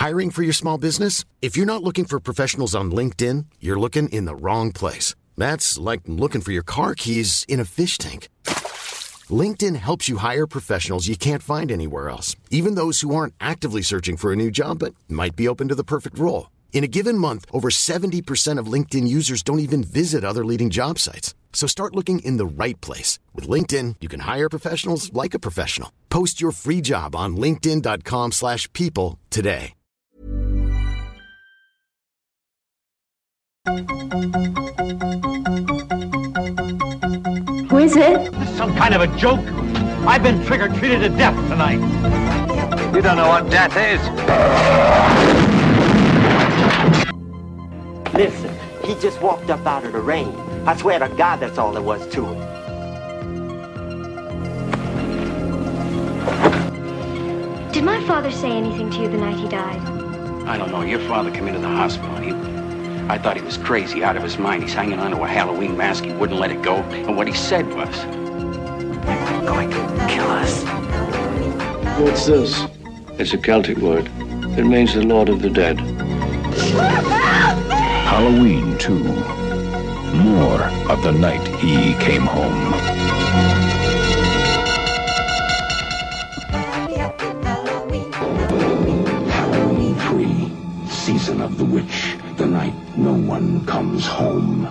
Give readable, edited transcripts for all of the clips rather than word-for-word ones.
Hiring for your small business? If you're not looking for professionals on LinkedIn, you're looking in the wrong place. That's like looking for your car keys in a fish tank. LinkedIn helps you hire professionals you can't find anywhere else, even those who aren't actively searching for a new job but might be open to the perfect role. In a given month, over 70% of LinkedIn users don't even visit other leading job sites. So start looking in the right place. With LinkedIn, you can hire professionals like a professional. Post your free job on linkedin.com/people today. Who is it? Some kind of a joke. I've been trick-or-treated to death tonight. You don't know what death is. Listen, he just walked up out of the rain. I swear to God that's all there was to it. Did my father say anything to you the night he died? I don't know. Your father came into the hospital and I thought he was crazy, out of his mind. He's hanging onto a Halloween mask. He wouldn't let it go. And what he said was, "They're going to kill us." What's this? It's a Celtic word. It means the Lord of the Dead. Halloween 2. More of the night he came home. Halloween 3. Season of the Witch. The night no one comes home.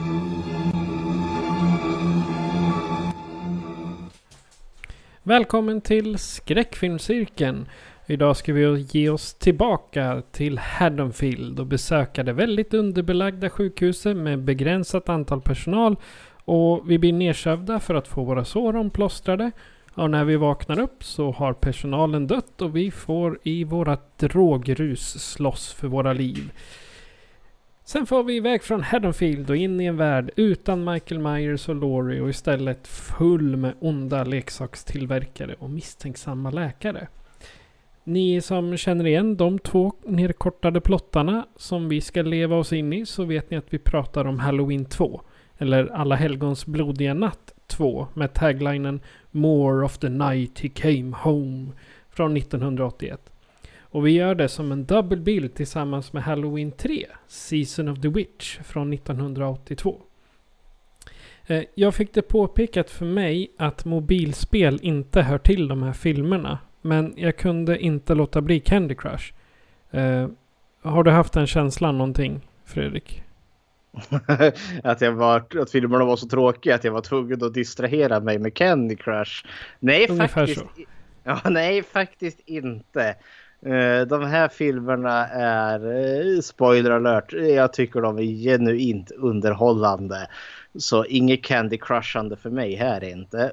Välkommen till Skräckfilmscirkeln. Idag ska vi ge oss tillbaka till Haddonfield och besöka det väldigt underbelagda sjukhuset med begränsat antal personal, och vi blir nedsövda för att få våra sår omplåstrade. Och när vi vaknar upp så har personalen dött och vi får i vårat drogrus slåss för våra liv. Sen får vi iväg från Haddonfield och in i en värld utan Michael Myers och Laurie och istället full med onda leksakstillverkare och misstänksamma läkare. Ni som känner igen de 2 nedkortade plottarna som vi ska leva oss in i, så vet ni att vi pratar om Halloween 2 eller Alla helgons blodiga natt 2 med taglinen More of the night he came home från 1981. Och vi gör det som en double bill tillsammans med Halloween 3, Season of the Witch från 1982. Jag fick det påpekat för mig att mobilspel inte hör till de här filmerna, men jag kunde inte låta bli Candy Crush. Har du haft den känslan någonting, Fredrik? att filmerna var så tråkiga att jag var tvungen att distrahera mig med Candy Crush. Nej, ungefär faktiskt. Så. Ja, nej, faktiskt inte. De här filmerna är spoiler alert. Jag tycker de är genuint underhållande. Så inget Candy Crushande för mig här inte.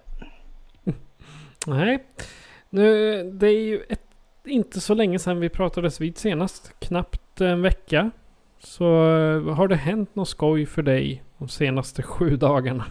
Nej. Nu, det är ju inte så länge sedan vi pratades vid senast. Knappt en vecka. Så har det hänt något skoj för dig de senaste 7 dagarna?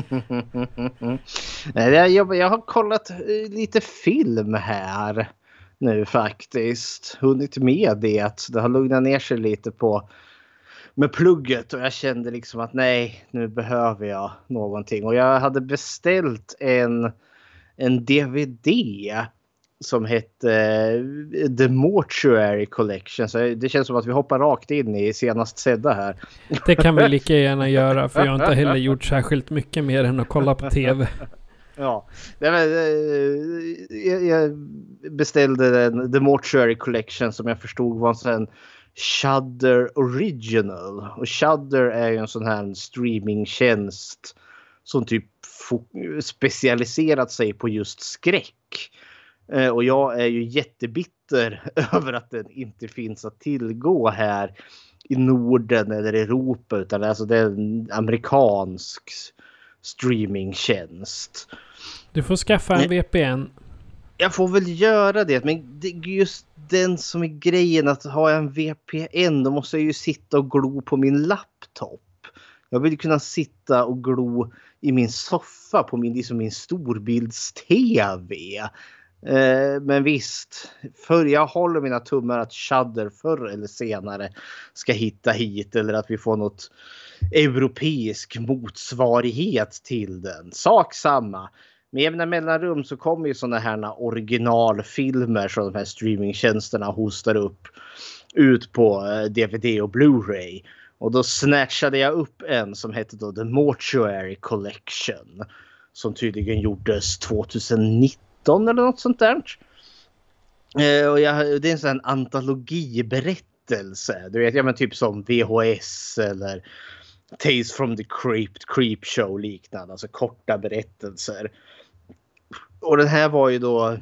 Jag har kollat lite film här nu faktiskt. Hunnit med det. Det har lugnat ner sig lite med plugget. Och jag kände liksom att nej, nu behöver jag någonting. Och jag hade beställt en DVD som hette The Mortuary Collection. Så det känns som att vi hoppar rakt in i senast sedda här. Det kan vi lika gärna göra, för jag har inte heller gjort särskilt mycket mer än att kolla på tv. Ja, jag beställde The Mortuary Collection som jag förstod var en sån Shudder Original. Och Shudder är ju en sån här streamingtjänst som typ specialiserat sig på just skräck. Och jag är ju jättebitter över att den inte finns att tillgå här i Norden eller Europa, utan alltså det är en amerikansk streamingtjänst. Du får skaffa en VPN. Jag får väl göra det, men det är just den som är grejen, att ha en VPN då måste jag ju sitta och glo på min laptop. Jag vill kunna sitta och glo i min soffa på min storbilds-tv. Men visst, för jag håller mina tummar att Shudder förr eller senare ska hitta hit, eller att vi får något europeisk motsvarighet till den. Sak samma. med jämna mellanrum så kommer ju sådana här originalfilmer som de här streamingtjänsterna hostar upp ut på DVD och Blu-ray. Och då snatchade jag upp en som hette då The Mortuary Collection. Som tydligen gjordes 2019 eller något sånt där. Och det är en sån antologiberättelse. Du vet, ja, men typ som VHS eller Tales from the Crypt, Creepshow liknande. Alltså korta berättelser. Och den här var ju då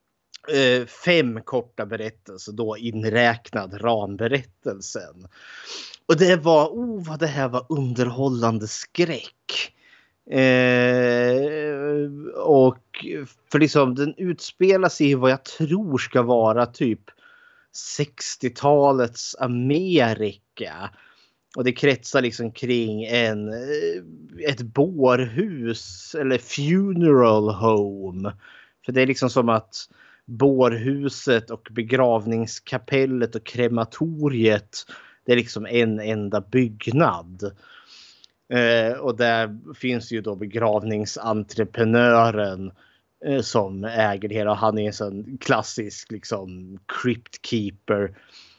5 korta berättelser då inräknad ramberättelsen. Och det var, vad det här var underhållande skräck. Och för liksom den utspelar sig i vad jag tror ska vara typ 60-talets Amerika. Och det kretsar liksom kring ett bårhus eller funeral home. För det är liksom som att bårhuset och begravningskapellet och krematoriet, det är liksom en enda byggnad. Och där finns ju då begravningsentreprenören som äger det hela. Han är en sån klassisk liksom crypt keeper.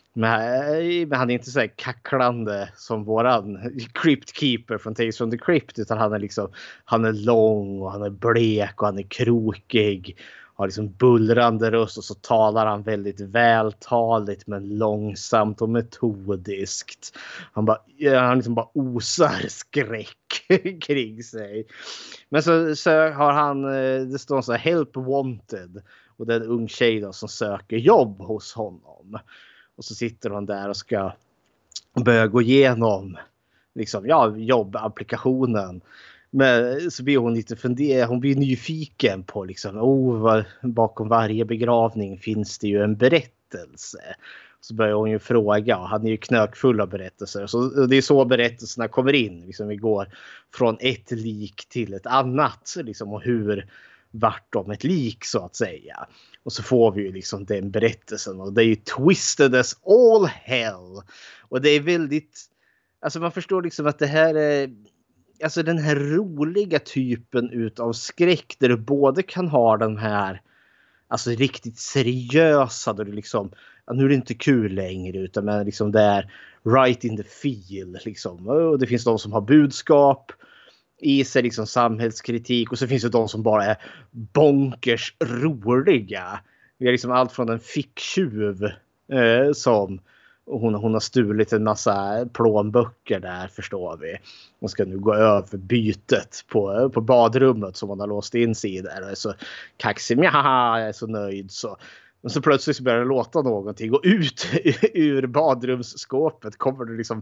Men han är inte så här kacklande som våran crypt keeper från Tales from the Crypt, utan han är lång och han är blek och han är krokig. Har liksom bullrande röst och så talar han väldigt vältaligt men långsamt och metodiskt. Han liksom bara osar skräck kring sig. Men så har han, det står så här help wanted, och det är en ung tjej då som söker jobb hos honom. Och så sitter hon där och ska börja gå igenom liksom, jobbapplikationen. Men så blir hon lite hon blir nyfiken på liksom, bakom varje begravning finns det ju en berättelse. Så börjar hon ju fråga, och han är ju knökfull av berättelser. Så det är så berättelserna kommer in. Liksom, vi går från ett lik till ett annat. Liksom, och hur vart om ett lik så att säga. Och så får vi ju liksom den berättelsen. Och det är ju twisted as all hell. Och det är väldigt, alltså man förstår liksom att det här är, alltså den här roliga typen utav skräck där du både kan ha den här alltså riktigt seriösa där du liksom, nu är det inte kul längre utan men liksom det är right in the feel liksom. Och det finns de som har budskap i sig, liksom samhällskritik, och så finns det de som bara är bonkers roliga. Vi har liksom allt från en ficktjuv som hon har stulit en massa plånböcker där, förstår vi. Hon ska nu gå över bytet på badrummet som hon har låst in sig i där. Och är så kaxig, jag är så nöjd så. Men så plötsligt så börjar det låta någonting. Och ut ur badrumsskåpet kommer det liksom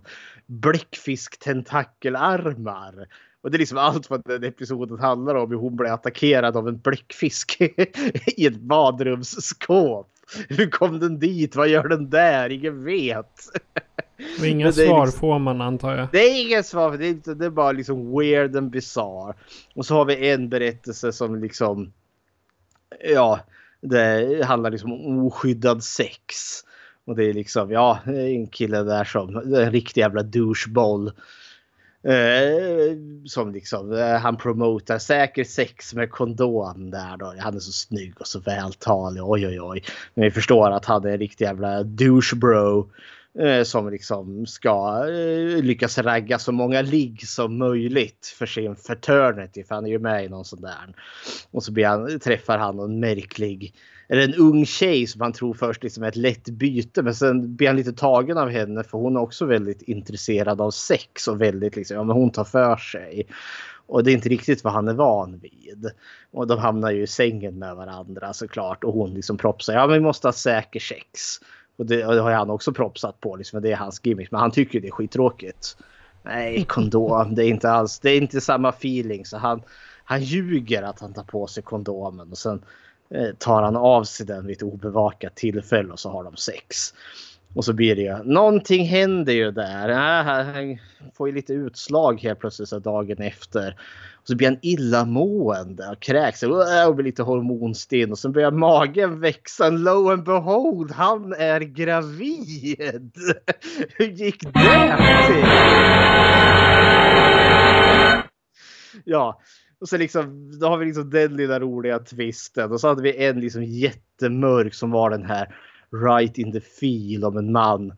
bläckfisk-tentakelarmar. Och det är liksom allt vad den episoden handlar om. Hur hon blir attackerad av en bläckfisk i ett badrumsskåp. Hur kom den dit? Vad gör den där? Ingen vet. Och inga svar liksom, får man antar jag. Det är inga svar. Det är bara liksom weird and bizarre. Och så har vi en berättelse som liksom, ja, det handlar liksom om oskyddad sex. Och det är liksom, ja, en kille där som en riktig jävla doucheball. Som liksom, han promotar säker sex med kondom där då. Han är så snygg och så vältalig, oj. Men vi förstår att han är en riktig jävla douchebro som liksom ska lyckas ragga så många ligg som möjligt för sin fraternity, för han är ju med i någon sån där. Och så träffar han en märklig, eller en ung tjej som han tror först liksom är ett lätt byte, men sen blir han lite tagen av henne för hon är också väldigt intresserad av sex och väldigt liksom, ja men hon tar för sig. Och det är inte riktigt vad han är van vid. Och de hamnar ju i sängen med varandra såklart, och hon liksom propsar, ja men vi måste ha säker sex. Och det har han också propsat på, liksom, det är hans gimmick, men han tycker det är skittråkigt. Nej, kondom, det är inte alls, det är inte samma feeling, så han ljuger att han tar på sig kondomen och sen tar han av sig den vid ett obevakat tillfälle och så har de sex. Och så blir det ju, någonting händer ju där. Han får ju lite utslag helt plötsligt så dagen efter. Och så blir han illamående och kräks och blir lite hormonstinn. Och så börjar magen växa. Lo and behold, han är gravid. Hur gick det till? Ja, Och så liksom, då har vi liksom den lilla roliga twisten. Och så hade vi en liksom jättemörk som var den här right in the feel om en man.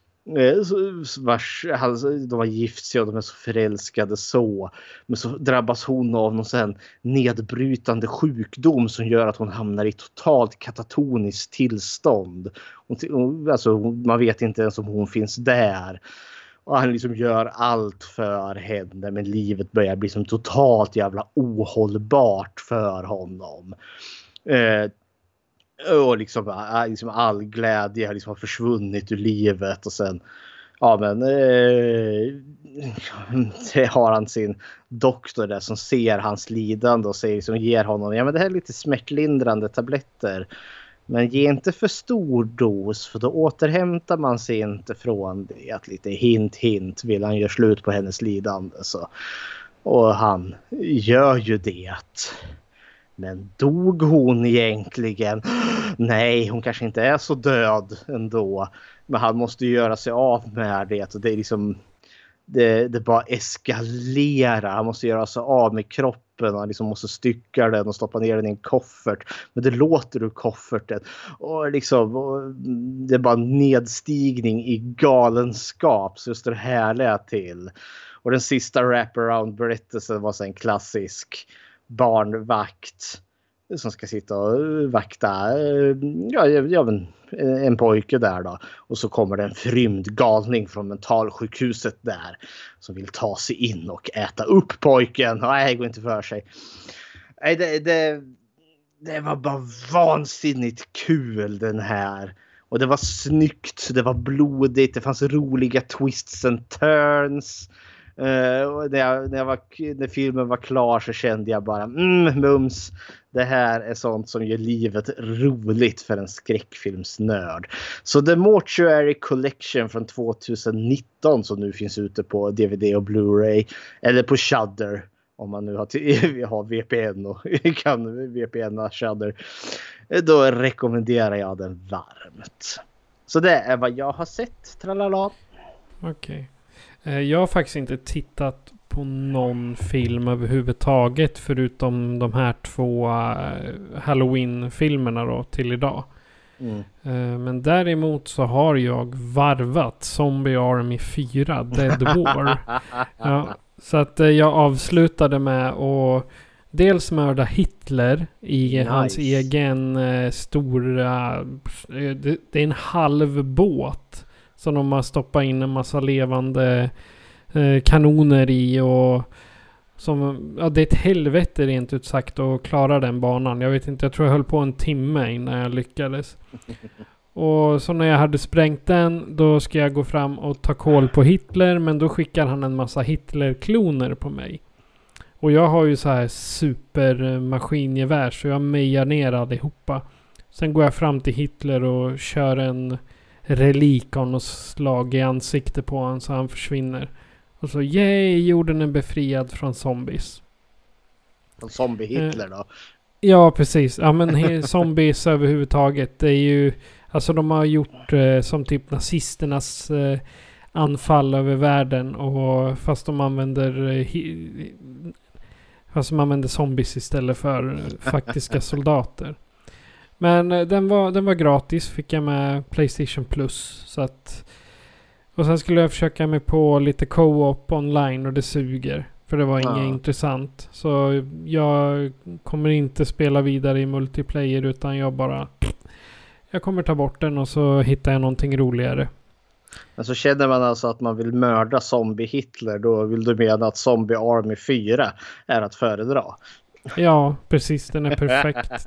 De har gift sig och de är så förälskade så. Men så drabbas hon av någon sån nedbrytande sjukdom som gör att hon hamnar i totalt katatoniskt tillstånd. Alltså, man vet inte ens om hon finns där. Och han liksom gör allt för henne. Men livet börjar bli som totalt jävla ohållbart för honom. Och liksom all glädje har liksom försvunnit ur livet. Och sen har han sin doktor där som ser hans lidande och säger, liksom, ger honom det här är lite smärtlindrande tabletter. Men ge inte för stor dos, för då återhämtar man sig inte från det. Att lite hint vill han göra slut på hennes lidande. Så. Och han gör ju det. Men dog hon egentligen? Nej, hon kanske inte är så död ändå. Men han måste ju göra sig av med det. Och det är liksom... Det bara eskalerar. Han måste göra sig av med kroppen. Han liksom måste stycka den och stoppa ner den i en koffert. Men det låter ur kofferten. Och liksom, det är bara nedstigning i galenskap. Så just det härliga till. Och den sista wraparound-berättelsen var så en klassisk barnvakt som ska sitta och vakta en pojke där då. Och så kommer det en förrymd galning från mentalsjukhuset där som vill ta sig in och äta upp pojken. Nej, det går inte för sig. Nej, det var bara vansinnigt kul den här. Och det var snyggt, det var blodigt, det fanns roliga twists and turns. Och när filmen var klar så kände jag bara mums, det här är sånt som gör livet roligt för en skräckfilmsnörd. Så The Mortuary Collection från 2019 som nu finns ute på DVD och Blu-ray eller på Shudder om man nu har VPN och kan VPNa Shudder, då rekommenderar jag den varmt. Så det är vad jag har sett, tralala. Okej. Jag har faktiskt inte tittat på någon film överhuvudtaget förutom de här 2 Halloween-filmerna då till idag. Men däremot så har jag varvat Zombie Army 4 Dead War. Ja, så att jag avslutade med att dels mörda Hitler i hans egen stora... Det är en halv båt som de har stoppat in en massa levande kanoner i och som, det är ett helvete rent ut sagt att klara den banan. Jag vet inte, jag tror jag höll på en timme innan jag lyckades. Och så när jag hade sprängt den, då ska jag gå fram och ta koll på Hitler, men då skickar han en massa Hitler-kloner på mig. Och jag har ju så här supermaskingevär så jag mejar ner allihopa. Sen går jag fram till Hitler och kör en relikon och slag i ansiktet på honom så han försvinner. Och så, yay, jorden är befriad från zombies. Från zombie-Hitler då? Ja, precis. Ja, men zombies överhuvudtaget. Det är ju, alltså de har gjort som typ nazisternas anfall över världen. Och fast de använder zombies istället för faktiska soldater. Men den var gratis. Fick jag med PlayStation Plus. Så att, och sen skulle jag försöka mig på lite co-op online och det suger. För det var inget intressant. Så jag kommer inte spela vidare i multiplayer utan jag kommer ta bort den och så hittar jag någonting roligare. Men så känner man alltså att man vill mörda zombie-Hitler, då vill du mena att Zombie Army 4 är att föredra. Ja, precis. Den är perfekt.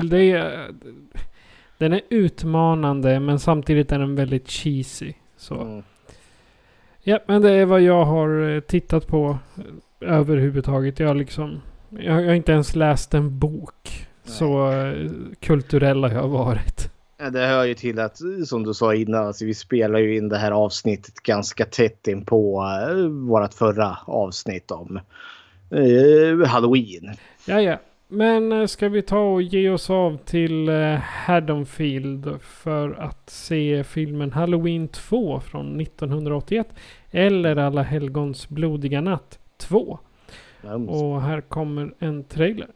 Den är utmanande men samtidigt är den väldigt cheesy. Så. Ja, men det är vad jag har tittat på överhuvudtaget. Jag har inte ens läst en bok. Nej. Så kulturell har jag varit. Ja, det hör ju till att, som du sa innan, alltså vi spelar ju in det här avsnittet ganska tätt in på vårt förra avsnitt om Halloween. Ja. Men ska vi ta och ge oss av till Haddonfield för att se filmen Halloween 2 från 1981 eller Alla helgons blodiga natt 2. Och här kommer en trailer.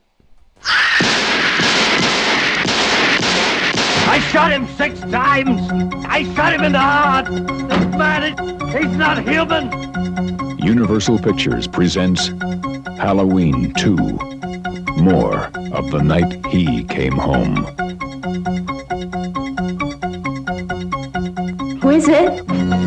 I shot him 6 times. I shot him in the heart. This man, he's not human. Universal Pictures presents Halloween 2. More of the Night He Came Home. Who is it?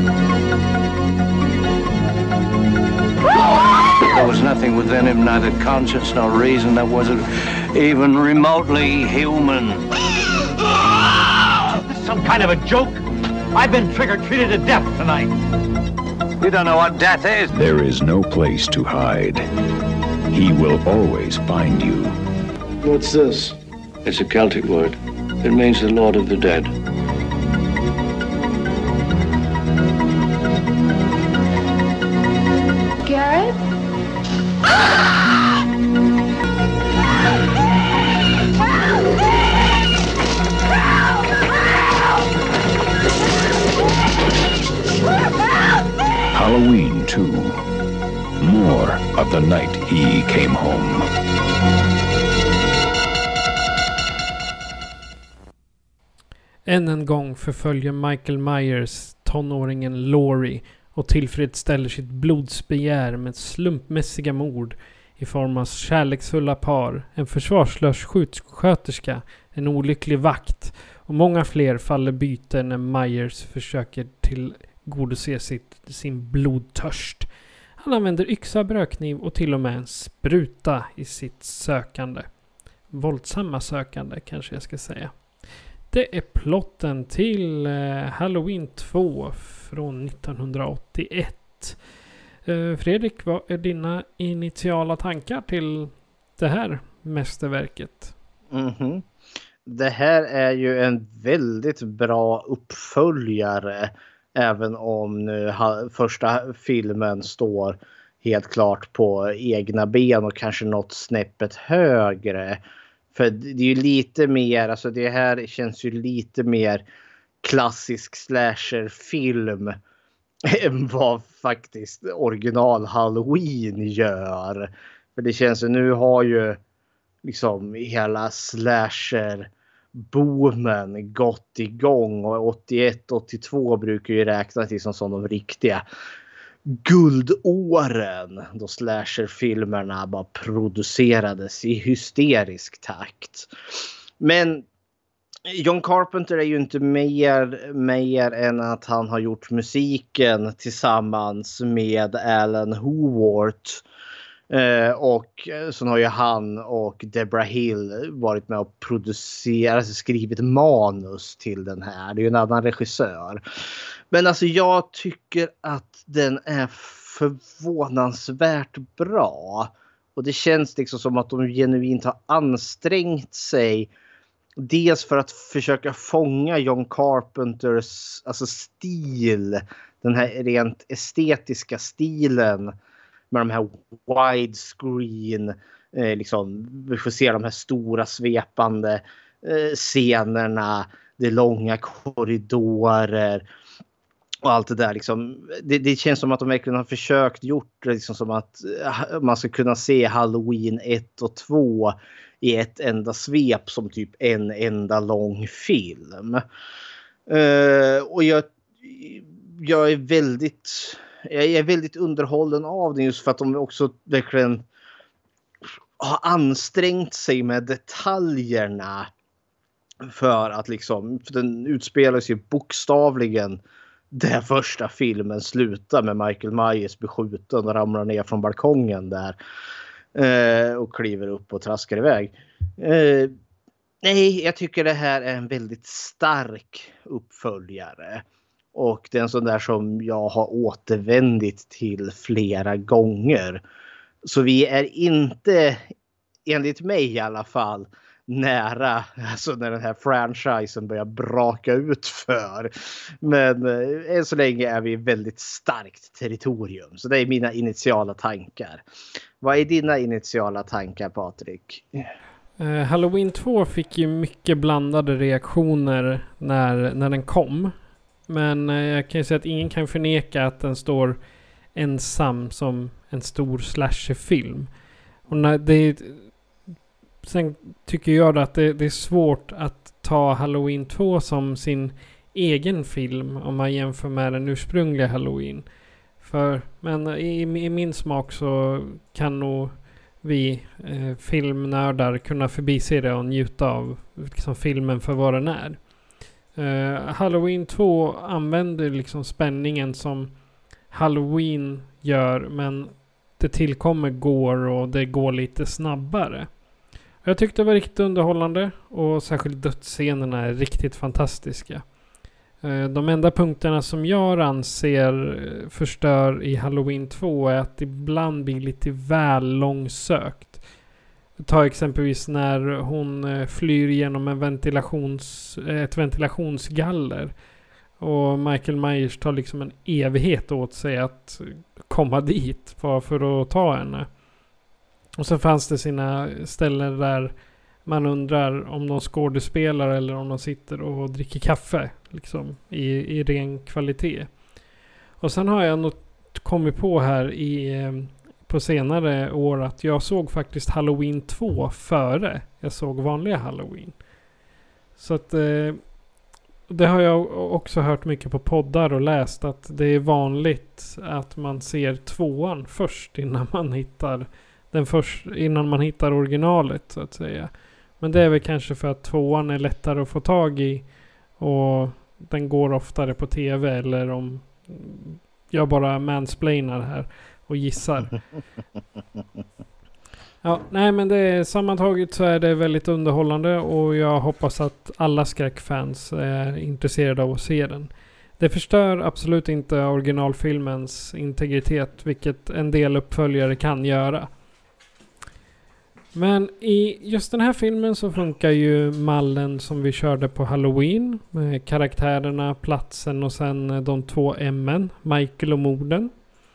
There was nothing within him, neither conscience nor reason, that wasn't even remotely human. This is some kind of a joke. I've been trick-or-treated to death tonight. You don't know what death is. There is no place to hide. He will always find you. What's this? It's a Celtic word. It means the Lord of the Dead. Garrett? Halloween 2. More of the Night He Came Home. Än en gång förföljer Michael Myers tonåringen Laurie och tillfredsställer sitt blodsbegär med slumpmässiga mord i form av kärleksfulla par, en försvarslös sjuksköterska, en olycklig vakt och många fler faller byte när Myers försöker tillgodose sin blodtörst. Han använder yxa, brödkniv och till och med en spruta i sitt sökande. Våldsamma sökande kanske jag ska säga. Det är plotten till Halloween 2 från 1981. Fredrik, vad är dina initiala tankar till det här mästerverket? Det här är ju en väldigt bra uppföljare. Även om nu första filmen står helt klart på egna ben och kanske något snäppet högre. För det är ju lite mer, alltså det här känns ju lite mer klassisk slasherfilm än vad faktiskt original Halloween gör. För det känns ju, nu har ju liksom hela slasher boomen gått igång och 81-82 brukar ju räknas till som de riktiga guldåren då slasherfilmerna bara producerades i hysterisk takt. Men John Carpenter är ju inte mer än att han har gjort musiken tillsammans med Alan Howarth. Och så har ju han och Deborah Hill varit med och producerat, skrivit manus till den här. Det är ju en annan regissör. Men alltså jag tycker att den är förvånansvärt bra. Och det känns liksom som att de genuint har ansträngt sig. Dels för att försöka fånga John Carpenters alltså stil. Den här rent estetiska stilen. Med de här widescreen. Liksom, vi får se de här stora svepande scenerna. Det är långa korridorer. Och allt det där liksom, det känns som att de verkligen har försökt gjort det liksom som att man ska kunna se Halloween 1 och 2 i ett enda svep som typ en enda lång film. Och jag är väldigt underhållen av det just för att de också verkligen har ansträngt sig med detaljerna för att liksom, för den utspelar sig bokstavligen där första filmen slutar med Michael Myers beskjuten och ramlar ner från balkongen där och kliver upp och traskar iväg. Nej, jag tycker det här är en väldigt stark uppföljare. Och det är en sån där som jag har återvändit till flera gånger. Så vi är inte, enligt mig i alla fall, nära alltså när den här franchisen börjar braka ut för. Men än så länge är vi väldigt starkt territorium. Så det är mina initiala tankar. Vad är dina initiala tankar, Patrik? Halloween 2 fick ju mycket blandade reaktioner när den kom. Men jag kan ju säga att ingen kan förneka att den står ensam som en stor slasherfilm. Och sen tycker jag att det är svårt att ta Halloween 2 som sin egen film om man jämför med den ursprungliga Halloween. Men i min smak så kan nog vi filmnördar kunna förbise det och njuta av liksom filmen för vad den är. Halloween 2 använder liksom spänningen som Halloween gör, men det tillkommer och det går lite snabbare. Jag tyckte det var riktigt underhållande och särskilt dödsscenerna är riktigt fantastiska. De enda punkterna som jag anser förstör i Halloween 2 är att det ibland blir lite väl långsökt. Ta exempelvis när hon flyr genom ett ventilationsgaller och Michael Myers tar liksom en evighet åt sig att komma dit för att ta henne. Och så fanns det sina ställen där man undrar om de skådespelar eller om de sitter och dricker kaffe liksom i ren kvalitet. Och sen har jag nog kommit på här på senare år att jag såg faktiskt Halloween 2 före jag såg vanliga Halloween. Så att det har jag också hört mycket på poddar och läst att det är vanligt att man ser 2:an först innan man hittar originalet så att säga. Men det är väl kanske för att 2:an är lättare att få tag i och den går oftare på tv, eller om jag bara mansplainar här och gissar. Ja, nej, men sammantaget så är det väldigt underhållande och jag hoppas att alla skräckfans är intresserade av att se den. Det förstör absolut inte originalfilmens integritet, vilket en del uppföljare kan göra. Men i just den här filmen så funkar ju mallen som vi körde på Halloween. Med karaktärerna, platsen och sen de 2 M:en, Michael och morden.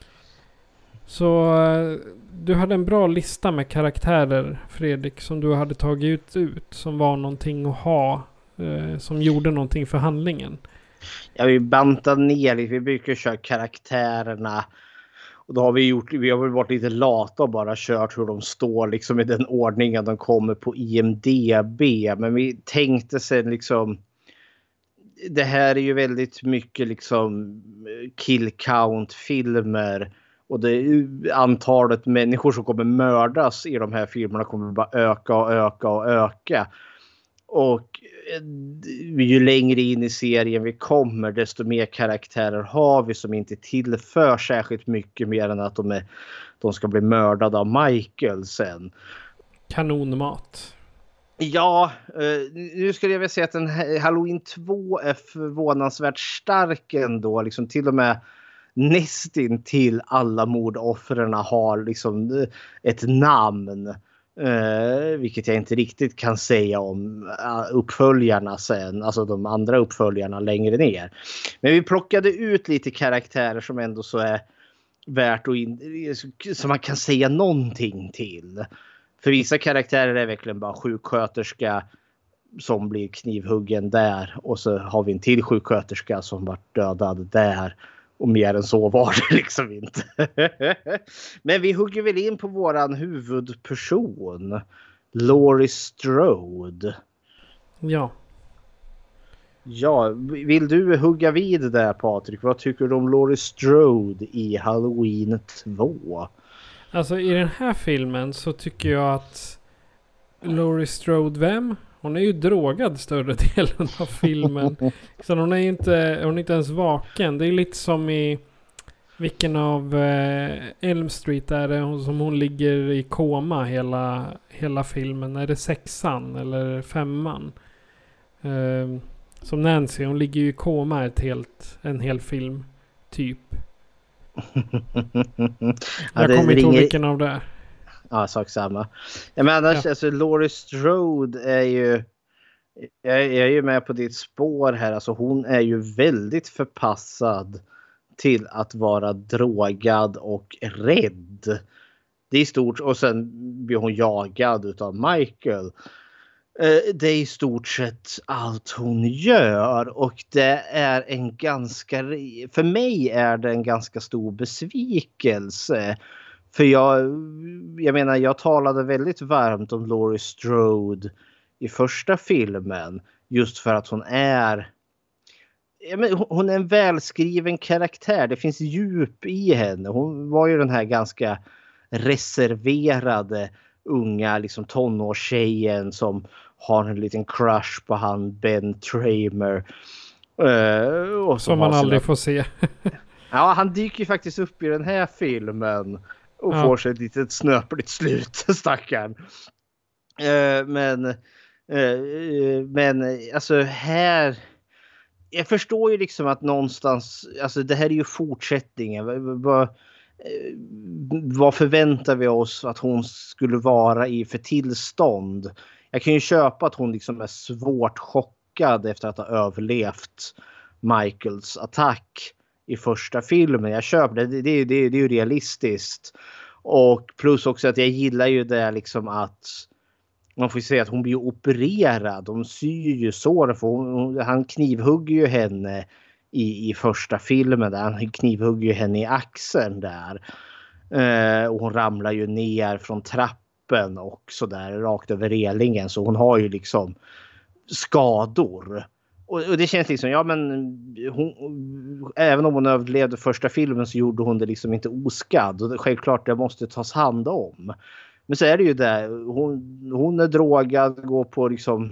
Så du hade en bra lista med karaktärer, Fredrik, som du hade tagit ut som var någonting att ha, som gjorde någonting för handlingen. Ja, vi bantade ner lite. Vi brukar köra karaktärerna. Och då har vi har väl varit lite lata och bara kört hur de står liksom i den ordningen de kommer på IMDb. Men vi tänkte sen liksom, det här är ju väldigt mycket liksom kill count filmer. Och antalet människor som kommer mördas i de här filmerna kommer bara öka. Och ju längre in i serien vi kommer, desto mer karaktärer har vi som inte tillför särskilt mycket mer än att de ska bli mördade av Michael sen. Kanonmat. Ja, nu skulle jag väl säga att Halloween 2 är förvånansvärt stark ändå. Liksom till och med nästan till alla mordoffren har liksom ett namn. Vilket jag inte riktigt kan säga om uppföljarna sen. Alltså de andra uppföljarna längre ner. Men vi plockade ut lite karaktärer som ändå så är värt att som man kan säga någonting till. För vissa karaktärer är verkligen bara sjuksköterska som blir knivhuggen där. Och så har vi en till sjuksköterska som var dödad där. Och mer än så var det liksom inte. Men vi hugger väl in på våran huvudperson. Laurie Strode. Ja. Ja, vill du hugga vid där, Patrik? Vad tycker du om Laurie Strode i Halloween 2? Alltså i den här filmen så tycker jag att Laurie Strode, hon är ju drogad större delen av filmen. Så hon är inte ens vaken. Det är lite som i vilken av Elm Street är det som hon ligger i koma hela filmen. Är det 6:an eller 5:an? Som Nancy, hon ligger ju i koma en hel film typ. Jag kommer inte ihåg vilken av det är. Ja, sak samma. Men annars, alltså Laurie Strode är ju... Jag är ju med på ditt spår här. Alltså hon är ju väldigt förpassad till att vara drogad och rädd. Det är stort. Och sen blir hon jagad utav Michael. Det är i stort sett allt hon gör. Och det är för mig är det en ganska stor besvikelse. För jag menar, jag talade väldigt varmt om Laurie Strode i första filmen. Just för att hon är en välskriven karaktär. Det finns djup i henne. Hon var ju den här ganska reserverade unga liksom tonårstjejen som har en liten crush på han Ben Tramer. Och som man aldrig får se. Ja, han dyker ju faktiskt upp i den här filmen och får sig ett litet snöpligt slut, stackarn. Men alltså här, jag förstår ju liksom att någonstans, alltså det här är ju fortsättningen. Vad förväntar vi oss att hon skulle vara i för tillstånd? Jag kan ju köpa att hon liksom är svårt chockad efter att ha överlevt Michaels attack i första filmen. Jag köper det. Det är ju realistiskt. Och plus också att jag gillar ju det liksom att man får säga att hon blir opererad. De syr ju sår, för han knivhugger ju henne i första filmen. Där. Han knivhugger ju henne i axeln där. Och hon ramlar ju ner från trappen och så där rakt över relingen. Så hon har ju liksom skador. Och det känns liksom, ja men även om hon överlevde första filmen så gjorde hon det liksom inte oskadd. Och självklart det måste tas hand om. Men så är det ju där, hon är drogad, går på liksom,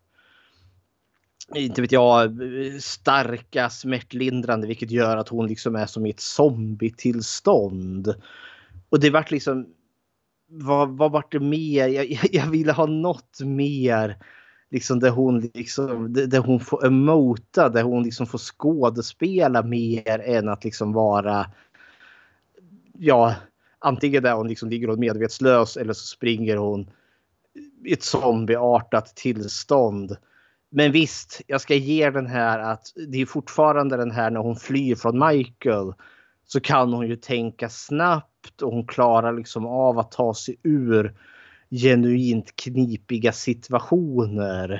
inte vet jag, starka smärtlindrande, vilket gör att hon liksom är som i ett zombie-tillstånd. Och det vart liksom, vad vart det mer? Jag ville ha något mer liksom där hon får emota, där hon liksom får skådespela mer än att liksom vara, ja, antingen där hon liksom ligger medvetslös eller så springer hon i ett zombieartat tillstånd. Men visst, jag ska ge den här att det är fortfarande den här när hon flyr från Michael så kan hon ju tänka snabbt och hon klarar liksom av att ta sig ur genuint knipiga situationer.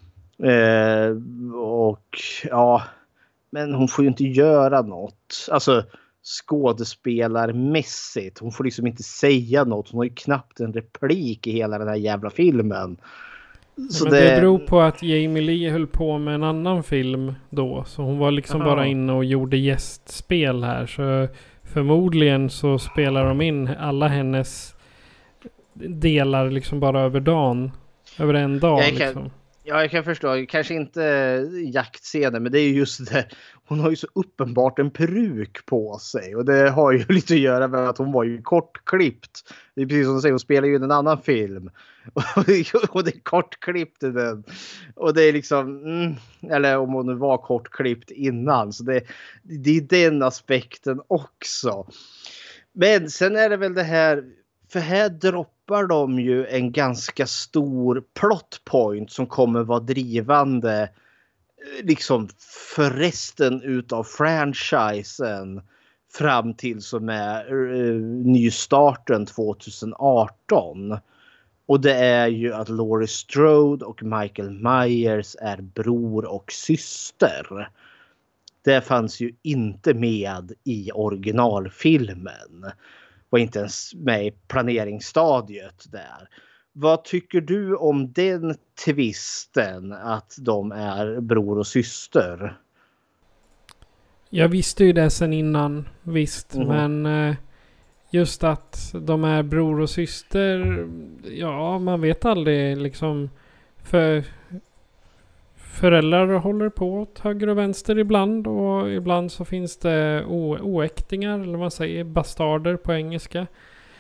Och ja, men hon får ju inte göra något. Alltså skådespelarmässigt. Hon får liksom inte säga något. Hon har ju knappt en replik i hela den här jävla filmen. Så men det beror på att Jamie Lee höll på med en annan film då. Så hon var liksom bara inne och gjorde gästspel här. Så förmodligen så spelar de in alla hennes delar liksom bara över dagen. Över en dag liksom. Ja, jag kan förstå. Kanske inte jaktscener, men det är ju just det. Hon har ju så uppenbart en peruk på sig. Och det har ju lite att göra med att hon var ju kortklippt. Det är precis som du säger, hon spelar ju en annan film. Och det är kortklippt i den. Och det är liksom, eller om hon nu var kortklippt innan. Så det är den aspekten också. Men sen är det väl det här, för här droppar de ju en ganska stor plot point som kommer vara drivande liksom för resten utav franchisen fram till som är nystarten 2018. Och det är ju att Laurie Strode och Michael Myers är bror och syster. Det fanns ju inte med i originalfilmen. Var inte ens med i planeringsstadiet där. Vad tycker du om den twisten att de är bror och syster? Jag visste ju det sen innan, visst. Men just att de är bror och syster, ja, man vet aldrig liksom. För föräldrar håller på åt höger och vänster ibland. Och ibland så finns det oäktingar, eller man säger bastarder på engelska.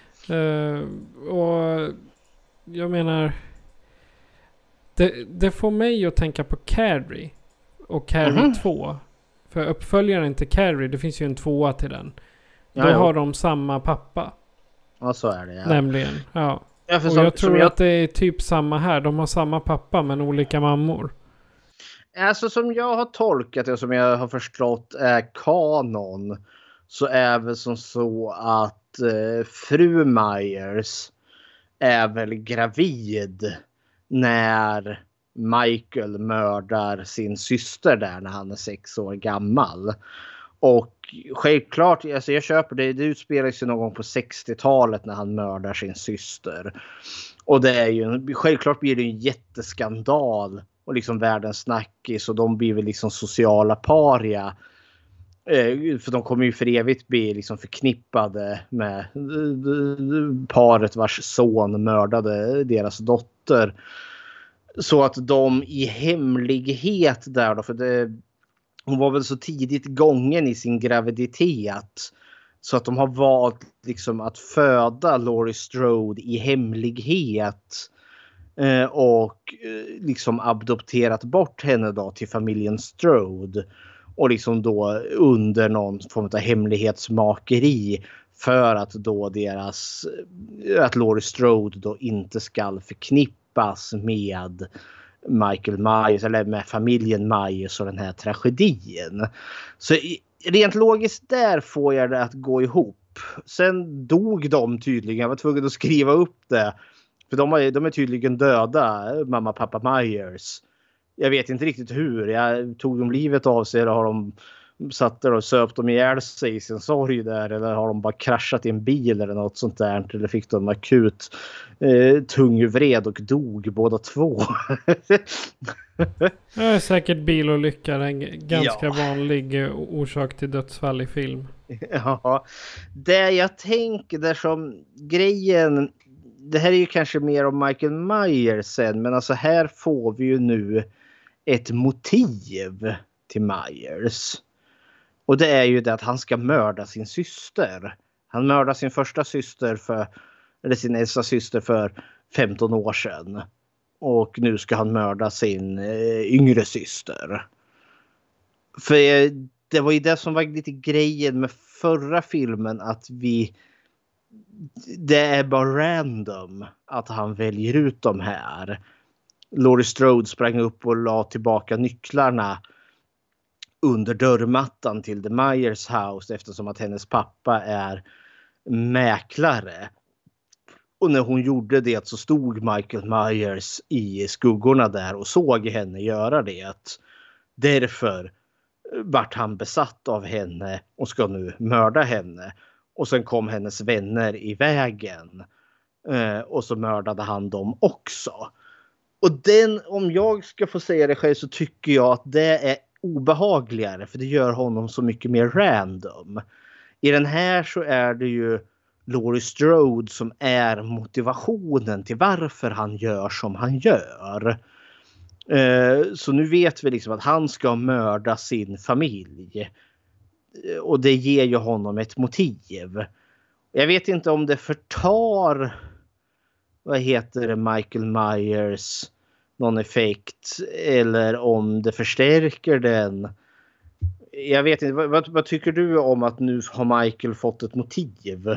Och jag menar, det får mig att tänka på Carrie och Carrie 2. För uppföljaren till Carrie, det finns ju en 2 till den. Då har de samma pappa. Ja, så är det. Ja. Nämligen, ja. Och jag tror att det är typ samma här. De har samma pappa men olika mammor. Alltså som jag har tolkat det och som jag har förstått är kanon, så är väl som så att fru Myers är väl gravid när Michael mördar sin syster där när han är 6 år gammal. Och självklart, alltså jag köper det. Det utspelar sig någon gång på 60-talet när han mördar sin syster. Och det är ju, självklart blir det en jätteskandal. Och liksom världens snackis. Och de blir väl liksom sociala paria. För de kommer ju för evigt bli liksom förknippade med paret vars son mördade deras dotter. Så att de i hemlighet där då, för hon var väl så tidigt gången i sin graviditet. Så att de har valt liksom att föda Laurie Strode i hemlighet. Och liksom adopterat bort henne då till familjen Strode. Och liksom då under någon form av hemlighetsmakeri. För att då att Laurie Strode då inte ska förknippas med Michael Myers eller med familjen Myers och den här tragedin. Så rent logiskt där får jag det att gå ihop. Sen dog de tydligen. Jag var tvungen att skriva upp det. För de är tydligen döda, mamma och pappa Myers. Jag vet inte riktigt hur. Jag tog de livet av sig eller har de satt där och söpt dem ihjäl sig i sin sorg där. Eller har de bara kraschat i en bil eller något sånt där. Eller fick de akut tungvred och dog båda två. Det är säkert bilolycka. En ganska vanlig orsak till dödsfall i film. Ja, det jag tänker där som grejen... Det här är ju kanske mer om Michael Myers sen. Men alltså här får vi ju nu ett motiv till Myers. Och det är ju det att han ska mörda sin syster. Han mördar sin första syster eller sin äldsta syster för 15 år sedan. Och nu ska han mörda sin yngre syster. För det var ju det som var lite grejen med förra filmen. Att det är bara random att han väljer ut de här. Laurie Strode sprang upp och la tillbaka nycklarna under dörrmattan till The Myers House eftersom att hennes pappa är mäklare. Och när hon gjorde det så stod Michael Myers i skuggorna där och såg henne göra det. Därför vart han besatt av henne och ska nu mörda henne. Och sen kom hennes vänner i vägen. Och så mördade han dem också. Och om jag ska få säga det själv så tycker jag att det är obehagligare. För det gör honom så mycket mer random. I den här så är det ju Laurie Strode som är motivationen till varför han gör som han gör. Så nu vet vi liksom att han ska mörda sin familj. Och det ger ju honom ett motiv. Jag vet inte om det förtar Michael Myers någon effekt. Eller om det förstärker den. Jag vet inte. Vad tycker du om att nu har Michael fått ett motiv?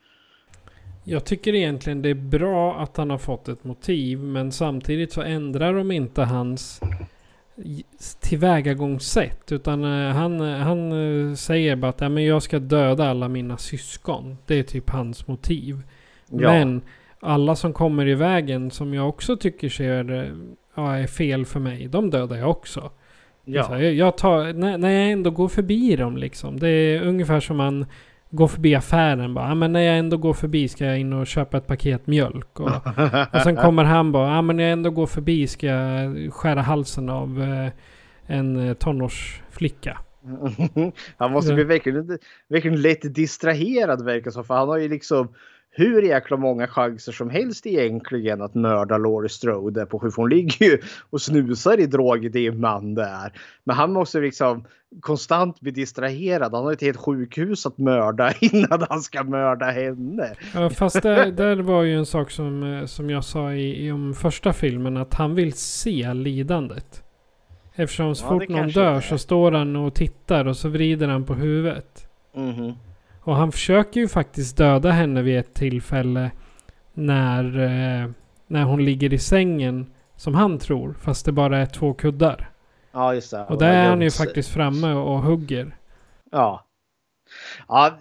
Jag tycker egentligen det är bra att han har fått ett motiv. Men samtidigt så ändrar de inte hans tillvägagångssätt. Utan han säger bara att men jag ska döda alla mina syskon. Det är typ hans motiv. Ja. Men alla som kommer i vägen som jag också tycker är fel för mig. De dödar jag också. Ja. Jag tar, när jag ändå går förbi dem liksom. Det är ungefär som man går förbi affären bara. Men när jag ändå går förbi ska jag in och köpa ett paket mjölk. Och sen kommer han bara. Men när jag ändå går förbi ska jag skära halsen av en tonårsflicka. Han måste bli verkligen lite distraherad verkar så. För han har ju liksom hur jäkla många chanser som helst egentligen att mörda Laurie Strode på hur hon ligger ju och snusar i droger det är man där. Men han måste liksom konstant bli distraherad. Han har ett helt sjukhus att mörda innan han ska mörda henne. Ja, fast där var ju en sak som jag sa i om första filmen att han vill se lidandet. Eftersom så fort någon dör så står han och tittar och så vrider han på huvudet. Mhm. Och han försöker ju faktiskt döda henne vid ett tillfälle när hon ligger i sängen som han tror. Fast det bara är 2 kuddar. Ja, just det. Och där är han ju faktiskt framme och hugger. Ja. Ja,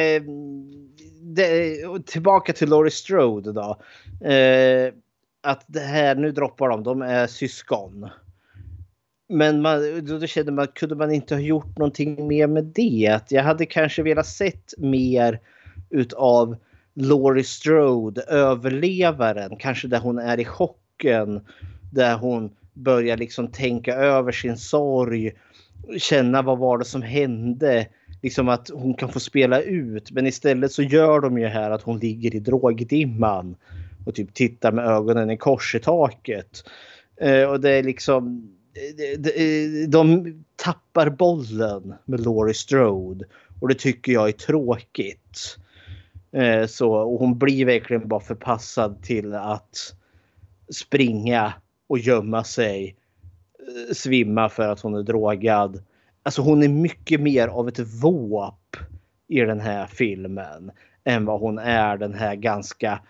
tillbaka till Laurie Strode då. Att det här, nu droppar de är syskon. Men då kände man, kunde man inte ha gjort någonting mer med det? Jag hade kanske velat sett mer utav Laurie Strode, överlevaren. Kanske där hon är i chocken. Där hon börjar liksom tänka över sin sorg. Känna vad var det som hände. Liksom att hon kan få spela ut. Men istället så gör de ju här att hon ligger i drogdimman. Och typ tittar med ögonen i kors i taket. Och det är liksom... De tappar bollen med Laurie Strode. Och det tycker jag är tråkigt. Och hon blir verkligen bara förpassad till att springa och gömma sig. Svimma för att hon är drogad. Alltså hon är mycket mer av ett våp i den här filmen. Än vad hon är den här ganska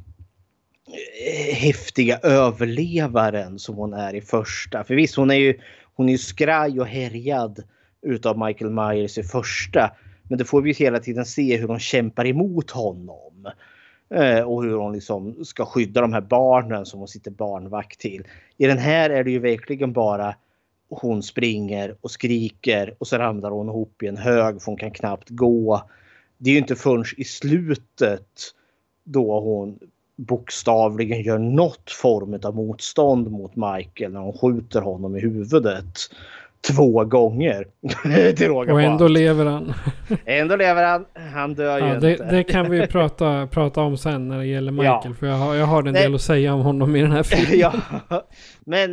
häftiga överlevaren som hon är i första. För visst, hon är ju skraj och härjad utav Michael Myers i första. Men det får vi hela tiden se hur hon kämpar emot honom. Och hur hon liksom ska skydda de här barnen som hon sitter barnvakt till. I den här är det ju verkligen bara hon springer och skriker och så ramlar hon ihop i en hög för hon kan knappt gå. Det är ju inte förrän i slutet då hon bokstavligen gör något form av motstånd mot Michael när hon skjuter honom i huvudet 2 gånger. Och ändå lever han. Ändå lever han. Han dör ju inte. Det kan vi prata om sen när det gäller Michael. Ja. För jag har en del att säga om honom i den här filmen. Ja. Men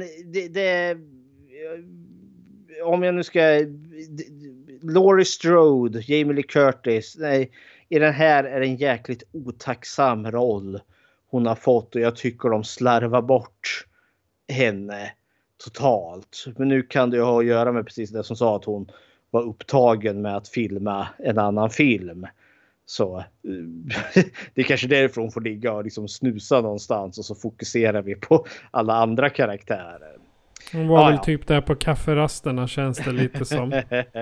om jag nu ska... Laurie Strode, Jamie Lee Curtis. Nej, i den här är det en jäkligt otacksam roll hon har fått. Och jag tycker de slarvar bort henne totalt. Men nu kan det ju ha att göra med precis det som sa att hon var upptagen med att filma en annan film. Så det är kanske därför hon får ligga och liksom snusa någonstans och så fokuserar vi på alla andra karaktärer. Hon var väl typ där på kafferasterna, känns det lite som.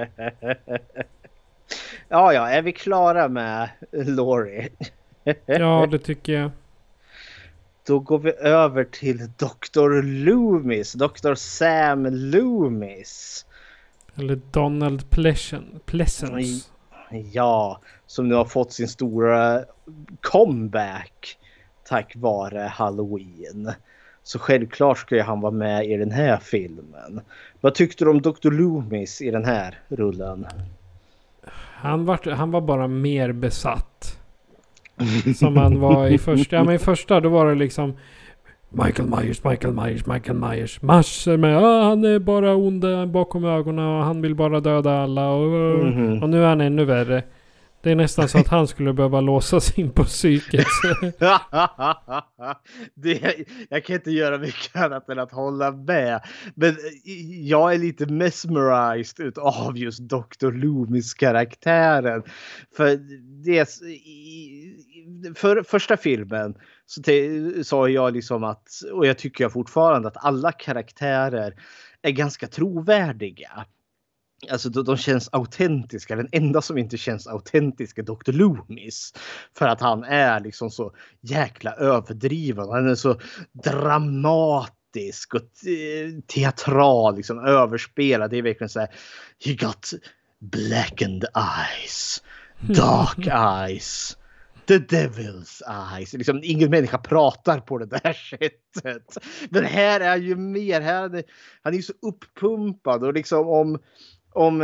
Ja, är vi klara med Laurie? Ja, det tycker jag. Då går vi över till Dr. Loomis. Dr. Sam Loomis. Eller Donald Pleasence. Ja, som nu har fått sin stora comeback tack vare Halloween. Så självklart ska han vara med i den här filmen. Vad tyckte du om Dr. Loomis i den här rullen? Han var bara mer besatt. Som han var i första. Ja, men i första då var det liksom Michael Myers. Massor med han är bara onda bakom ögonen och han vill bara döda alla. Och nu är han ännu värre. Det är nästan så att han skulle behöva låsas in på psyket. Jag kan inte göra mycket annat än att hålla med. Men jag är lite mesmerized utav just Dr. Loomis karaktären. För första filmen så sa jag liksom att, och jag tycker fortfarande att alla karaktärer är ganska trovärdiga. Alltså de känns autentiska. Den enda som inte känns autentisk är Dr. Loomis. För att han är liksom så jäkla överdriven. Han är så dramatisk och teatral, liksom överspelad. Det är verkligen så här: he got blackened eyes, dark eyes, the devil's eyes. Liksom, ingen människa pratar på det där sättet. Men här är ju mer. Han är ju så uppumpad. Och liksom om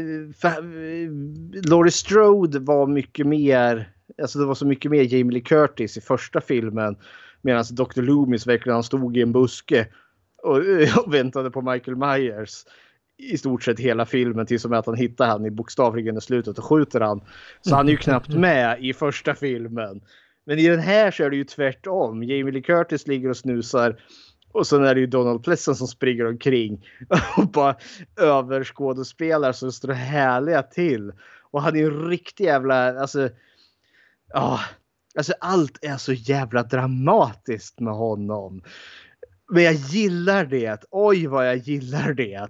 Laurie Strode var mycket mer, alltså det var så mycket mer Jamie Lee Curtis i första filmen, medan Dr. Loomis verkligen han stod i en buske och väntade på Michael Myers i stort sett hela filmen tills som att han hittar han i bokstavligen i slutet och skjuter han. Så han är ju knappt med i första filmen. Men i den här så är det ju tvärtom. Jamie Lee Curtis ligger och snusar. Och så är det ju Donald Pleasence som springer omkring och bara överskådespelar så står det härliga till. Och han är ju en riktig jävla, alltså allt är så jävla dramatiskt med honom. Men jag gillar det. Oj vad jag gillar det.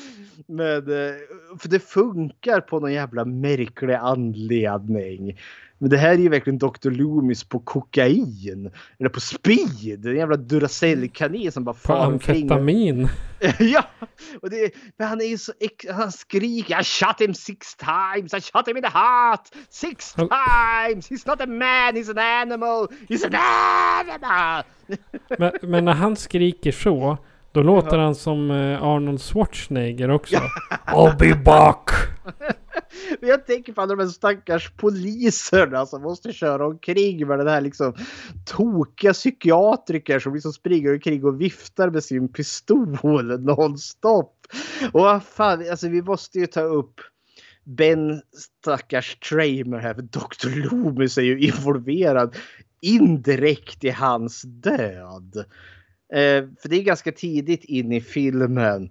Men, för det funkar på någon jävla märklig anledning. Men det här är ju verkligen Dr. Loomis på kokain. Eller på speed. En jävla Duracell-kanin som bara far omkring. På amfetamin. Ja, och men han är ju så han skriker. I shot him 6 times. I shot him in the heart 6 times. He's not a man, he's an animal. He's an animal. men när han skriker så, då låter han som Arnold Schwarzenegger också. I'll be back. Jag tänker på alla de stackars poliserna som måste köra omkring med den här liksom tokiga psykiatriker som liksom springer omkring och viftar med sin pistol nonstop. Och vad fan, alltså vi måste ju ta upp Ben stackars Tramer här, för Dr. Loomis är ju involverad indirekt i hans död. För det är ganska tidigt in i filmen.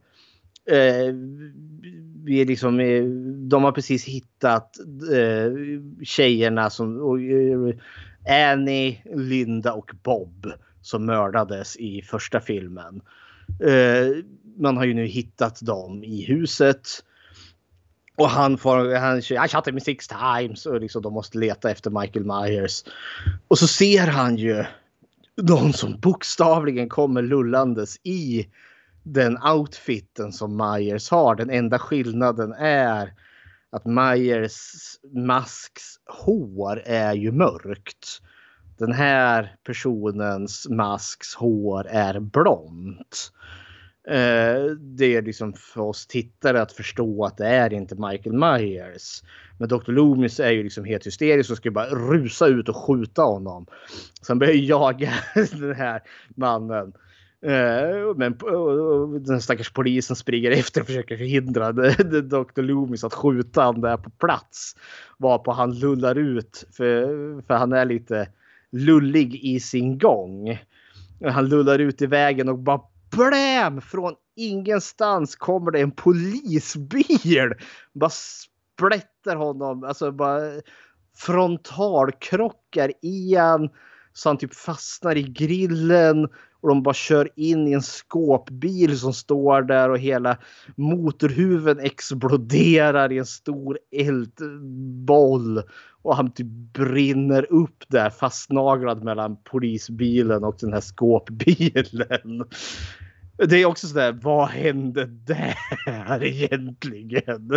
Vi är liksom, de har precis hittat tjejerna som Annie, Linda och Bob som mördades i första filmen. Man har ju nu hittat dem i huset. Och han shot him 6 times och liksom de måste leta efter Michael Myers. Och så ser han ju någon som bokstavligen kommer lullandes i den outfiten som Myers har. Den enda skillnaden är att Myers masks hår är ju mörkt. Den här personens masks hår är blont. Det är liksom för oss tittare att förstå att det är inte Michael Myers. Men Dr. Loomis är ju liksom helt hysterisk och ska bara rusa ut och skjuta honom. Sen börjar jaga den här mannen. Men den stackars polisen springer efter och försöker förhindra Dr. Loomis att skjuta han där på plats. Varpå han lullar ut för han är lite lullig i sin gång. Han lullar ut i vägen och bara bläm! Från ingenstans kommer det en polisbil. Bara splätter honom. Alltså bara frontalkrockar igen. Så han typ fastnar i grillen. Och de bara kör in i en skåpbil som står där. Och hela motorhuven exploderar i en stor eldboll. Och han typ brinner upp där fastnaglad mellan polisbilen och den här skåpbilen. Det är också sådär, vad hände där egentligen?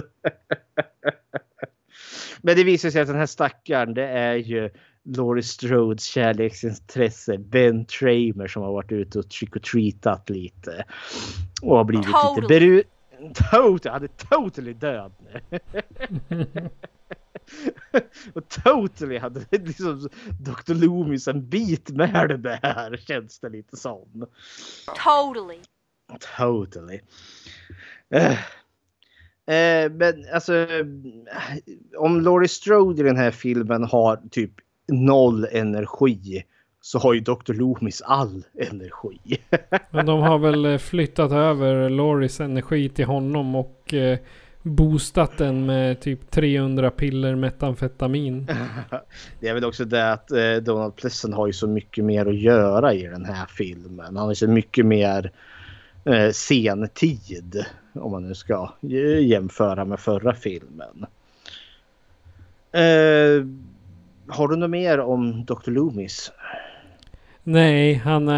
Men det visar sig att den här stackaren, det är ju Laurie Strodes kärleksintresse Ben Tramer som har varit ute och trick-or-treatat lite. Och har blivit lite han är totally död nu. Och totally hade liksom Dr. Loomis en bit med det där, känns det lite som. Totally. Men alltså om Laurie Strode i den här filmen har typ 0 energi, så har ju Dr. Loomis all energi. Men de har väl flyttat över Lauries energi till honom och boostat den med typ 300 piller metamfetamin. Det är väl också det att Donald Pleasence har ju så mycket mer att göra i den här filmen. Han har så mycket mer sentid, om man nu ska jämföra med förra filmen. Har du något mer om Dr. Loomis? Nej, han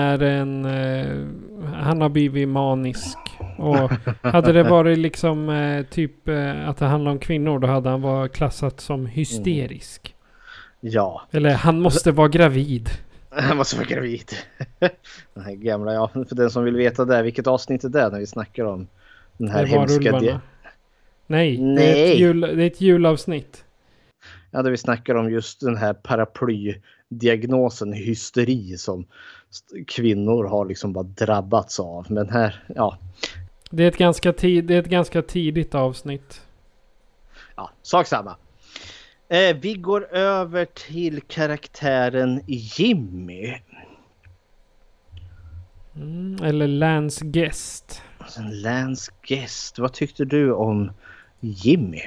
har blivit manisk. Och hade det varit liksom typ att det handlar om kvinnor, då hade han varit klassat som hysterisk. Ja. Eller han måste vara gravid. Han måste vara gravid. Den här gamla, ja. För den som vill veta det, vilket avsnitt är det när vi snackar om den här hemska... Nej. Det är ett julavsnitt. Ja, där vi snackar om just den här paraplydiagnosen hysteri som kvinnor har liksom bara drabbats av. Men här, ja. Det är ett ganska tidigt avsnitt. Ja, sak samma. Vi går över till karaktären Jimmy. Eller Lance Guest. Lance Guest. Vad tyckte du om Jimmy?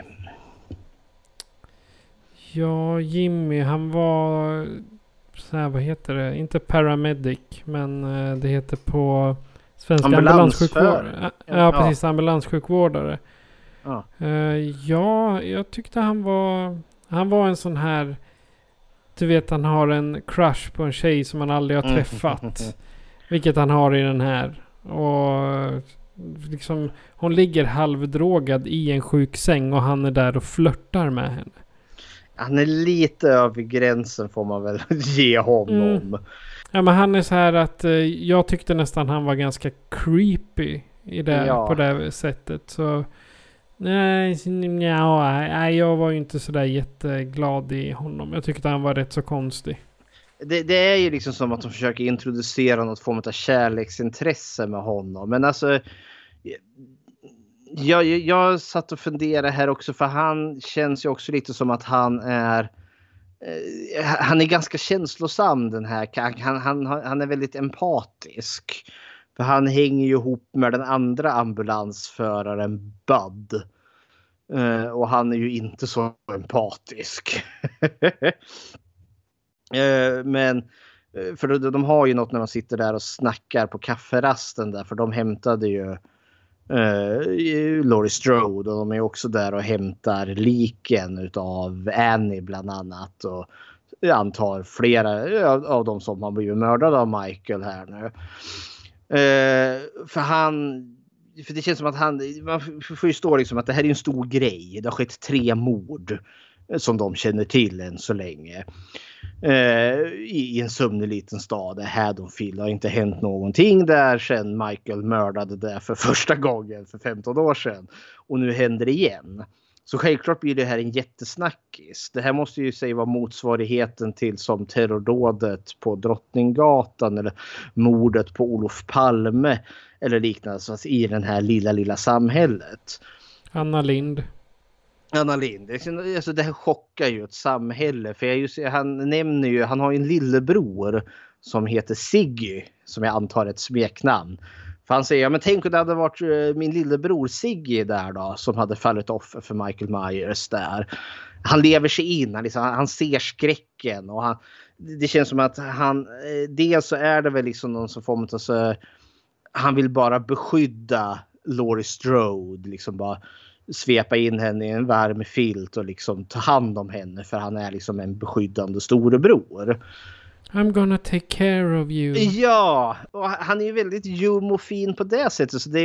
Ja, Jimmy, han var så här, vad heter det? Inte paramedic, men det heter på svenska ambulanssjukvårdare. Ja, precis, ambulanssjukvårdare. Ja, jag tyckte han var en sån här du vet, han har en crush på en tjej som han aldrig har träffat. Vilket han har i den här. Och liksom, hon ligger halvdrogad i en sjuksäng och han är där och flörtar med henne. Han är lite över gränsen får man väl ge honom. Ja, men han är så här att jag tyckte nästan han var ganska creepy i det, på det sättet. Så nej, jag var ju inte så där jätteglad i honom. Jag tyckte han var rätt så konstig. Det är ju liksom som att de försöker introducera något form av kärleksintresse med honom. Men alltså, jag satt och funderade här också, för han känns ju också lite som att han är ganska känslosam, den här. Han är väldigt empatisk. För han hänger ju ihop med den andra ambulansföraren Bud. Och han är ju inte så empatisk. Men för de har ju något när de sitter där och snackar på kafferasten där. För de hämtade ju Laurie Strode, och de är också där och hämtar liken utav Annie bland annat. Och jag antar flera av dem som har blivit mördade av Michael här nu. För det känns som att man förstår liksom att det här är en stor grej. Det har skett 3 mord som de känner till än så länge. I en sömnig liten stad där Haddonfield. Det har inte hänt någonting där sedan Michael mördade det för första gången för 15 år sedan. Och nu händer det igen. Så självklart blir det här en jättesnackis. Det här måste ju säga vara motsvarigheten till som terrordådet på Drottninggatan eller mordet på Olof Palme eller liknande, alltså i den här lilla samhället. Anna Lind. Alltså det här chockar ju ett samhälle. För han nämner ju, han har ju en lillebror som heter Siggy, som jag antar ett smeknamn. För han säger, ja men tänk om det hade varit min lillebror Siggy där då, som hade fallit offer för Michael Myers där. Han lever sig in, han ser skräcken, och det känns som att dels så är det väl liksom någon som får alltså, han vill bara beskydda Laurie Strode, liksom bara svepa in henne i en varm filt och liksom ta hand om henne, för han är liksom en beskyddande storebror. I'm gonna take care of you. Ja, och han är ju väldigt ljum och fin på det sättet. Så det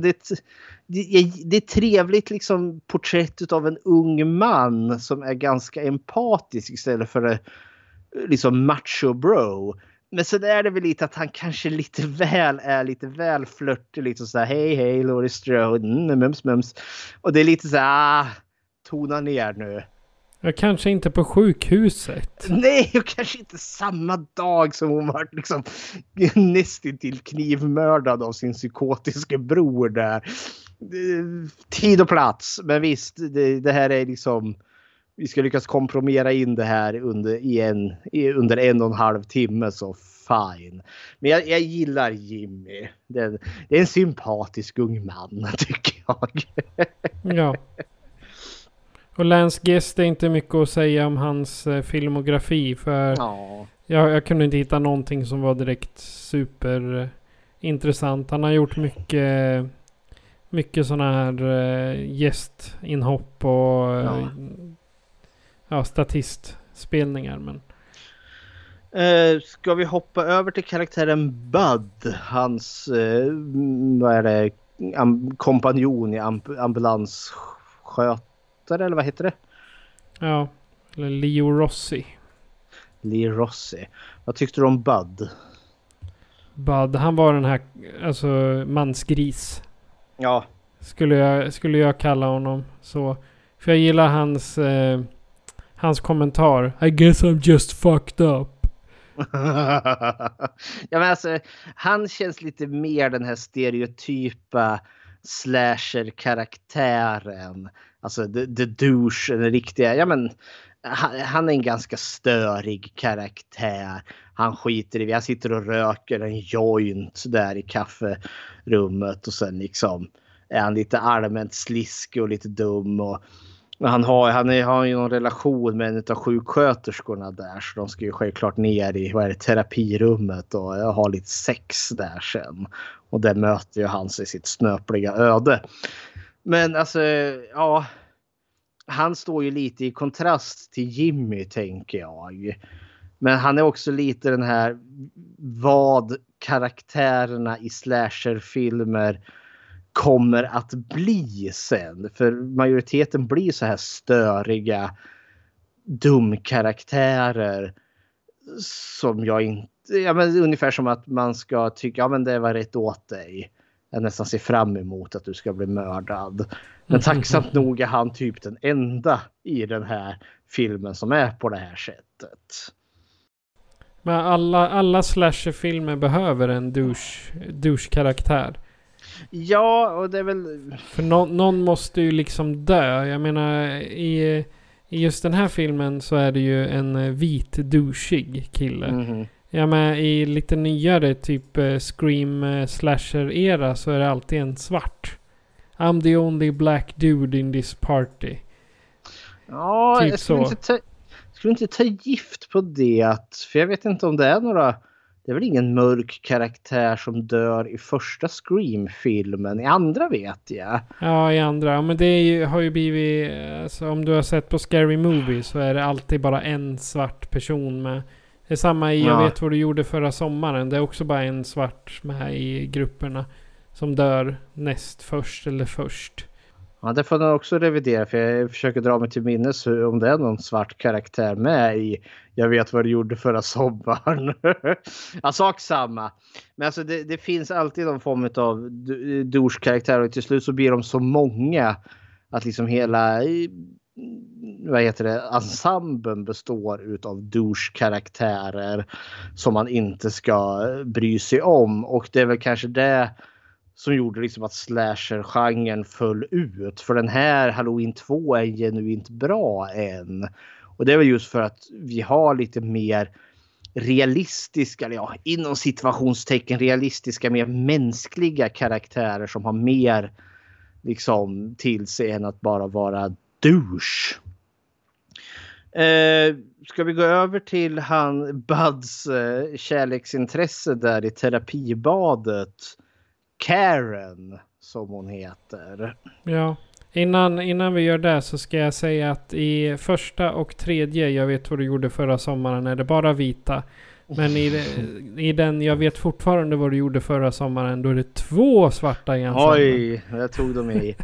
är trevligt liksom porträtt av en ung man som är ganska empatisk istället för liksom macho bro. Men så är det väl lite att han kanske är lite väl flörtig, liksom så här, hej Laurie Strode, mums. Och det är lite så här, tona ner nu. Jag kanske inte på sjukhuset. Nej, och kanske inte samma dag som hon var liksom nästintill knivmördad av sin psykotiska bror där. Tid och plats. Men visst, det här är liksom, vi ska lyckas komprimera in det här under 1,5 timme, så fine. Men jag gillar Jimmy. Det är en sympatisk ung man, tycker jag. Ja. Och Lance Guest är inte mycket att säga om hans filmografi, för jag kunde inte hitta någonting som var direkt super intressant. Han har gjort mycket såna här gästinhopp och statistspelningar. Men ska vi hoppa över till karaktären Bud, hans kompanjon i ambulansskötare, eller vad heter det? Ja, eller Leo Rossi. Vad tyckte du om Bud? Bud, han var den här alltså mansgris. Ja. Skulle jag kalla honom så. För jag gillar hans kommentar. I guess I'm just fucked up. Ja, men alltså, han känns lite mer den här stereotypa slasher-karaktären. Alltså the douche, den riktiga. Ja, men han är en ganska störig karaktär. Han skiter i, han sitter och röker en joint där i kafferummet, och sen liksom är han lite allmänt sliskig och lite dum, och han har ju någon relation med en av sjuksköterskorna där, så de ska ju självklart ner i terapirummet och ha lite sex där sen. Och där möter ju han sig sitt snöpliga öde. Men alltså, ja, han står ju lite i kontrast till Jimmy, tänker jag. Men han är också lite den här vad karaktärerna i slasherfilmer kommer att bli sen. För majoriteten blir så här störiga dumkaraktärer som jag inte... Ja, men ungefär som att man ska tycka ja, men det var rätt åt dig. Jag nästan ser fram emot att du ska bli mördad. Men tacksamt nog är han typ den enda i den här filmen som är på det här sättet. Men alla slasherfilmer behöver en douche-karaktär. Ja, och det är väl... För någon måste ju liksom dö. Jag menar, i just den här filmen så är det ju en vit douchig kille. Mm-hmm. Ja, men i lite nyare typ Scream slasher-era så är det alltid en svart. I'm the only black dude in this party. Ja, typ jag skulle inte ta gift på det. För jag vet inte om det är några... Det är väl ingen mörk karaktär som dör i första Scream-filmen. I andra vet jag. Ja, i andra. Men det har ju blivit... Alltså, om du har sett på Scary Movie så är det alltid bara en svart person med... Det är samma i Jag vet vad du gjorde förra sommaren. Det är också bara en svart med i grupperna som dör näst först eller först. Ja, det får man också revidera, för jag försöker dra mig till minnes om det är någon svart karaktär med i Jag vet vad du gjorde förra sommaren. Ja, sak samma. Men alltså det finns alltid någon form av douche-karaktär och till slut så blir de så många att liksom hela ensemblen består utav douche-karaktärer som man inte ska bry sig om. Och det är väl kanske det som gjorde liksom att slasher-genren föll ut. För den här Halloween 2 är genuint bra än. Och det är väl just för att vi har lite mer realistiska, eller ja, inom situationstecken realistiska, mer mänskliga karaktärer som har mer liksom till sig än att bara vara douche. Ska vi gå över till Buds kärleksintresse där i terapibadet? Karen, som hon heter. Ja, innan vi gör det så ska jag säga att i första och tredje Jag vet vad du gjorde förra sommaren är det bara vita. Men i den Jag vet fortfarande vad du gjorde förra sommaren då är det 2 svarta i ensemblen. Oj, jag tog dem i.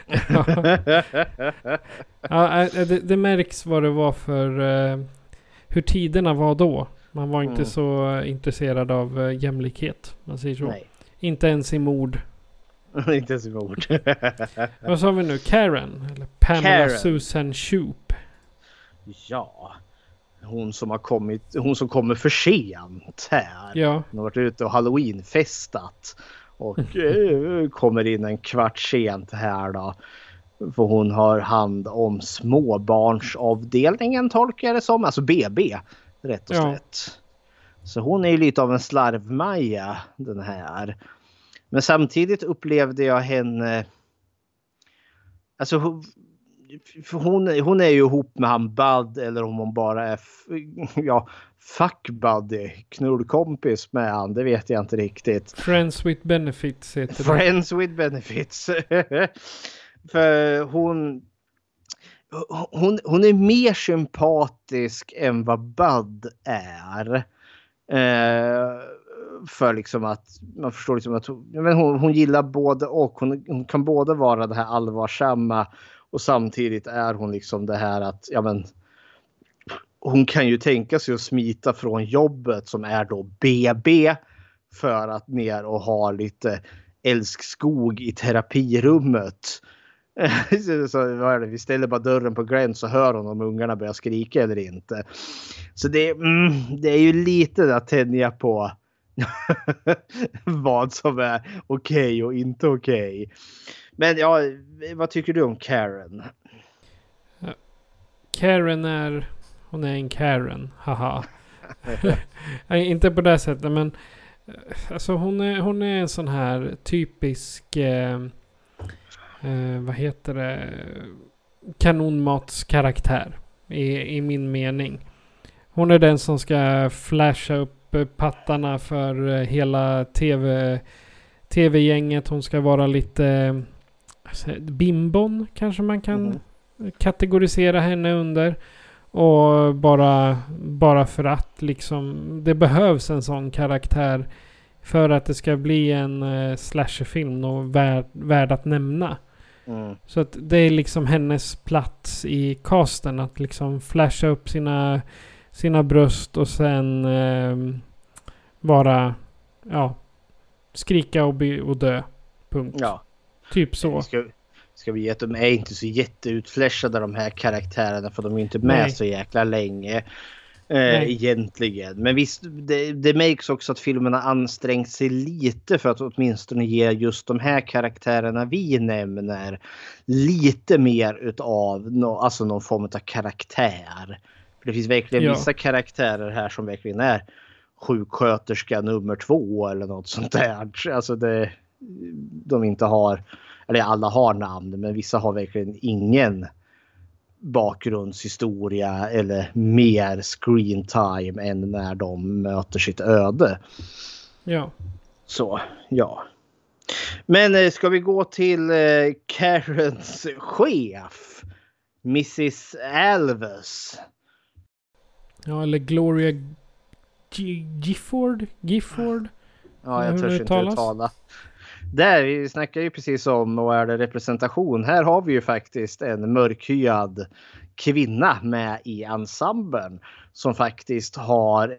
Ja, det märks vad det var för hur tiderna var då. Man var inte så intresserad av jämlikhet. Man säger så. Nej. Inte ens i mord. Inte ens i mord. Vad sa vi nu? Karen? Eller Pamela Susan Shoop. Ja. Hon som kommer för sent här. Ja. Hon har varit ute och Halloween-festat. Och kommer in en kvart sent här då. För hon har hand om småbarnsavdelningen, tolkar jag det som. Alltså BB, rätt och slätt. Så hon är ju lite av en slarvmaja, den här. Men samtidigt upplevde jag henne... Alltså hon är ju ihop med han Bud, eller om hon bara är fuck buddy, knullkompis med han, det vet jag inte riktigt. Friends with benefits heter det. Friends with benefits. För hon är mer sympatisk än vad Bud är. För liksom att man förstår liksom att hon gillar både och. Hon kan både vara det här allvarsamma och samtidigt är hon liksom det här att hon kan ju tänka sig att smita från jobbet som är då BB för att ner och ha lite älskskog i terapirummet. Så vad är det? Vi ställer bara dörren på gräns så hör hon om ungarna börjar skrika eller inte. Så det är ju lite att tänja på vad som är okej och inte okej. Men ja, vad tycker du om Karen? Karen hon är en Karen, haha. Inte på det sättet, men alltså hon är en sån här typisk vad heter det, kanonmatskaraktär i min mening. Hon är den som ska flasha upp pattarna för hela tv-gänget. Hon ska vara lite bimbon, kanske man kan kategorisera henne under. Och bara för att liksom det behövs en sån karaktär för att det ska bli en slasherfilm och värd att nämna. Så att det är liksom hennes plats i casten att liksom flasha upp sina bröst och sen bara skrika och dö. Punkt. Ja. Typ så. Ska vi ge att de är inte så jätteutflashade de här karaktärerna för de är inte med så jäkla länge egentligen. Men visst, det märks också att filmen har ansträngt sig lite för att åtminstone ge just de här karaktärerna vi nämner lite mer utav någon form av karaktär. För det finns verkligen vissa karaktärer här som verkligen är sjuksköterska nummer 2 eller något sånt där. Alltså de inte har, eller alla har namn, men vissa har verkligen ingen bakgrundshistoria eller mer screen time än när de möter sitt öde. Ja. Så, ja. Men ska vi gå till Karens chef, Mrs. Alves? Ja, eller Gloria Gifford? Ja, jag törs inte uttala. Där vi snackar ju precis om och är det representation. Här har vi ju faktiskt en mörkhyad kvinna med i ensemblen som faktiskt har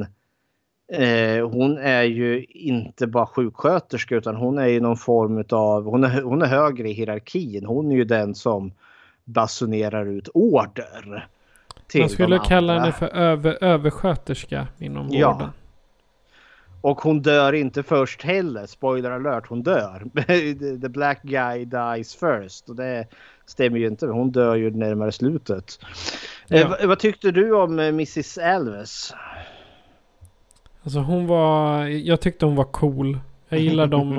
hon är ju inte bara sjuksköterska utan hon är ju någon form av hon är högre i hierarkin. Hon är ju den som basunerar ut order. Man skulle kalla henne för översköterska inom vården. Ja. Och hon dör inte först heller. Spoiler alert, hon dör. The black guy dies first. Och det stämmer ju inte. Hon dör ju närmare slutet. Ja. Vad tyckte du om Mrs. Alves? Alltså jag tyckte hon var cool. Jag gillar dem.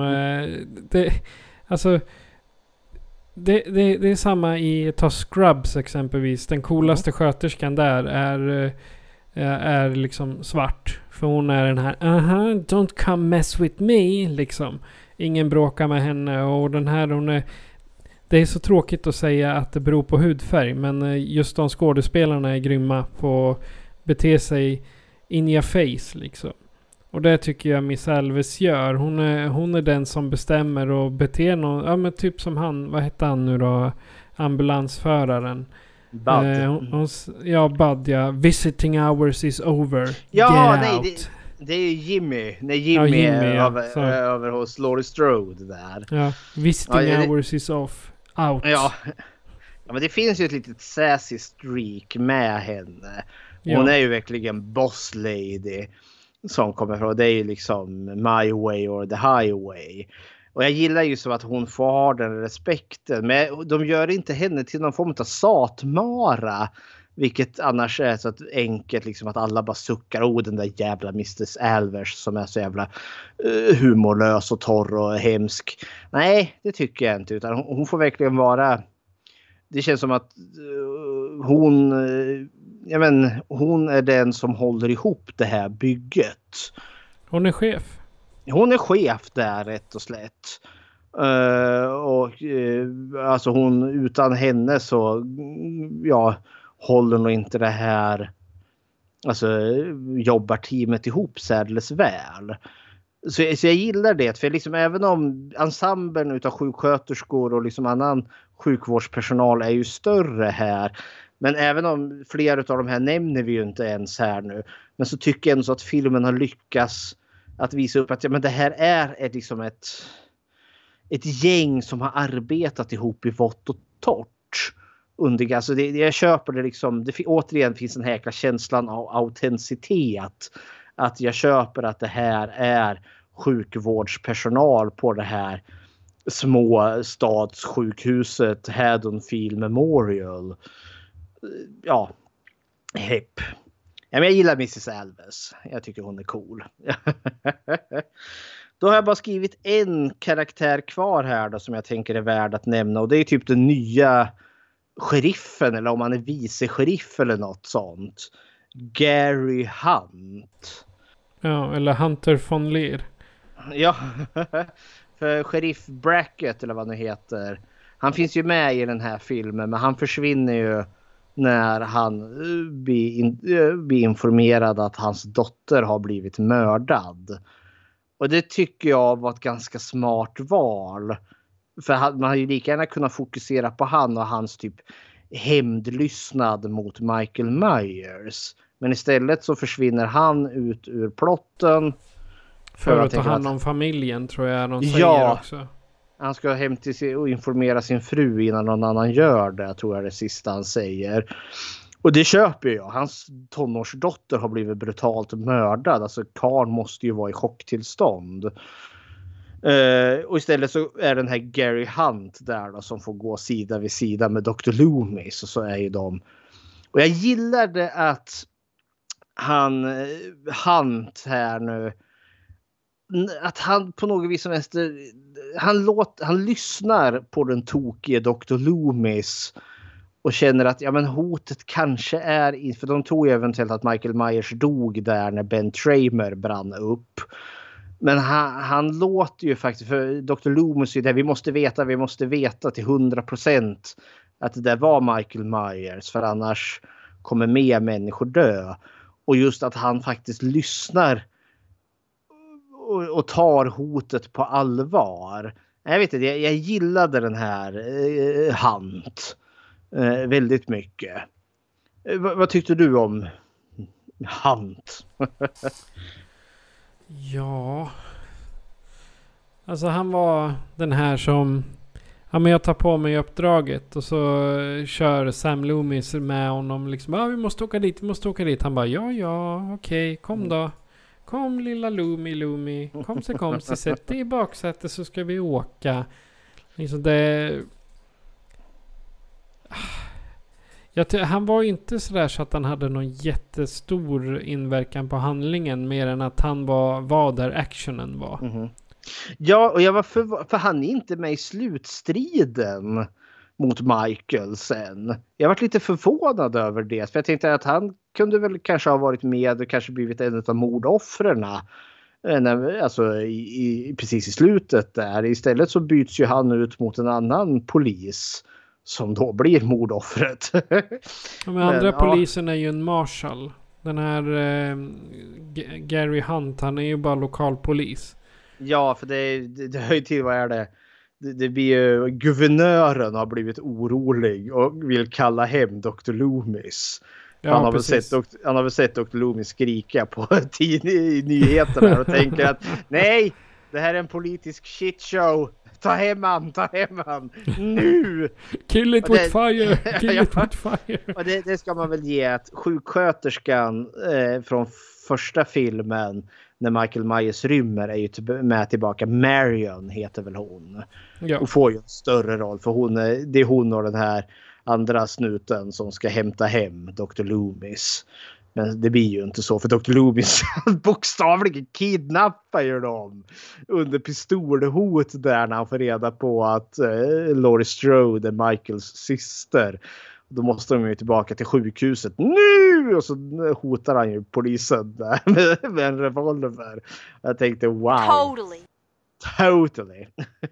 Det är samma i Scrubs exempelvis. Den coolaste sköterskan där är liksom svart. För hon är den här don't come mess with me liksom. Ingen bråkar med henne. Och den här det är så tråkigt att säga att det beror på hudfärg. Men just de skådespelarna är grymma på att bete sig in your face liksom. Och det tycker jag Miss Alves gör. Hon är den som bestämmer och beter någon. Ja men typ som han, vad heter han nu då? Ambulansföraren. Bud. Bud, ja. Visiting hours is over. Ja, Get nej, out. det är Jimmy. När Jimmy är över hos Laurie Strode där. Ja, visiting hours is off. Out. Ja, men det finns ju ett litet sassy streak med henne. Hon är ju verkligen boss lady som kommer från. Det är ju liksom my way or the highway. Och jag gillar ju så att hon får den respekten. Men de gör inte henne till någon form av satmara. Vilket annars är så att enkelt liksom att alla bara suckar. Den där jävla Mrs. Alves som är så jävla humorlös och torr och hemsk. Nej, det tycker jag inte. Utan hon får verkligen vara... Det känns som att hon är den som håller ihop det här bygget. Hon är chef. Hon är chef där rätt och slätt. Alltså hon utan henne så håller nog inte det här jobbar teamet ihop särdeles väl. Så jag gillar det för liksom även om ensemblen utav sjuksköterskor och liksom annan sjukvårdspersonal är ju större här. Men även om flera av de här nämner vi ju inte ens här nu. Men så tycker jag ändå så att filmen har lyckats att visa upp att det här är liksom ett gäng som har arbetat ihop i vått och torrt. Alltså jag köper det liksom. Återigen finns den här jäkla känslan av autenticitet. Att jag köper att det här är sjukvårdspersonal på det här småstadssjukhuset Haddonfield Memorial. Ja, hepp. Ja, men jag gillar Mrs. Alves. Jag tycker hon är cool. Då har jag bara skrivit en karaktär kvar här då, som jag tänker är värd att nämna. Och det är typ den nya sheriffen. Eller om han är vice sheriff eller något sånt. Gary Hunt. Ja, eller Hunter von Leer. Ja, för sheriff Brackett eller vad det heter. Han finns ju med i den här filmen, men han försvinner ju när han blir informerad att hans dotter har blivit mördad. Och det tycker jag var ett ganska smart val. För man hade ju lika gärna kunnat fokusera på han och hans typ hämndlystnad mot Michael Myers. Men istället så försvinner han ut ur plotten. För att ta hand om familjen, tror jag de säger också. Han ska hem till sig och informera sin fru innan någon annan gör det, tror jag det sista han säger. Och det köper jag. Hans tonårsdotter har blivit brutalt mördad. Alltså Karl måste ju vara i chocktillstånd. Och istället så är den här Gary Hunt där då, som får gå sida vid sida med Dr. Loomis. Och så är ju de. Och jag gillade att Hunt här nu, att han på något vis som han lyssnar på den tokiga Dr. Loomis och känner att ja, men hotet kanske är, för de tror ju eventuellt att Michael Myers dog där när Ben Tramer brann upp. Men han låter ju faktiskt, för Dr. Loomis är det, vi måste veta till 100% att det där var Michael Myers, för annars kommer mer människor dö. Och just att han faktiskt lyssnar och tar hotet på allvar. Jag vet inte, jag gillade den här Hunt väldigt mycket. Vad tyckte du om Hunt? Ja. Alltså han var den här som, ja men jag tar på mig uppdraget och så kör Sam Loomis med honom liksom, vi måste åka dit. Han bara, ja, okej, kom då. Kom lilla Loomy. Kom se, sätt dig i baksätet så ska vi åka. Liksom det... Han var inte sådär så att han hade någon jättestor inverkan på handlingen, mer än att han var där actionen var. Mm-hmm. Ja, och jag var för han är inte med i slutstriden mot Michael sen. Jag var lite förvånad över det. För jag tänkte att han kunde väl kanske ha varit med och kanske blivit en av mordoffren. Alltså precis i slutet där. Istället så byts ju han ut mot en annan polis som då blir mordoffret. Ja, men andra polisen är ju en marshal. Den här Gary Hunt, han är ju bara lokalpolis. Ja, för det höj till, vad är det? Det blir ju, guvernören har blivit orolig och vill kalla hem Dr. Loomis. Ja, han har väl sett Dr. Loomis skrika på i nyheterna och tänker att nej, det här är en politisk shitshow. Ta hem han nu. Kill it with fire. Och det ska man väl ge att sjuksköterskan från första filmen när Michael Myers rymmer är ju med tillbaka. Marion heter väl hon. Ja. Och får ju en större roll, för det är hon och den här andra snuten som ska hämta hem Dr. Loomis. Men det blir ju inte så, för Dr. Loomis bokstavligen kidnappar ju dem under pistolhot där när han får reda på att Laurie Strode är Michaels syster. Då måste de ju tillbaka till sjukhuset nu, och så hotar han ju polisen där med en revolver. Jag tänkte wow. Totally.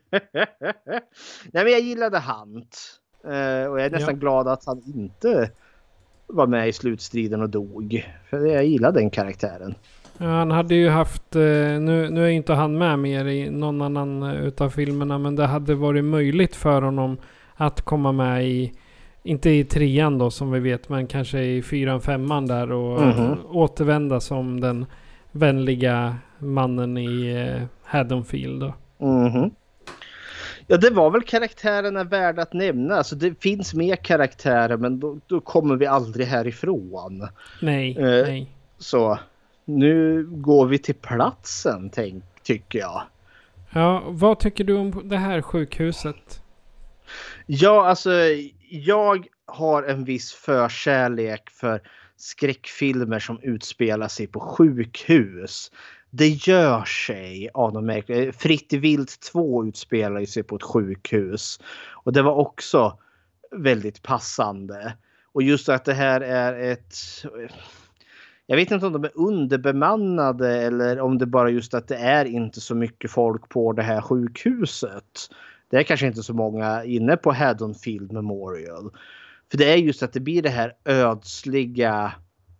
Nej, men jag gillade Hunt. Och jag är nästan glad att han inte var med i slutstriden och dog. För jag gillar den karaktären. Ja, han hade ju haft, nu är inte han med mer i någon annan utav filmerna, men det hade varit möjligt för honom att komma med i, inte i 3:an då som vi vet, men kanske i 4:an, 5:an där och återvända som den vänliga mannen i Haddonfield då. Mhm. Ja, det var väl karaktärerna värda att nämna. Alltså det finns mer karaktärer, men då kommer vi aldrig härifrån. Nej. Så nu går vi till platsen, tycker jag. Ja, vad tycker du om det här sjukhuset? Ja, alltså jag har en viss förkärlek för skräckfilmer som utspelar sig på sjukhus. Det gör sig av de märkliga. Fritt vilt 2 utspelar sig på ett sjukhus. Och det var också väldigt passande. Och just att det här är ett... Jag vet inte om de är underbemannade eller om det bara just att det är inte så mycket folk på det här sjukhuset. det är kanske inte så många inne på Haddonfield Memorial. För det är just att det blir det här ödsliga,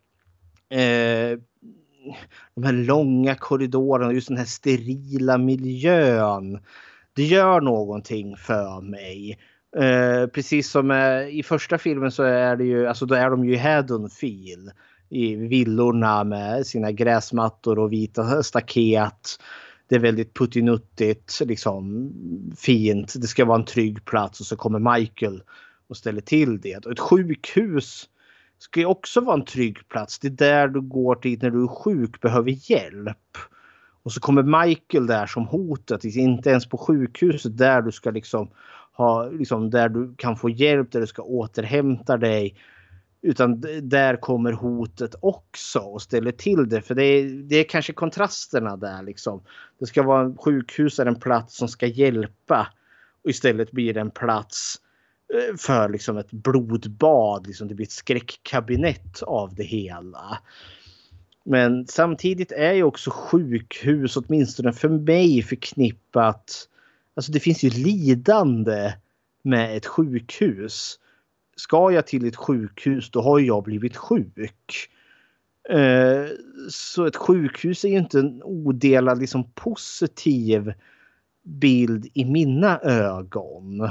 de här långa korridorerna och just den här sterila miljön. Det gör någonting för mig. Precis som i första filmen så är det ju, alltså då är de ju i Haddonfield i villorna med sina gräsmattor och vita staket. Det är väldigt puttinuttigt, liksom fint. Det ska vara en trygg plats och så kommer Michael och ställer till det. Och ett sjukhus ska ju också vara en trygg plats. Det är där du går till när du är sjuk, behöver hjälp. Och så kommer Michael där som hotet. Inte ens på sjukhuset där du ska liksom ha, liksom där du kan få hjälp, där du ska återhämta dig. Utan där kommer hotet också och ställer till det. För det är kanske kontrasterna där liksom. Det ska vara en sjukhus, en plats som ska hjälpa. Och istället blir det en plats för liksom ett blodbad. Liksom det blir ett skräckkabinett av det hela. Men samtidigt är ju också sjukhus, åtminstone för mig, förknippat. Alltså det finns ju lidande med ett sjukhus. Ska jag till ett sjukhus, då har jag blivit sjuk. Så ett sjukhus är ju inte en odelad liksom positiv bild i mina ögon.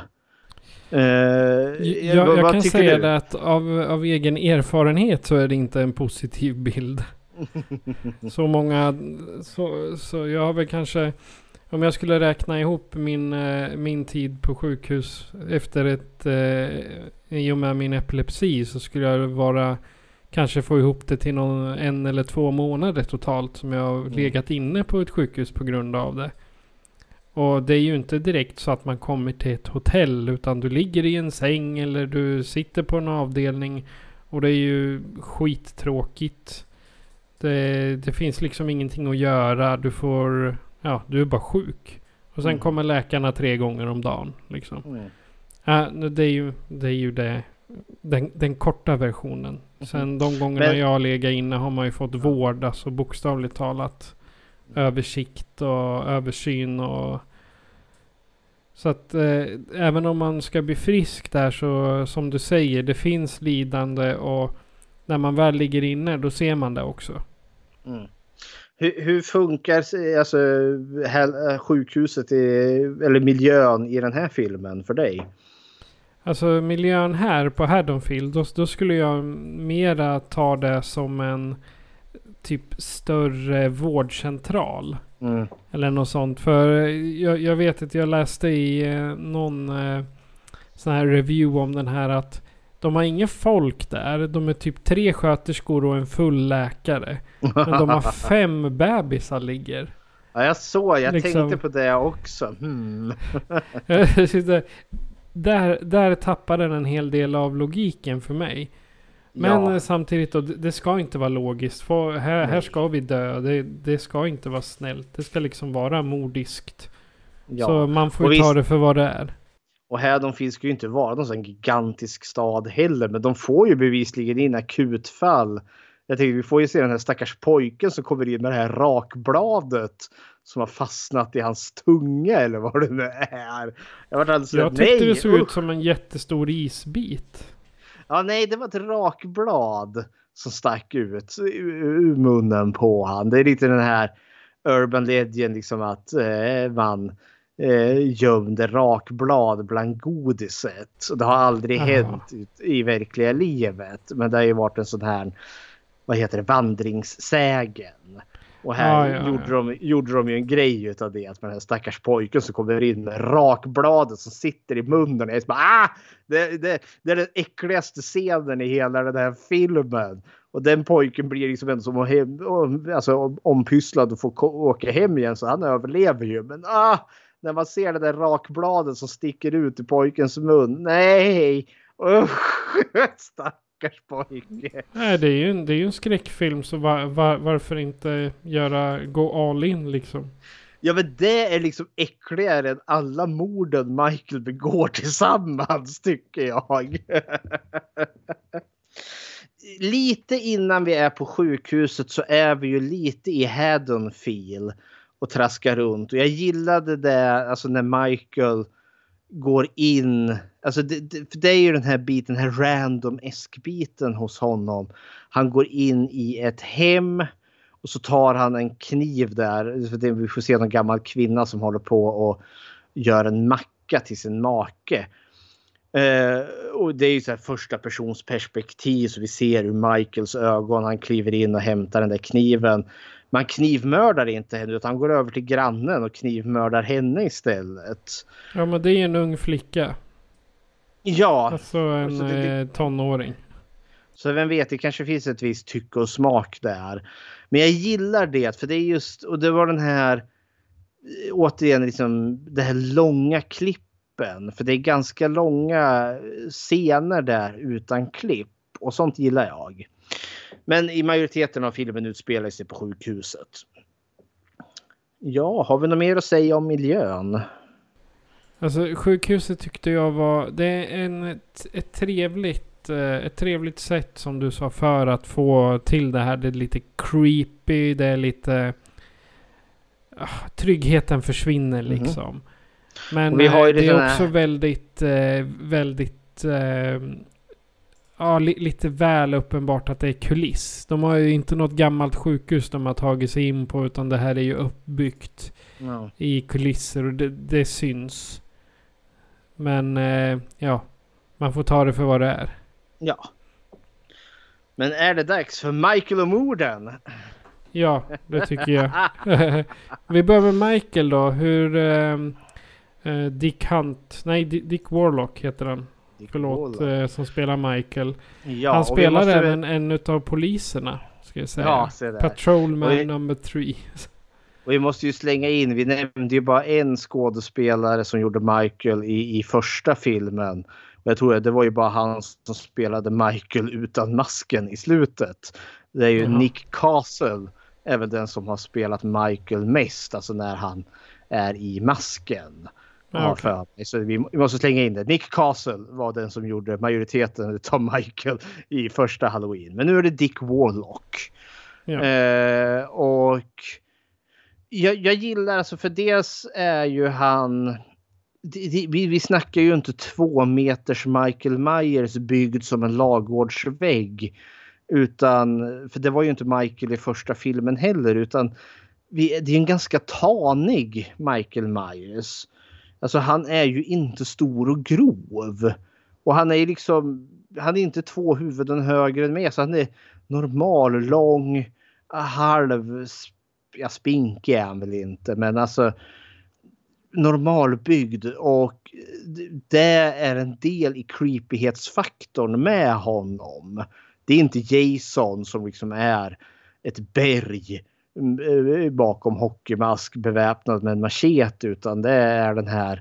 Jag kan säga det att av egen erfarenhet så är det inte en positiv bild. Så många, så jag har väl kanske, om jag skulle räkna ihop min tid på sjukhus efter i och med min epilepsi, så skulle jag kanske få ihop det till 1 eller 2 månader totalt som jag har legat inne på ett sjukhus på grund av det. Och det är ju inte direkt så att man kommer till ett hotell, utan du ligger i en säng eller du sitter på en avdelning och det är ju skittråkigt. Det finns liksom ingenting att göra. Du är bara sjuk. Och sen kommer läkarna 3 gånger om dagen liksom. Det är ju den korta versionen. Sen de gångerna jag har legat inne har man ju fått vård, alltså bokstavligt talat översikt och översyn och så att även om man ska bli frisk där, så som du säger, det finns lidande, och när man väl ligger inne då ser man det också. Hur funkar alltså sjukhuset eller miljön i den här filmen för dig? Alltså miljön här på Haddonfield, då skulle jag mera ta det som en typ större vårdcentral. Eller något sånt. För jag vet att jag läste i någon sån här review om den här att de har ingen folk där. De är typ 3 sköterskor och en full läkare. Men de har 5 bebisar ligger. Ja, jag liksom tänkte på det också. Där tappar den en hel del av logiken för mig. Men samtidigt då, det ska inte vara logiskt. För här ska vi dö. Det ska inte vara snällt. Det ska liksom vara mordiskt. Ja. Så man får ju ta det för vad det är. Och Haddonfield ska ju inte vara någon sån gigantisk stad heller. Men de får ju bevisligen in akutfall. Jag tänker vi får ju se den här stackars pojken som kommer in med det här rakbladet som har fastnat i hans tunga eller vad det nu är. Jag tyckte det såg ut som en jättestor isbit. Ja, nej, det var ett rakblad som stack ut ur munnen på han. Det är lite den här urban legend liksom att man gömde rakblad bland godiset. Och det har aldrig hänt i verkliga livet. Men det har ju varit en sån här, vandringssägen. Och här gjorde de ju en grej utav det. Att den här stackars pojken som kommer in med rakbladet som sitter i munnen. Och bara, det är den äckligaste scenen i hela den här filmen. Och den pojken blir liksom en som ompysslad och får åka hem igen. Så han överlever ju. Men när man ser det där rakbladet som sticker ut i pojkens mun. Nej! Stackars pojke. Nej, det är ju en skräckfilm, så varför inte gå all in liksom? Ja, men det är liksom äckligare än alla morden Michael begår tillsammans, tycker jag. Lite innan vi är på sjukhuset så är vi ju lite i Haddonfield och traskar runt. Och jag gillade det, alltså när Michael går in, alltså det är ju den här biten, den här random-esk-biten hos honom. Han går in i ett hem och så tar han en kniv där. Vi får se en gammal kvinna som håller på och gör en macka till sin make. Och det är ju så här första persons perspektiv, så vi ser ur Michaels ögon. Han kliver in och hämtar den där kniven. Man knivmördar inte henne, utan han går över till grannen och knivmördar henne istället. Ja, men det är en ung flicka. Ja. Alltså en tonåring. Så vem vet, det kanske finns ett visst tycke och smak där. Men jag gillar det, för det är just, och det var den här, återigen liksom det här långa klippen. För det är ganska långa scener där utan klipp. Och sånt gillar jag. Men i majoriteten av filmen utspelar sig på sjukhuset. Ja, har vi något mer att säga om miljön? Alltså sjukhuset tyckte jag var, det är ett trevligt sätt som du sa för att få till det här. Det är lite creepy, det är lite tryggheten försvinner liksom. Men vi har ju det är också väldigt lite väl uppenbart att det är kuliss. De har ju inte något gammalt sjukhus de har tagit sig in på, utan det här är ju uppbyggt i kulisser och det syns. Men man får ta det för vad det är. Ja. Men är det dags för Michael och morden? Ja, det tycker jag. Vi behöver Michael då. Hur Dick Warlock heter han. Som spelar Michael. Ja, han spelar även en utav poliserna, ska jag säga. Ja, Patrolman number 3. Och vi måste ju slänga in, vi nämnde ju bara en skådespelare som gjorde Michael i första filmen. Och jag tror att det var ju bara han som spelade Michael utan masken i slutet. Det är ju Nick Castle, även den som har spelat Michael mest, alltså när han är i masken. Okay. Så vi måste slänga in det. Nick Castle var den som gjorde majoriteten av Michael i första Halloween. Men nu är det Dick Warlock. Ja. Och jag gillar, alltså, för dels är ju han, vi snackar ju inte 2 meters Michael Myers byggd som en lagårdsvägg, utan, för det var ju inte Michael i första filmen heller, utan det är en ganska tanig Michael Myers. Alltså han är ju inte stor och grov. Och han är liksom, han är inte 2 huvuden högre än mig. Så han är normal, lång, spinkig är han väl inte. Men alltså normalbyggd. Och det är en del i creepighetsfaktorn med honom. Det är inte Jason som liksom är ett berg bakom hockeymask beväpnad med en machete, utan det är den här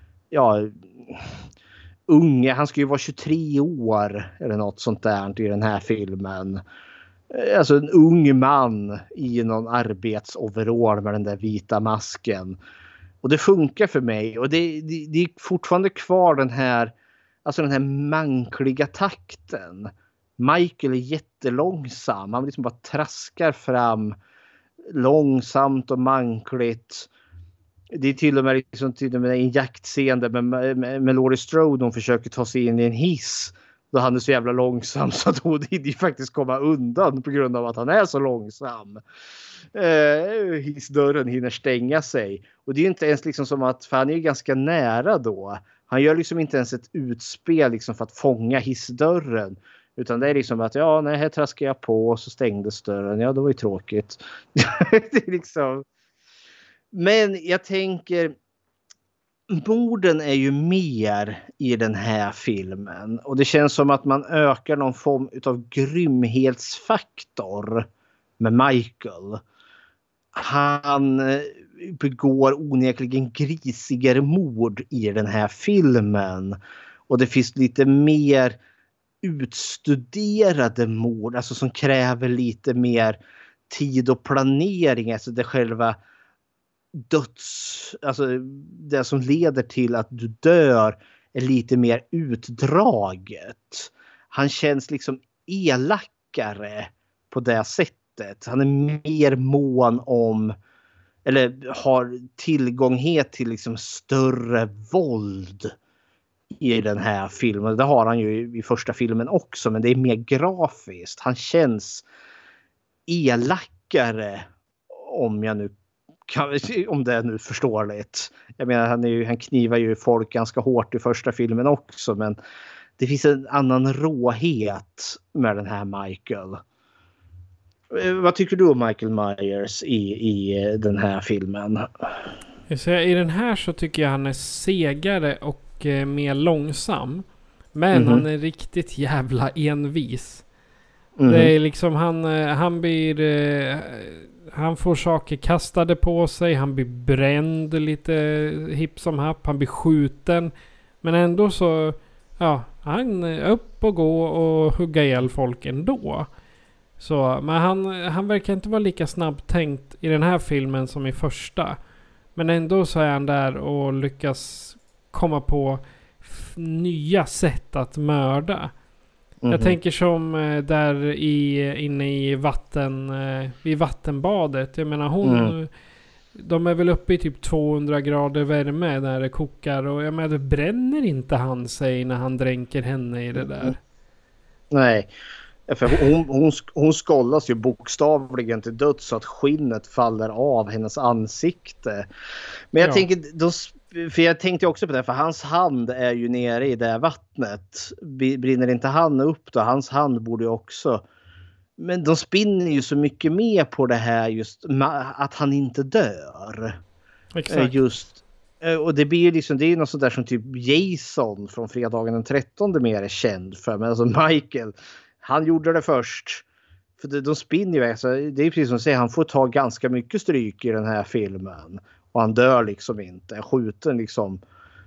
unge, han ska ju vara 23 år eller något sånt där i den här filmen. Alltså en ung man i någon arbetsoverall med den där vita masken. Och det funkar för mig, och det är fortfarande kvar den här mankliga takten. Michael är jättelångsam, han liksom bara traskar fram långsamt och mankligt. Det är till och med en jaktscen med Laurie Strode, hon försöker ta sig in i en hiss. Då han är så jävla långsam så att hon inte faktiskt komma undan på grund av att han är så långsam. Hissdörren hinner stänga sig. Och det är inte ens liksom som att, för han är ju ganska nära då. Han gör liksom inte ens ett utspel liksom för att fånga hissdörren. Utan det är liksom att här traskar jag på och så stängdes dörren. Ja, det var ju tråkigt. Det är liksom. Men jag tänker, morden är ju mer i den här filmen. Och det känns som att man ökar någon form av grymhetsfaktor med Michael. Han begår onekligen grisigare mord i den här filmen. Och det finns lite mer utstuderade mord, alltså som kräver lite mer tid och planering, alltså det själva alltså det som leder till att du dör är lite mer utdraget. Han känns liksom elakare på det sättet. Han är mer mån om eller har tillgånghet till liksom större våld i den här filmen. Det har han ju i första filmen också, men det är mer grafiskt. Han känns elakare, om det är nu förståeligt. Jag menar, han knivar ju folk ganska hårt i första filmen också, men det finns en annan råhet med den här Michael. Vad tycker du om Michael Myers i den här filmen? I den här så tycker jag han är segare och mer långsam. Men han är riktigt jävla envis. Det är liksom han får saker kastade på sig. Han blir bränd lite hipp som happ. Han blir skjuten. Men ändå så, ja, han är upp och gå och hugga ihjäl folk ändå. Så, men han verkar inte vara lika snabbtänkt i den här filmen som i första. Men ändå så är han där och lyckas komma på nya sätt att mörda. Jag tänker som där inne i vid vattenbadet. Jag menar de är väl uppe i typ 200 grader värme när det kokar. Och jag menar, det bränner inte han sig när han dränker henne i det där. Nej, för hon skollas ju bokstavligen till döds så att skinnet faller av hennes ansikte. Men jag tänkte också på det, för hans hand är ju nere i det vattnet. Brinner inte han upp då? Hans hand borde ju också. Men de spinner ju så mycket mer på det här just att han inte dör. Exakt. Och det blir ju liksom, det är ju något sånt där som typ Jason från fredagen den 13 mer är känd för. Men alltså Michael, han gjorde det först. För de spinner ju, alltså, det är precis som att säga, han får ta ganska mycket stryk i den här filmen. Och han dör liksom inte. Skjuten liksom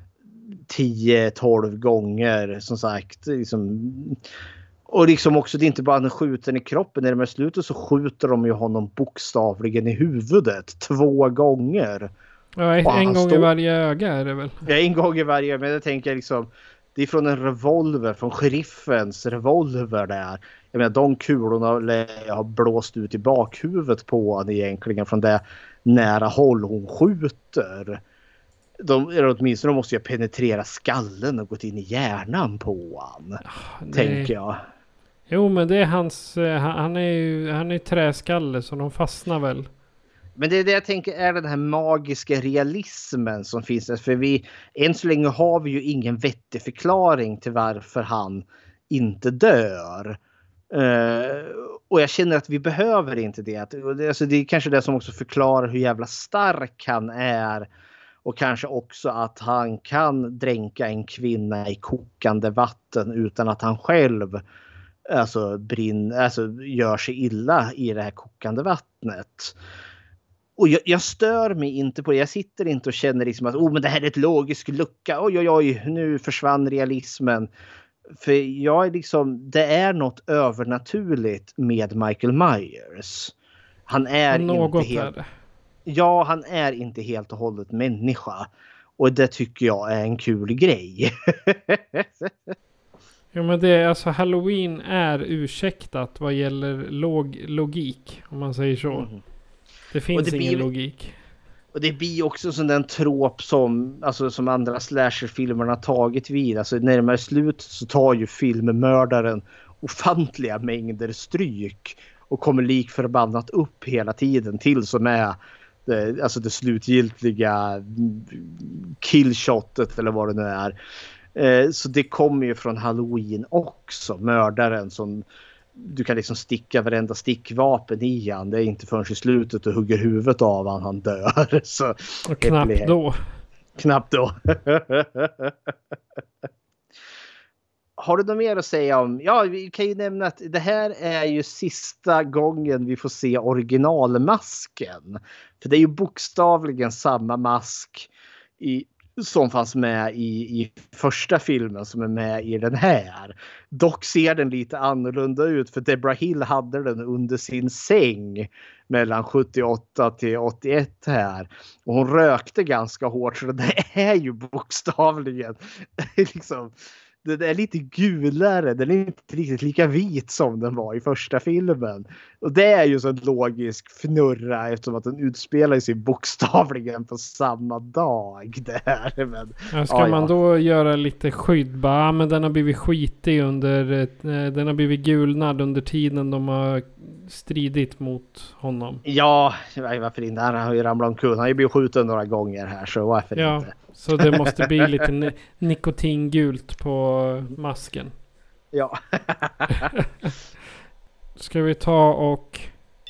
10-12 gånger som sagt. Liksom. Och liksom också, det är inte bara han skjuten i kroppen. När de är slutet så skjuter de ju honom bokstavligen i huvudet 2 gånger. Ja, en gång i varje öga är det väl? Ja, en gång i varje. Men jag tänker liksom, det är från en revolver, från sheriffens revolver där. Jag menar, de kulorna har blåst ut i bakhuvudet på honom egentligen från det nära håll hon skjuter. Åtminstone måste jag penetrera skallen och gått in i hjärnan på honom. Tänker jag. Jo, men det är hans, han är träskalle så de fastnar väl. Men det är det jag tänker är den här magiska realismen som finns där. För än så länge har vi ju ingen vettig förklaring till varför han inte dör. Och jag känner att vi behöver inte det. Alltså det är kanske det som också förklarar hur jävla stark han är. Och kanske också att han kan dränka en kvinna i kokande vatten utan att han själv gör sig illa i det här kokande vattnet. Och jag stör mig inte på det. Jag sitter inte och känner liksom att men det här är ett logisk lucka. Oj, nu försvann realismen. För jag är liksom, det är något övernaturligt med Michael Myers. Han är inte helt... Ja, han är inte helt och hållet människa. Och det tycker jag är en kul grej. Ja, men det är alltså, Halloween är ursäktat vad gäller logik, om man säger så. Det finns ingen logik. Och det blir också sån den trop som andra slasherfilmerna tagit vid. Alltså närmare slut så tar ju filmmördaren ofantliga mängder stryk och kommer lik förbannat upp hela tiden till som är det slutgiltiga killshotet eller vad det nu är. Så det kommer ju från Halloween också. Mördaren som du kan liksom sticka varenda stickvapen i han. Det är inte förrän i slutet och hugger huvudet av han dör. Så och knappt då. Knappt då. Har du något mer att säga om? Ja, vi kan ju nämna att det här är ju sista gången vi får se originalmasken. För det är ju bokstavligen samma mask som fanns med i första filmen som är med i den här. Dock ser den lite annorlunda ut för Deborah Hill hade den under sin säng mellan 78 till 81 här. Och hon rökte ganska hårt så det är ju bokstavligen liksom, Den är lite gulare. Den är inte riktigt lika vit som den var i första filmen. Och det är ju så en logisk fnurra eftersom att den utspelar sig bokstavligen på samma dag där. Men, ska man då göra lite skydd? Men den har blivit skitig den har blivit gulnad under tiden de har stridit mot honom. Ja, varför inte? Han har ju ramlat omkull. Han har ju blivit skjuten några gånger här, så varför inte? Så det måste bli lite nikotingult på masken. Ja. Ska vi ta och...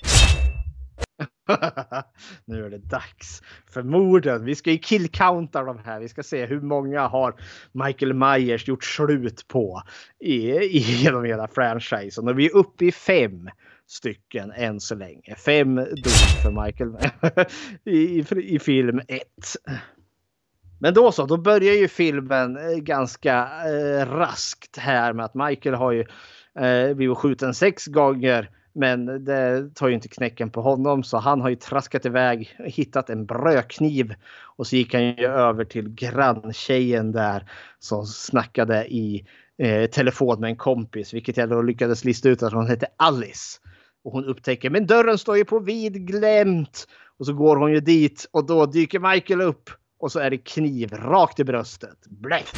Nu är det dags för morden. Vi ska ju killcounta de här. Vi ska se hur många har Michael Myers gjort slut på genom hela franchisen. Och vi är uppe i 5 stycken än så länge. 5 dog för Michael i film 1. Men då börjar ju filmen ganska raskt här med att Michael har ju blivit skjuten 6 gånger. Men det tar ju inte knäcken på honom, så han har ju traskat iväg, hittat en brödkniv och så gick han ju över till granntjejen där som snackade i telefon med en kompis, vilket jag då lyckades lista ut att hon hette Alice. Och hon upptäcker, men dörren står ju på vid glänt. Och så går hon ju dit och då dyker Michael upp och så är det kniv rakt i bröstet. Bläff!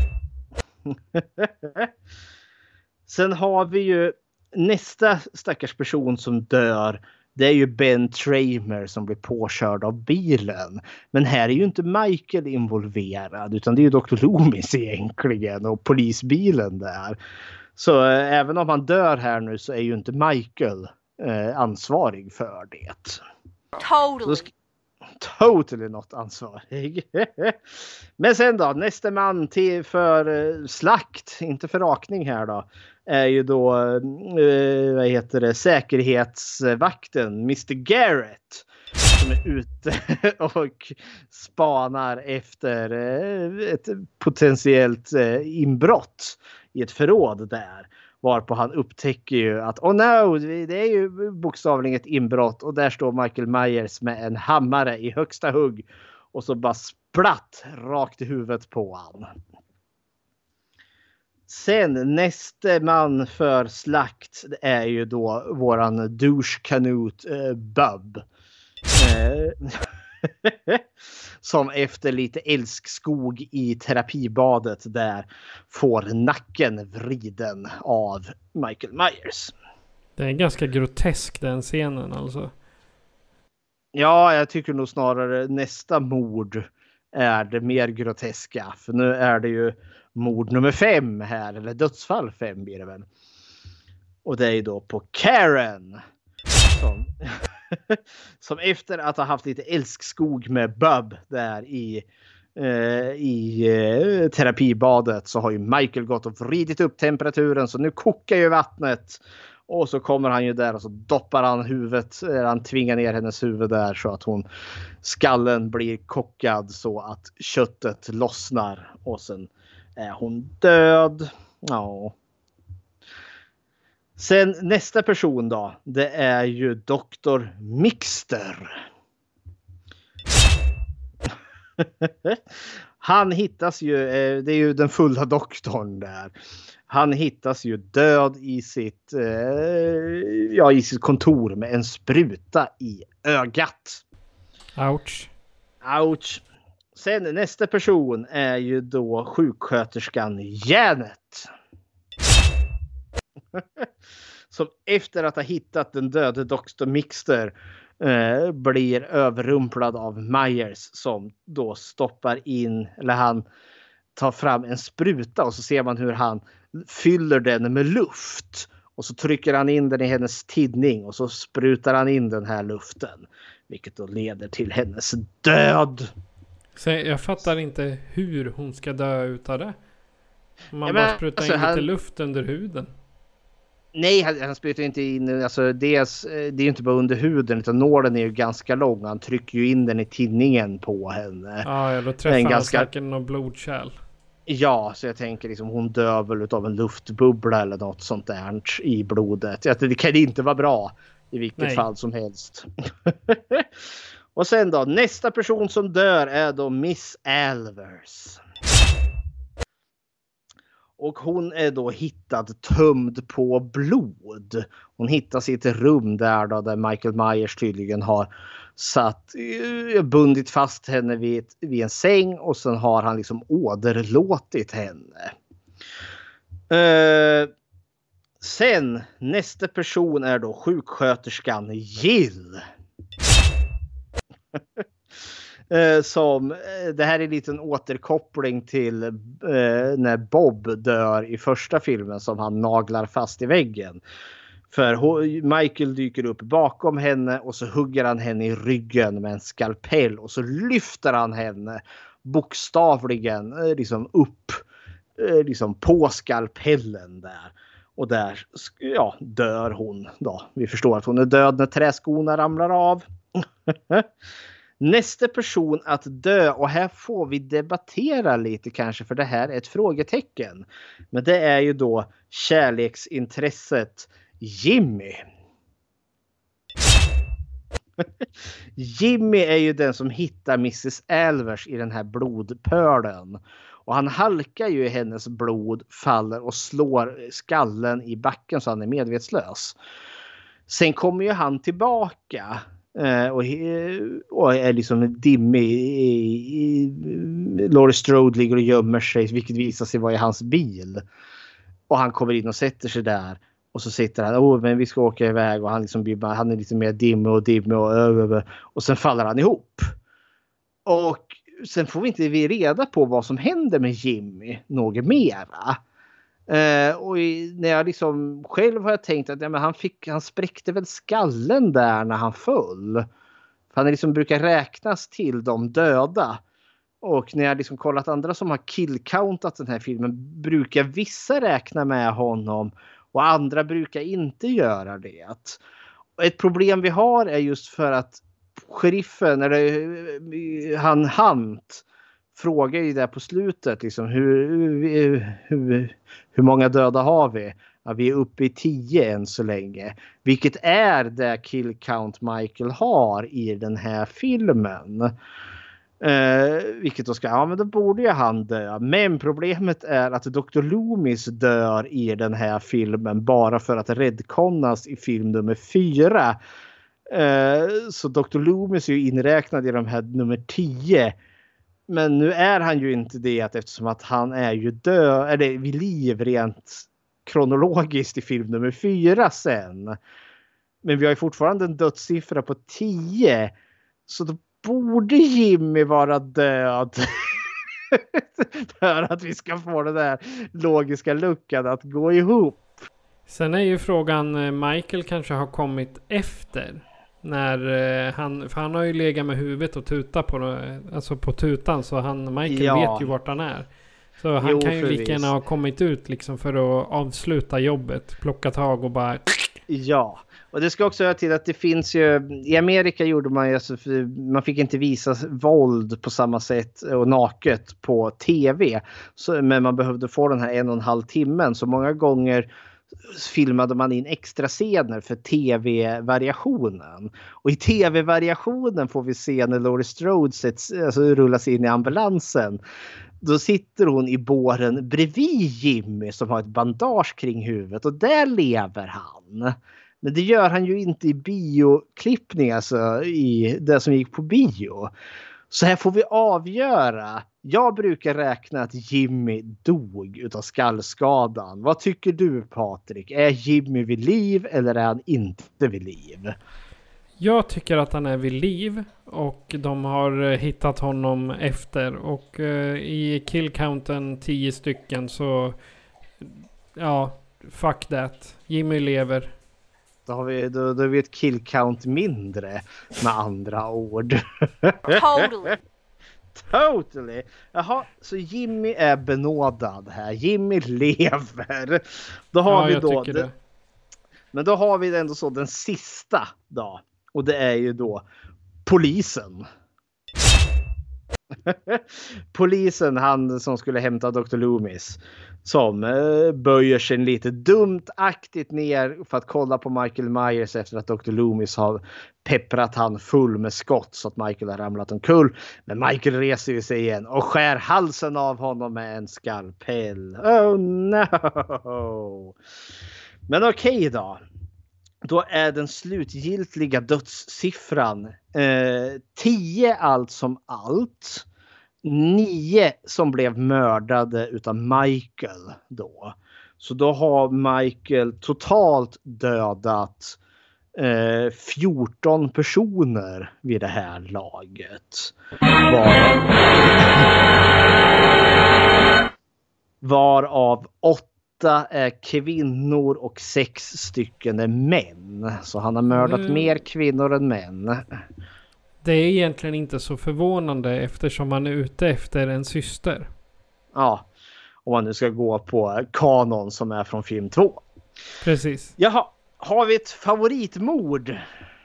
Sen har vi ju nästa stackars person som dör. Det är ju Ben Tramer som blir påkörd av bilen. Men här är ju inte Michael involverad, utan det är ju Dr. Loomis egentligen och polisbilen där. Så även om han dör här nu så är ju inte Michael ansvarig för det. Totally not ansvarig. Men sen då, nästa man till för slakt, inte för rakning här då, är ju då säkerhetsvakten Mr. Garrett som är ute och spanar efter ett potentiellt inbrott i ett förråd där. Varpå han upptäcker ju att det är ju bokstavligen ett inbrott. Och där står Michael Myers med en hammare i högsta hugg. Och så bara splatt rakt i huvudet på han. Sen nästa man för slakt är ju då våran douche-kanut Bub. Som efter lite älskskog i terapibadet där får nacken vriden av Michael Myers. Det är ganska grotesk den scenen alltså. Ja, jag tycker nog snarare nästa mord är det mer groteska. För nu är det ju mord nummer 5 här, eller dödsfall 5 blir det väl. Och det är då på Karen som efter att ha haft lite älskskog med Bub där i terapibadet så har ju Michael gått och vridit upp temperaturen så nu kokar ju vattnet och så kommer han ju där och så doppar han huvudet, han tvingar ner hennes huvud där så att skallen blir kockad så att köttet lossnar och sen är hon död. Ja. Sen nästa person då, det är ju Dr. Mixter. Han hittas ju, det är ju den fulla doktorn där. Han hittas ju död i sitt kontor med en spruta i ögat. Ouch. Ouch. Sen nästa person är ju då sjuksköterskan Janet. Som efter att ha hittat den döde Dr. Mixter blir överrumplad av Myers som då stoppar in, eller han tar fram en spruta och så ser man hur han fyller den med luft och så trycker han in den i hennes tidning och så sprutar han in den här luften, vilket då leder till hennes död. Så jag fattar inte hur hon ska dö utav det. Man bara sprutar in lite luft under huden. Nej, han sprutar inte in, alltså det är ju inte bara under huden utan nålen är ju ganska lång. Han trycker ju in den i tidningen på henne. Ja, då träffar han säkert någon blodkärl. Ja, så jag tänker liksom hon dör väl utav en luftbubbla eller något sånt där i blodet. Det kan inte vara bra i vilket fall som helst. Och sen då, nästa person som dör är då Miss Alvers. Och hon är då hittad tömd på blod. Hon hittas i ett rum där Michael Myers tydligen har bundit fast henne vid en säng. Och sen har han liksom åderlåtit henne. Sen nästa person är då sjuksköterskan Jill. Det här är en liten återkoppling till när Bob dör i första filmen som han naglar fast i väggen. För Michael dyker upp bakom henne och så hugger han henne i ryggen med en skalpell och så lyfter han henne bokstavligen liksom upp liksom på skalpellen där. Och där dör hon då. Vi förstår att hon är död när träskorna ramlar av. Nästa person att dö, och här får vi debattera lite kanske för det här är ett frågetecken. Men det är ju då kärleksintresset Jimmy. Jimmy är ju den som hittar Mrs. Elvers i den här blodpölen. Och han halkar ju i hennes blod, faller och slår skallen i backen så han är medvetslös. Sen kommer ju han tillbaka och är liksom dimmig. Laurie Strode ligger och gömmer sig, vilket visar sig vara i hans bil. Och han kommer in och sätter sig där. Och så sitter han, men vi ska åka iväg. Och han är lite mer dimmig och sen faller han ihop. Och sen får vi inte reda på vad som händer med Jimmy något mera. Och när jag liksom själv har jag tänkt att han spräckte väl skallen där när han föll. För han liksom brukar räknas till de döda. Och när jag liksom kollat andra som har killcountat den här filmen brukar vissa räkna med honom och andra brukar inte göra det. Ett problem vi har är just för att sheriffen eller han Hunt frågar ju där på slutet liksom hur många döda har vi? Ja, vi är uppe i 10 än så länge. Vilket är det kill count Michael har i den här filmen. Vilket då men då borde ju han dö. Men problemet är att Dr. Loomis dör i den här filmen bara för att redconnas i film nummer 4. Så Dr. Loomis är ju inräknad i de här nummer 10. Men nu är han ju inte det eftersom att han är ju död eller vid liv rent kronologiskt i film nummer 4 sen. Men vi har ju fortfarande en dödssiffra på 10. Så då borde Jimmy vara död. För att vi ska få den där logiska luckan att gå ihop. Sen är ju frågan, Michael kanske har kommit efter. När han har ju legat med huvudet och tutat på tutan. Så Michael vet ju vart han är. Så han kan ju lika gärna ha kommit ut liksom för att avsluta jobbet. Plocka tag och bara... Ja, och det ska också höra till att det finns ju... I Amerika gjorde man ju... Alltså, man fick inte visa våld på samma sätt och naket på tv. Men man behövde få den här 1,5 timmen. Så många gånger filmade man in extra scener för tv-variationen. Och i tv-variationen får vi se när Laurie Strode rullas in i ambulansen. Då sitter hon i båren bredvid Jimmy som har ett bandage kring huvudet. Och där lever han. Men det gör han ju inte i bioklippning, alltså i det som gick på bio. Så här får vi avgöra. Jag brukar räkna att Jimmy dog utav skallskadan. Vad tycker du, Patrik? Är Jimmy vid liv eller är han inte vid liv? Jag tycker att han är vid liv och de har hittat honom efter. Och i killcounten 10 stycken så fuck that. Jimmy lever. Då har vi ett killcount mindre med andra ord. Totally. Jaha, så Jimmy är benådad här. Jimmy lever. Då har vi då det. Men då har vi ändå så den sista då. Och det är ju då polisen. Polisen, han som skulle hämta Dr. Loomis, som böjer sig lite dumt aktigt ner för att kolla på Michael Myers efter att Dr. Loomis har pepprat han full med skott så att Michael har ramlat omkull. Men Michael reser sig igen och skär halsen av honom med en skalpell. Oh no! Men okej då. Då är den slutgiltiga dödssiffran 10 allt som allt. 9 som blev mördade utav Michael då. Så då har Michael totalt dödat 14 personer vid det här laget. Varav 8 är kvinnor och 6 stycken är män. Så han har mördat mer kvinnor än män. Det är egentligen inte så förvånande eftersom man är ute efter en syster. Ja, om man nu ska gå på kanon som är från film 2. Precis. Jaha, har vi ett favoritmord?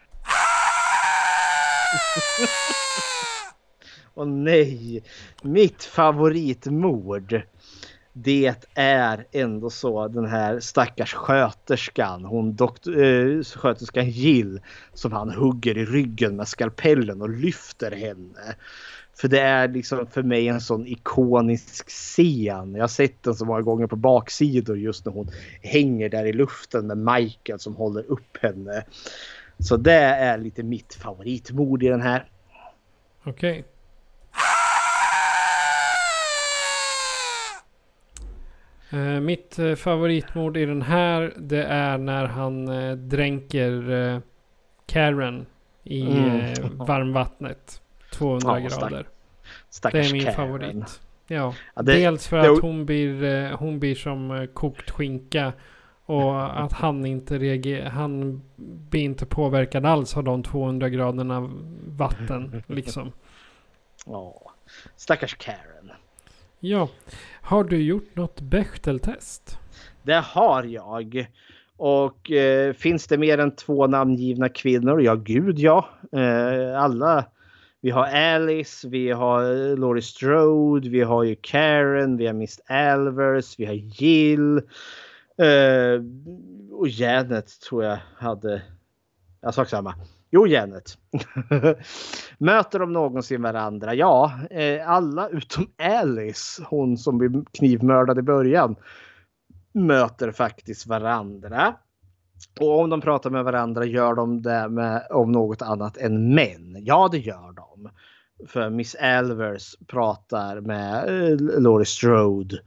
Åh nej, mitt favoritmord. Det är ändå så den här stackars sköterskan, sköterskan Jill, som han hugger i ryggen med skalpellen och lyfter henne. För det är liksom för mig en sån ikonisk scen. Jag har sett den så många gånger på baksidor just när hon hänger där i luften med Michael som håller upp henne. Så det är lite mitt favoritmord i den här. Okej. Mitt favoritmord i den här, det är när han dränker Karen i varmvattnet 200 grader. Det är min Karen. favorit. Ja, dels för att hon blir som kokt skinka och att han inte reagerar, han blir inte påverkad alls av de 200 graderna vatten liksom. Ja, stackars Karen. Ja, har du gjort något Bechdel-test? Det har jag. Och finns det mer än 2 namngivna kvinnor? Ja, gud ja. Alla. Vi har Alice, vi har Laurie Strode, vi har ju Karen, vi har Miss Alvers, vi har Jill. Och Janet tror jag hade... Jag sa samma. Jo, Janet. Möter de någonsin varandra? Ja, alla utom Alice, hon som blir knivmördad i början, möter faktiskt varandra. Och om de pratar med varandra, gör de det om något annat än män? Ja, det gör de. För Miss Alvers pratar med Laurie Strode.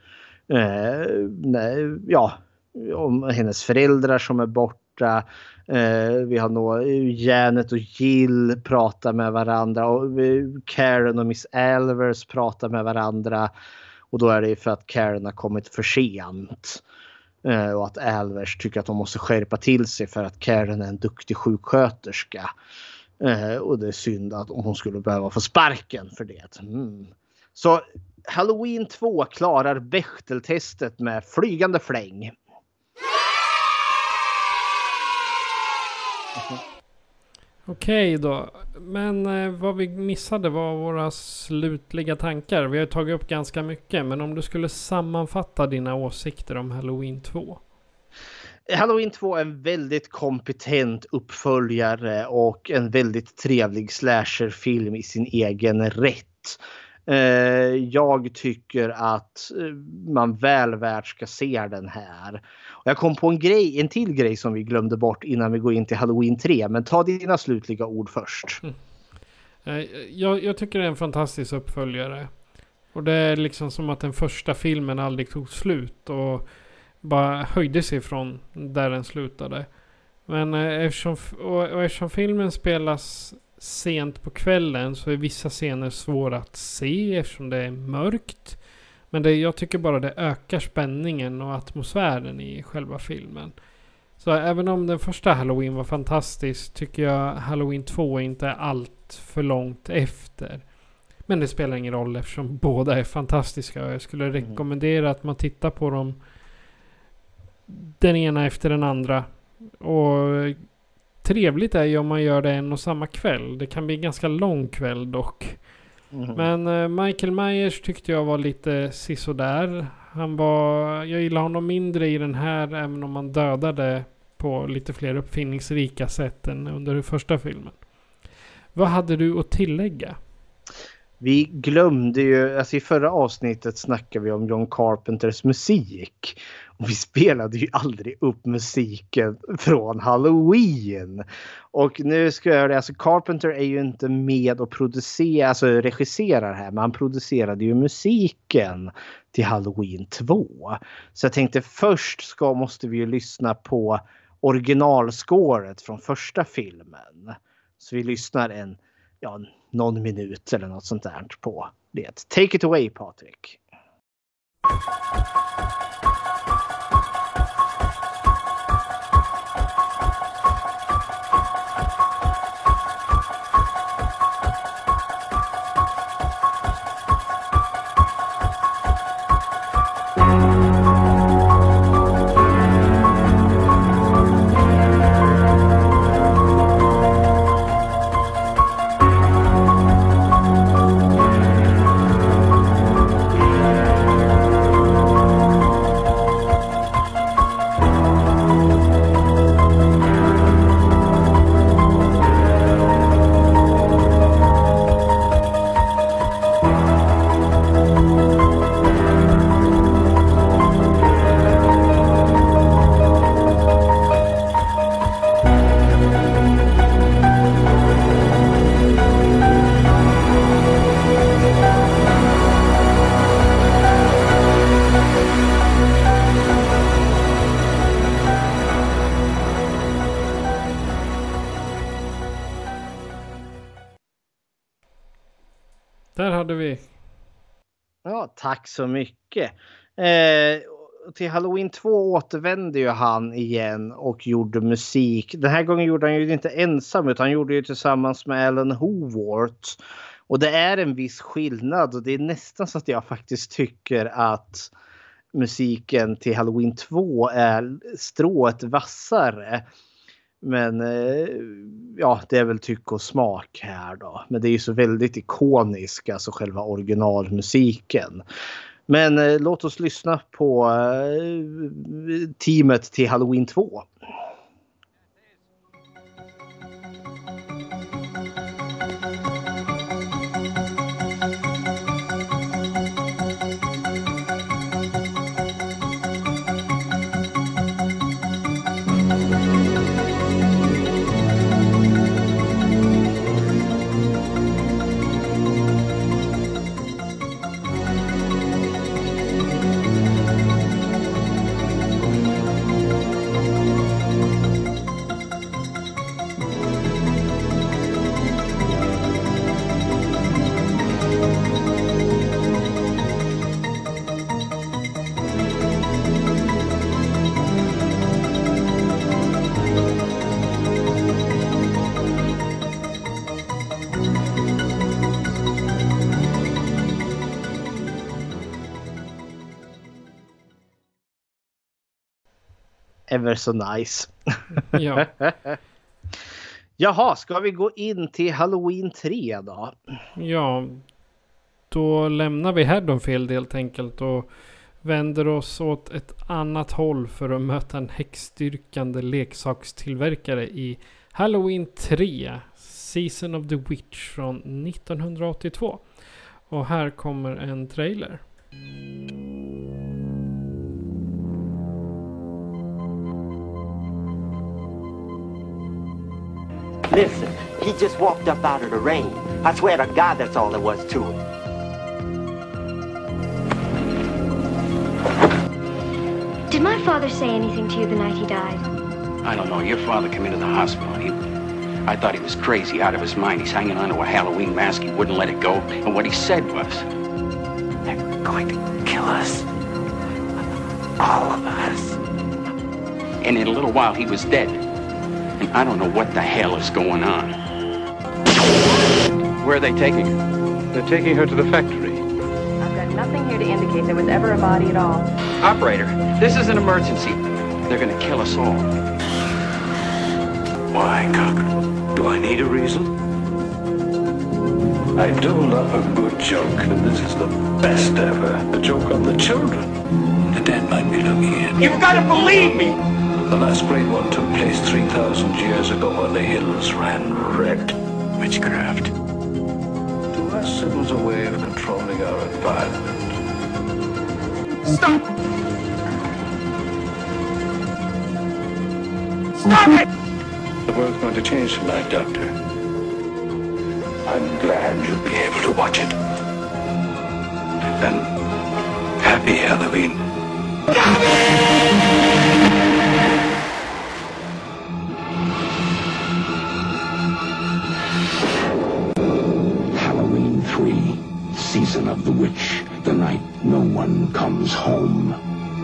Om hennes föräldrar som är borta. Vi har Janet och Jill pratar med varandra. Och Karen och Miss Alvers pratar med varandra. Och då är det för att Karen har kommit för sent. Och att Alvers tycker att de måste skärpa till sig för att Karen är en duktig sjuksköterska. Och det är synd att hon skulle behöva få sparken för det. Så Halloween 2 klarar Bechdel-testet med flygande fläng. Okej då. Men vad vi missade var våra slutliga tankar. Vi har tagit upp ganska mycket. Men om du skulle sammanfatta dina åsikter om Halloween 2. Halloween 2 är en väldigt kompetent uppföljare och en väldigt trevlig slasherfilm i sin egen rätt. Jag tycker att man väl värt ska se den här. Och jag kom på en till grej som vi glömde bort innan vi går in till Halloween 3. Men ta dina slutliga ord först. Jag tycker det är en fantastisk uppföljare. Och det är liksom som att den första filmen aldrig tog slut och bara höjde sig från där den slutade. Men eftersom filmen spelas sent på kvällen så är vissa scener svåra att se eftersom det är mörkt. Men jag tycker bara det ökar spänningen och atmosfären i själva filmen. Så även om den första Halloween var fantastisk tycker jag Halloween 2 inte är allt för långt efter. Men det spelar ingen roll eftersom båda är fantastiska. Jag skulle rekommendera att man tittar på dem den ena efter den andra. Och trevligt är ju om man gör det en och samma kväll. Det kan bli en ganska lång kväll dock. Men Michael Myers tyckte jag var lite sisådär. Jag gillar honom mindre i den här, även om man dödade på lite fler uppfinningsrika sätt än under den första filmen. Vad hade du att tillägga? Vi glömde ju, alltså i förra avsnittet snackade vi om John Carpenters musik. Och vi spelade ju aldrig upp musiken från Halloween. Och nu ska jag göra det, alltså Carpenter är ju inte med och producerar, alltså regisserar här. Men han producerade ju musiken till Halloween 2. Så jag tänkte först måste vi ju lyssna på originalskåret från första filmen. Så vi lyssnar någon minut eller något sånt där på det. Take it away, Patrik. Där hade vi. Ja, tack så mycket. Till Halloween 2 återvände ju han igen och gjorde musik. Den här gången gjorde han ju inte ensam, utan han gjorde ju tillsammans med Alan Howard. Och det är en viss skillnad, och det är nästan så att jag faktiskt tycker att musiken till Halloween 2 är strået vassare. Men det är väl tyck och smak här då. Men det är ju så väldigt ikonisk, alltså själva originalmusiken. Men låt oss lyssna på teamet till Halloween 2. Ever so nice. Ja. Jaha, ska vi gå in till Halloween 3 då? Ja, då lämnar vi Haddonfield helt enkelt och vänder oss åt ett annat håll för att möta en häxdyrkande leksakstillverkare i Halloween 3, Season of the Witch från 1982. Och här kommer en trailer. Listen, he just walked up out of the rain. I swear to God that's all there was to it. Did my father say anything to you the night he died? I don't know. Your father came into the hospital. I thought he was crazy, out of his mind. He's hanging onto a Halloween mask. He wouldn't let it go. And what he said was, "They're going to kill us. All of us." And in a little while, he was dead. And I don't know what the hell is going on. Where are they taking her? They're taking her to the factory. I've got nothing here to indicate there was ever a body at all. Operator, this is an emergency. They're going to kill us all. Why, Cocker? Do I need a reason? I do love a good joke, and this is the best ever. A joke on the children. The dead might be looking in. You've got to believe me! The last great one took place 3,000 years ago when the hills ran red. Witchcraft. To us, it was a way of controlling our environment. Stop! Stop it! The world's going to change tonight, Doctor. I'm glad you'll be able to watch it. And happy Halloween. Halloween 3, Season of the Witch, the night no one comes home.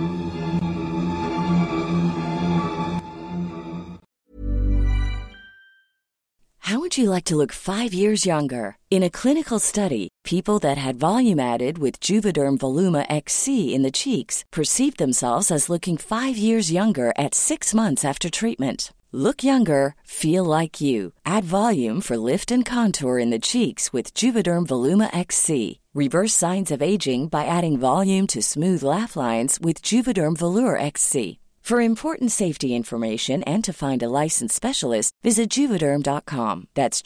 How would you like to look 5 years younger? In a clinical study, people that had volume added with Juvederm Voluma XC in the cheeks perceived themselves as looking 5 years younger at 6 months after treatment. Look younger, feel like you. Add volume for lift and contour in the cheeks with Juvederm Voluma XC. Reverse signs of aging by adding volume to smooth laugh lines with Juvederm Volure XC. For important safety information and to find a licensed specialist, visit Juvederm.com. That's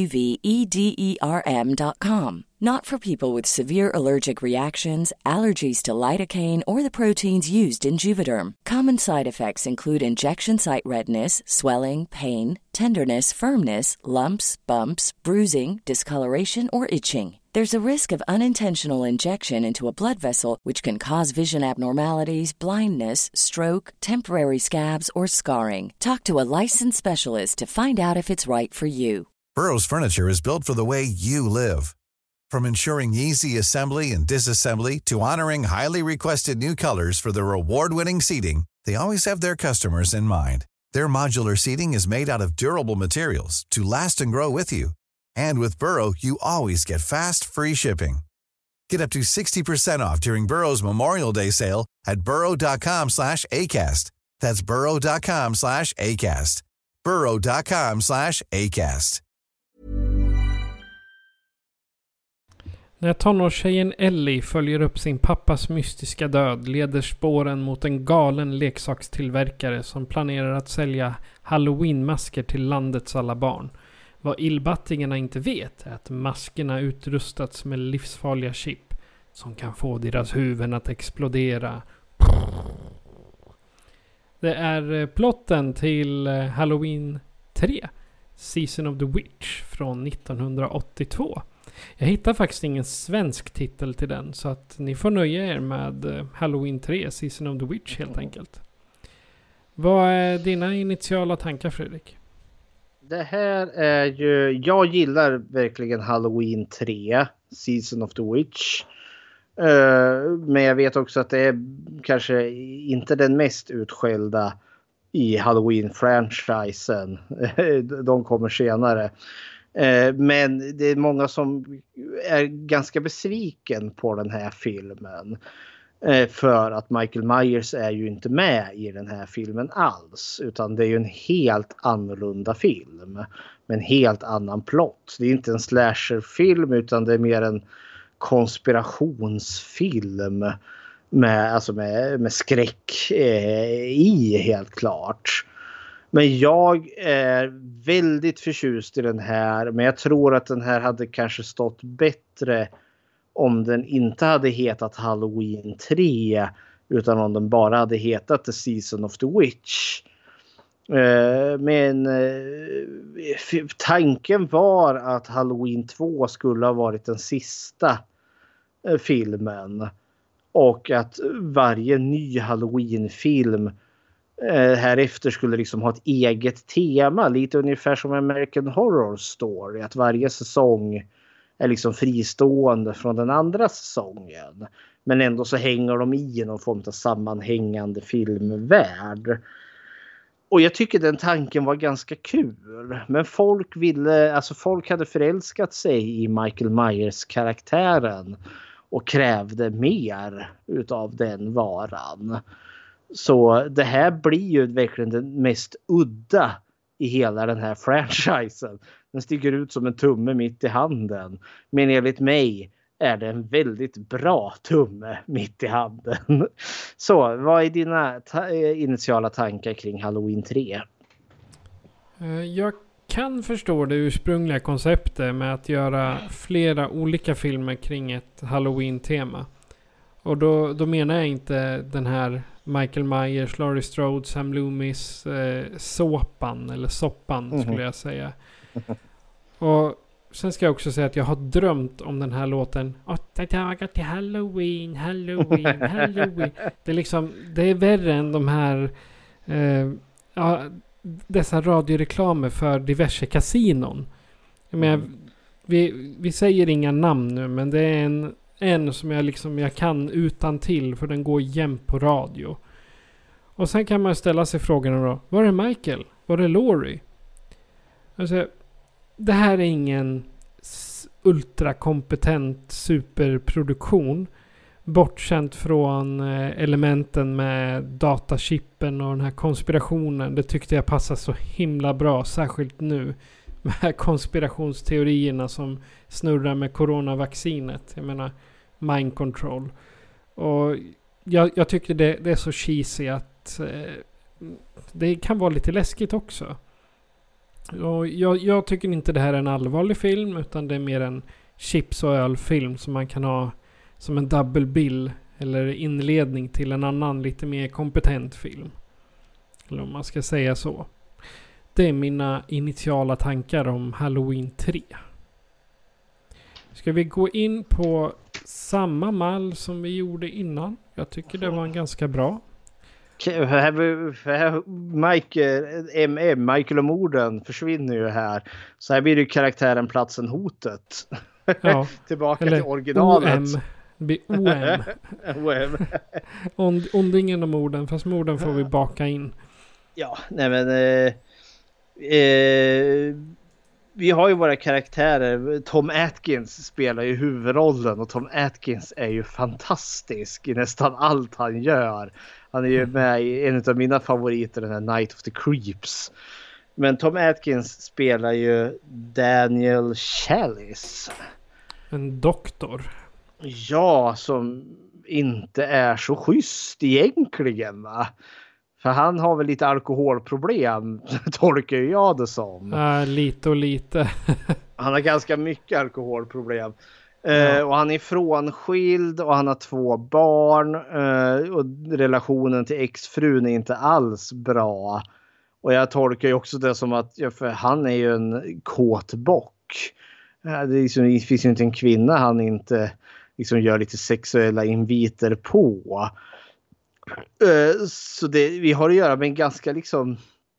JUVEDERM.com. Not for people with severe allergic reactions, allergies to lidocaine, or the proteins used in Juvederm. Common side effects include injection site redness, swelling, pain, tenderness, firmness, lumps, bumps, bruising, discoloration, or itching. There's a risk of unintentional injection into a blood vessel, which can cause vision abnormalities, blindness, stroke, temporary scabs, or scarring. Talk to a licensed specialist to find out if it's right for you. Burrow's furniture is built for the way you live. From ensuring easy assembly and disassembly to honoring highly requested new colors for their award-winning seating, they always have their customers in mind. Their modular seating is made out of durable materials to last and grow with you. And with Burrow, you always get fast, free shipping. Get up to 60% off during Burrow's Memorial Day sale at burrow.com/ACAST. That's burrow.com/ACAST. burrow.com/ACAST. När tonårstjejen Ellie följer upp sin pappas mystiska död leder spåren mot en galen leksakstillverkare som planerar att sälja Halloween-masker till landets alla barn. Vad illbattingarna inte vet är att maskerna utrustats med livsfarliga chip som kan få deras huvuden att explodera. Det är plotten till Halloween 3, Season of the Witch från 1982. Jag hittar faktiskt ingen svensk titel till den, så att ni får nöja er med Halloween 3, Season of the Witch helt enkelt. Vad är dina initiala tankar, Fredrik? Det här är ju... Jag gillar verkligen Halloween 3, Season of the Witch. Men jag vet också att det är kanske inte den mest utskällda i Halloween-franchisen. De kommer senare. Men det är många som är ganska besviken på den här filmen. För att Michael Myers är ju inte med i den här filmen alls. Utan det är ju en helt annorlunda film. Med en helt annan plott. Det är inte en slasherfilm utan det är mer en konspirationsfilm. Med skräck i helt klart. Men jag är väldigt förtjust i den här. Men jag tror att den här hade kanske stått bättre om den inte hade hetat Halloween 3. Utan om den bara hade hetat The Season of the Witch. Men tanken var att Halloween 2 skulle ha varit den sista filmen. Och att varje ny Halloween-film härefter skulle liksom ha ett eget tema. Lite ungefär som American Horror Story. Att varje säsong är liksom fristående från den andra säsongen. Men ändå så hänger de i någon form av sammanhängande filmvärld. Och jag tycker den tanken var ganska kul. Men folk hade förälskat sig i Michael Myers karaktären. Och krävde mer utav den varan. Så det här blir ju verkligen den mest udda i hela den här franchisen. Den sticker ut som en tumme mitt i handen. Men enligt mig är det en väldigt bra tumme mitt i handen. Så, vad är dina initiala tankar kring Halloween 3? Jag kan förstå det ursprungliga konceptet med att göra flera olika filmer kring ett Halloween-tema. Och då menar jag inte den här Michael Myers, Laurie Strode, Sam Loomis såpan eller soppan skulle jag säga. Och sen ska jag också säga att jag har drömt om den här låten 8 dagar till Halloween, Halloween, Halloween. Det är liksom, det är värre än de här dessa radioreklamer för diverse kasinon. Jag menar, vi säger inga namn nu, men det är en som jag kan utan till för den går jämt på radio. Och sen kan man ställa sig frågan då, var är Michael? Var är Laurie? Alltså, det här är ingen ultrakompetent superproduktion. Bortkänt från elementen med datachippen och den här konspirationen. Det tyckte jag passar så himla bra, särskilt nu. Med konspirationsteorierna som snurrar med coronavaccinet. Jag menar, mind control. Och jag tycker det är så cheesy att det kan vara lite läskigt också. Och jag tycker inte det här är en allvarlig film, utan det är mer en chips och ölfilm som man kan ha som en double bill eller inledning till en annan lite mer kompetent film. Eller om man ska säga så. Det är mina initiala tankar om Halloween 3. Ska vi gå in på samma mall som vi gjorde innan? Jag tycker det var en ganska bra. Michael och morden försvinner ju här. Så här blir det karaktären Platsen Hotet. Ja. Tillbaka eller till originalet. OM. Ondingen och morden. Fast morden får vi baka in. Ja, nej men vi har ju våra karaktärer. Tom Atkins spelar ju huvudrollen, och Tom Atkins är ju fantastisk i nästan allt han gör. Han är ju med i en av mina favoriter, den här Night of the Creeps. Men Tom Atkins spelar ju Daniel Chalice. En doktor. Ja, som inte är så schysst egentligen, va? För han har väl lite alkoholproblem, tolkar jag det som. Lite och lite. Han har ganska mycket alkoholproblem. Och han är frånskild och han har 2 barn. Och relationen till exfrun är inte alls bra. Och jag tolkar ju också det som att för han är ju en kåtbock. Det finns ju inte en kvinna han inte liksom gör lite sexuella inviter på. Så vi har att göra med en ganska liksom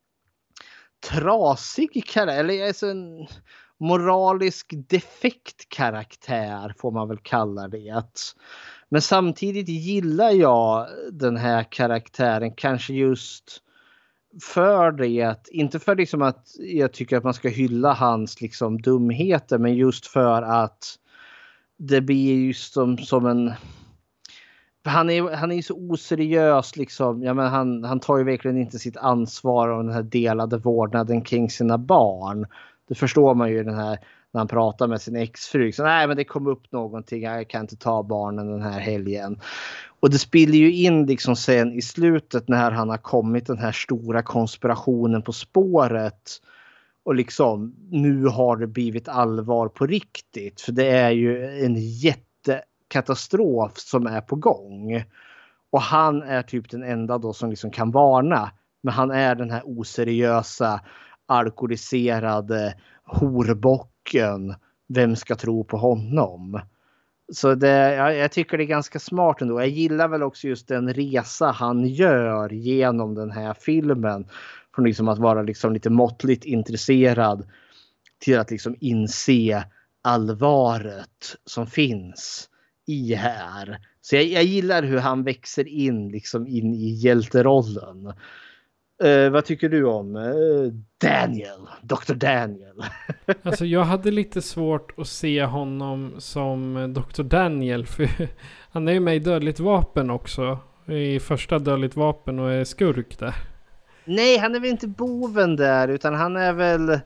trasig karaktär, eller alltså en moralisk defekt karaktär får man väl kalla det. Men samtidigt gillar jag den här karaktären kanske just för det, inte för liksom att jag tycker att man ska hylla hans liksom dumheter, men just för att det blir just som en han är så oseriös liksom. Ja, men han tar ju verkligen inte sitt ansvar av den här delade vårdnaden kring sina barn. Det förstår man ju den här när han pratar med sin exfru. Så nej, men det kom upp någonting. Jag kan inte ta barnen den här helgen. Och det spiller ju in liksom sen i slutet när han har kommit den här stora konspirationen på spåret. Och liksom nu har det blivit allvar på riktigt. För det är ju en jättekatastrof som är på gång. Och han är typ den enda då som liksom kan varna. Men han är den här oseriösa, alkoholiserade horbocken. Vem ska tro på honom? Så jag tycker det är ganska smart ändå. Jag gillar väl också just den resa han gör genom den här filmen. Från liksom att vara liksom lite måttligt intresserad till att liksom inse allvaret som finns i här. Så jag gillar hur han växer in liksom in i hjälterollen. Vad tycker du om Daniel? Dr. Daniel? Alltså jag hade lite svårt att se honom som Dr. Daniel. För han är ju med i Dödligt vapen också. I första Dödligt vapen och är skurk där. Nej, han är väl inte boven där, utan han är väl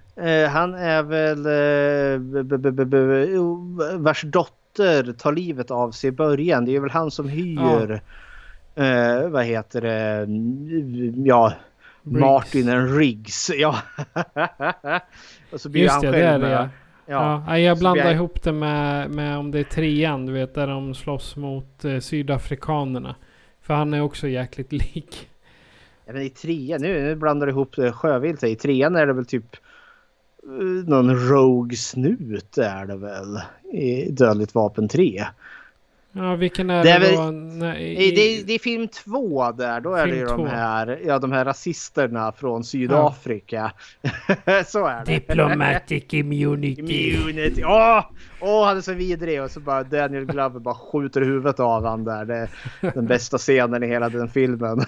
vars dotter tar livet av sig i början. Det är väl han som hyr vad heter det? Ja, Briggs. Martin and Riggs. Ja. Och så blir just han det, själv det är det. Ja, jag blandar ihop det med om det är 3:an, du vet, där de slåss mot sydafrikanerna. För han är också jäkligt lik. Ja, men i 3:an, nu blandar du ihop sjövilt. I 3:an är det väl typ någon rogue snut är det väl i Dödligt vapen 3. Ja, vilken är det är det väl, då? Det är film 2 där. Då är det ju de här rasisterna från Sydafrika. Så är det. Diplomatic immunity. Han är så vidrig. Och så bara Daniel Glover bara skjuter huvudet av han där. Det är den bästa scenen i hela den filmen.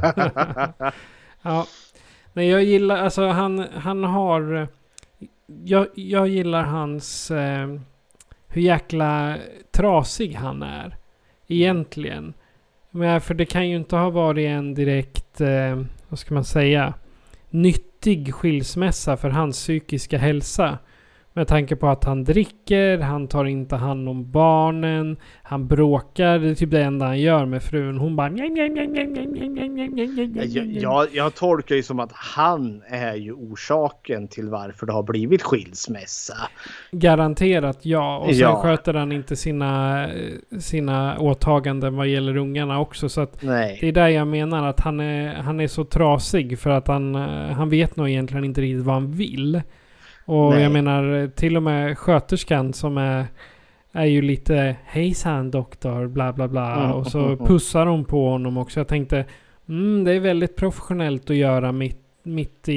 Ja. Nej, jag gillar, alltså han har... Jag gillar hans... hur jäkla trasig han är egentligen. Men för det kan ju inte ha varit en direkt, vad ska man säga, nyttig skilsmässa för hans psykiska hälsa. Med tanke på att han dricker, han tar inte hand om barnen, han bråkar, det är typ det enda han gör med frun. Hon bara... Jag tolkar ju som att han är ju orsaken till varför det har blivit skilsmässa. Garanterat ja. Och sen sköter han inte sina åtaganden vad gäller ungarna också. Så att det är där jag menar att han är så trasig för att han vet nog egentligen inte riktigt vad han vill. Och jag menar till och med sköterskan som är ju lite hejsan doktor bla bla bla och så pussar hon på honom också. Jag tänkte det är väldigt professionellt att göra mitt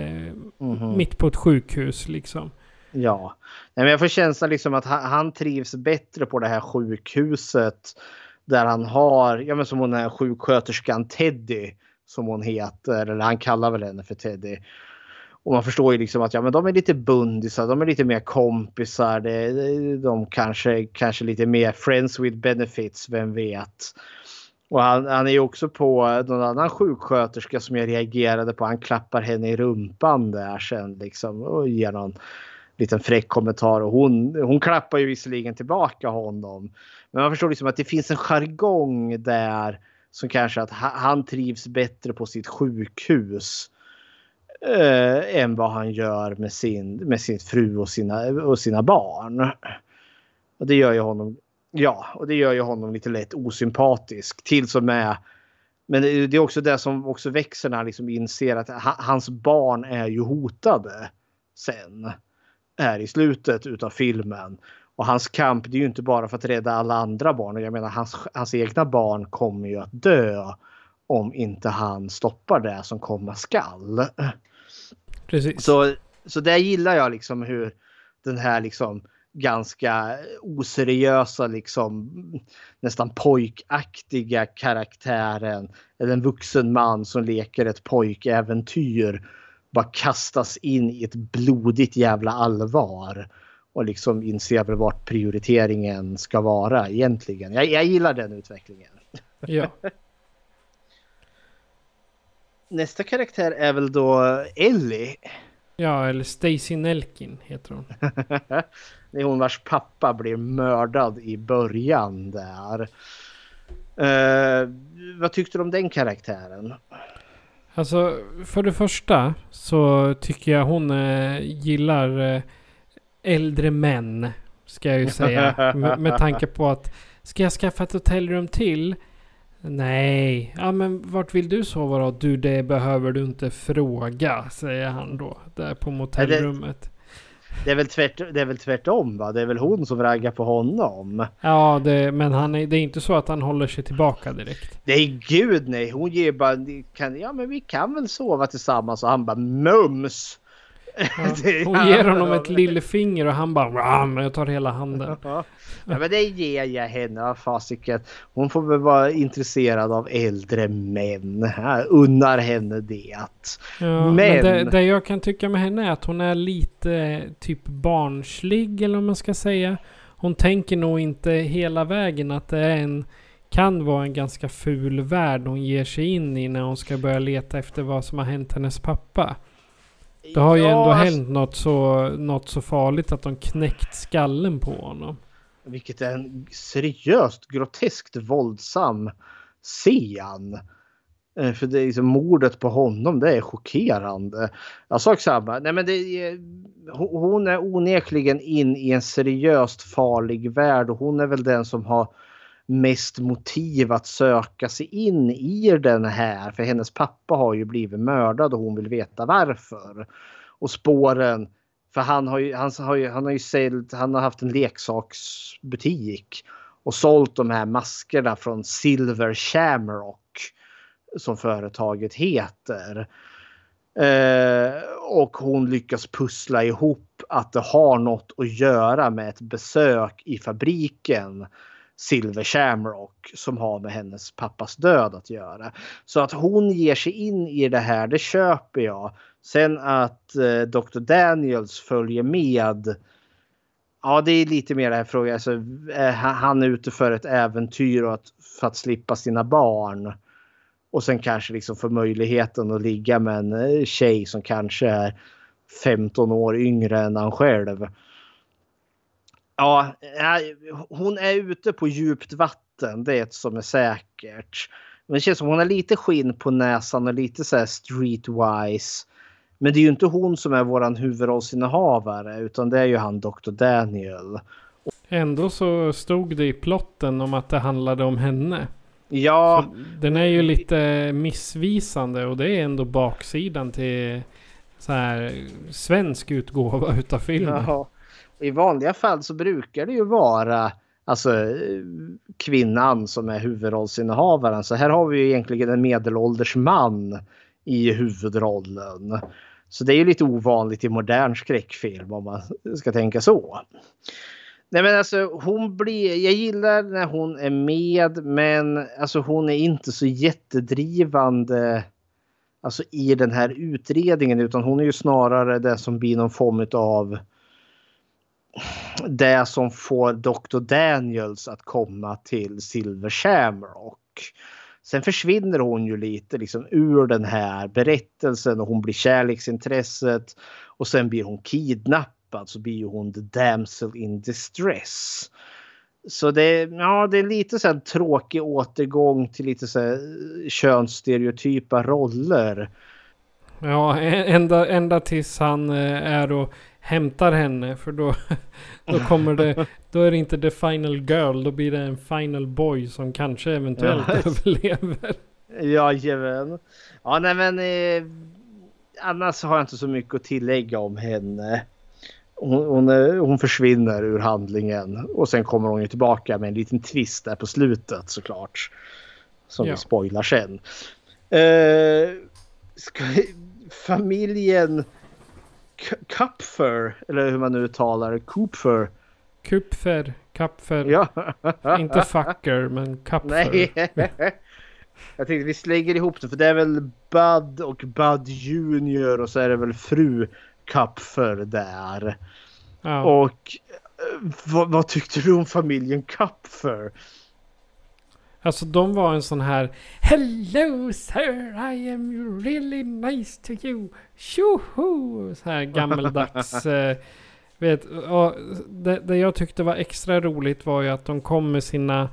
på ett sjukhus liksom. Ja, men jag får känsla liksom att han trivs bättre på det här sjukhuset där han har, som hon är sjuksköterskan Teddy som hon heter, eller han kallar väl henne för Teddy. Och man förstår ju liksom att men de är lite bundisar, de är lite mer kompisar, de kanske lite mer friends with benefits, vem vet. Och han är ju också på någon annan sjuksköterska som jag reagerade på. Han klappar henne i rumpan där sen liksom och ger någon liten fräck kommentar. Och hon klappar ju visserligen tillbaka honom. Men man förstår liksom att det finns en jargong där som kanske att han trivs bättre på sitt sjukhus än vad han gör med sin fru och sina barn. Och det gör ju honom lite lätt osympatisk till som är. Men det är också det som också växer när han liksom inser att hans barn är ju hotade sen här i slutet utav filmen. Och hans kamp, det är ju inte bara för att rädda alla andra barn. Och jag menar hans egna barn kommer ju att dö om inte han stoppar det som komma skall. Precis. Så där gillar jag liksom hur den här liksom ganska oseriösa liksom nästan pojkaktiga karaktären eller en vuxen man som leker ett pojkäventyr bara kastas in i ett blodigt jävla allvar och liksom inser väl vart prioriteringen ska vara egentligen. Jag gillar den utvecklingen. Ja. Nästa karaktär är väl då Ellie. Ja, eller Stacy Nelkin heter hon. Det är hon vars pappa blir mördad i början där. Vad tyckte du om den karaktären? Alltså, för det första så tycker jag hon gillar äldre män, ska jag ju säga. med tanke på att, ska jag skaffa ett hotellrum till? Nej. Ja, men vart vill du sova då? Du, det behöver du inte fråga, säger han då, där på motellrummet. Det är väl tvärtom, va? Det är väl hon som raggar på honom. Ja, men det är inte så att han håller sig tillbaka direkt. Nej, gud nej. Hon ger bara, men vi kan väl sova tillsammans. Och han bara, mums! Ja, hon ger honom ett lillfinger och han bara, men jag tar hela handen. Ja, men det ger jag henne, fasiken. Hon får väl vara intresserad av äldre män. Jag unnar henne det. Ja, men det jag kan tycka med henne är att hon är lite typ barnslig, eller vad man ska säga. Hon tänker nog inte hela vägen att det är en kan vara en ganska ful värld hon ger sig in i när hon ska börja leta efter vad som har hänt hennes pappa. Det har ju ändå hänt något så farligt att de knäckt skallen på honom. Vilket är en seriöst groteskt våldsam scen. För det är liksom mordet på honom, det är chockerande. Jag sa samma. Nej, men hon är onekligen in i en seriöst farlig värld. Och hon är väl den som har mest motiv att söka sig in i den här. För hennes pappa har ju blivit mördad och hon vill veta varför. Och spåren, för han har haft en leksaksbutik och sålt de här maskerna från Silver Shamrock som företaget heter. Och hon lyckas pussla ihop att det har något att göra med ett besök i fabriken Silver Shamrock som har med hennes pappas död att göra. Så att hon ger sig in i det här, det köper jag. Sen att Dr. Daniels följer med, ja, det är lite mer det här frågan. Alltså, han är ute för ett äventyr och för att slippa sina barn. Och sen kanske liksom få möjligheten att ligga med en tjej som kanske är 15 år yngre än han själv. Ja, hon är ute på djupt vatten, det är ett som är säkert. Men det känns som hon har lite skinn på näsan och lite så här streetwise. Men det är ju inte hon som är våran huvudrollsinnehavare, utan det är ju han Dr. Daniel. Ändå så stod det i plotten om att det handlade om henne. Ja. Så den är ju lite missvisande och det är ändå baksidan till så här svensk utgåva utav filmen. Ja. I vanliga fall så brukar det ju vara alltså kvinnan som är huvudrollsinnehavaren. Så här har vi ju egentligen en medelålders man i huvudrollen. Så det är ju lite ovanligt i modern skräckfilm om man ska tänka så. Nej, men alltså jag gillar när hon är med, men alltså hon är inte så jättedrivande alltså i den här utredningen, utan hon är ju snarare det som blir någon form av det som får Dr. Daniels att komma till Silver Shamrock. Sen försvinner hon ju lite liksom ur den här berättelsen och hon blir kärleksintresset och sen blir hon kidnappad, så blir hon the damsel in distress. Så det är lite så här tråkig återgång till lite så här könsstereotypa roller. Ja, ända tills han är och hämtar henne, för då kommer det, då är det inte the final girl, då blir det en final boy som kanske eventuellt överlever. Jajamän. Ja, nej men annars har jag inte så mycket att tillägga om henne. Hon försvinner ur handlingen och sen kommer hon ju tillbaka med en liten twist där på slutet såklart. Som vi spoilar sen. Familjen Kupfer, eller hur man nu talar, Kupfer. Ja. Inte fucker, men Kupfer. Nej. Jag tänkte vi slänger ihop det, för det är väl Bud och Bud Junior och så är det väl fru Kupfer där. Ja. Och vad tyckte du om familjen Kupfer? Alltså de var en sån här hello sir, I am really nice to you. Tjoho! Så här gammeldags och det jag tyckte var extra roligt var ju att de kom med sina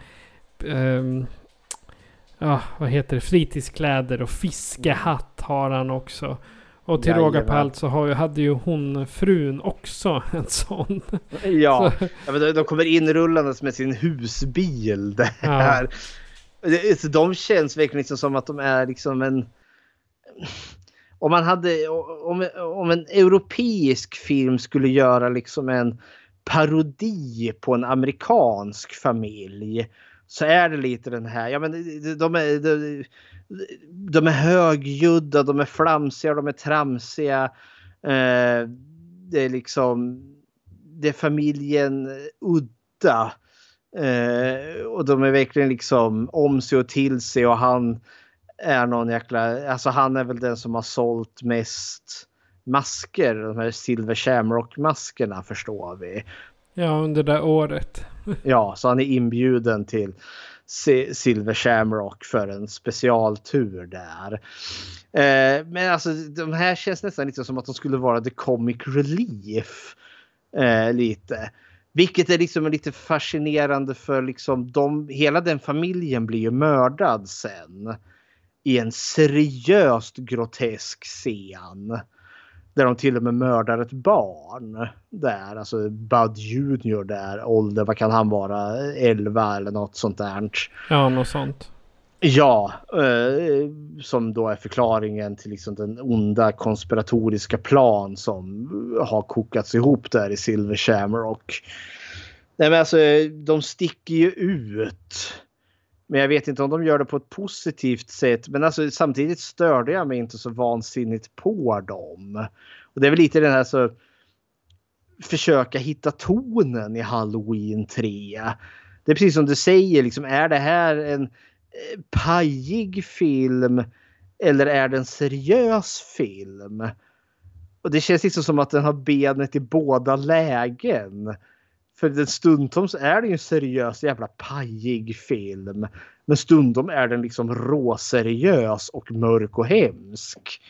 vad heter det, fritidskläder och fiskehatt har han också. Och till råga på allt så hade ju hon, frun, också en sån. Ja, men de kommer inrullandes med sin husbil där. Ja. Så de känns verkligen liksom som att de är liksom en... Om en europeisk film skulle göra liksom en parodi på en amerikansk familj, så är det lite den här. Ja, men de är högljudda, de är flamsiga, de är tramsiga. Det är liksom, det är familjen udda. Och de är verkligen liksom om sig och till sig, och han är någon jäkla, alltså han är väl den som har sålt mest masker, de här Silver Shamrock-maskerna, förstår vi. Ja, under det året. Ja, så han är inbjuden till Silver Shamrock för en specialtur där. Men alltså de här känns nästan lite som att de skulle vara the comic relief lite. Vilket är liksom lite fascinerande för liksom hela den familjen blir ju mördad sen i en seriöst grotesk scen. Där de till och med mördar ett barn. Där, alltså Bud Junior där. Ålder, vad kan han vara? 11 eller något sånt där. Ja, något sånt. Ja, som då är förklaringen till liksom den onda konspiratoriska plan som har kokats ihop där i Silver Shamrock. Nej, men alltså, de sticker ju ut. Men jag vet inte om de gör det på ett positivt sätt. Men alltså, samtidigt störde jag mig inte så vansinnigt på dem. Och det är väl lite den här så försöka hitta tonen i Halloween 3. Det är precis som du säger, liksom, är det här en pajig film eller är det en seriös film? Och det känns liksom som att den har benet i båda lägen. För den stundtals är det ju en seriös jävla pajig film. Men stundom är den liksom råseriös och mörk och hemsk.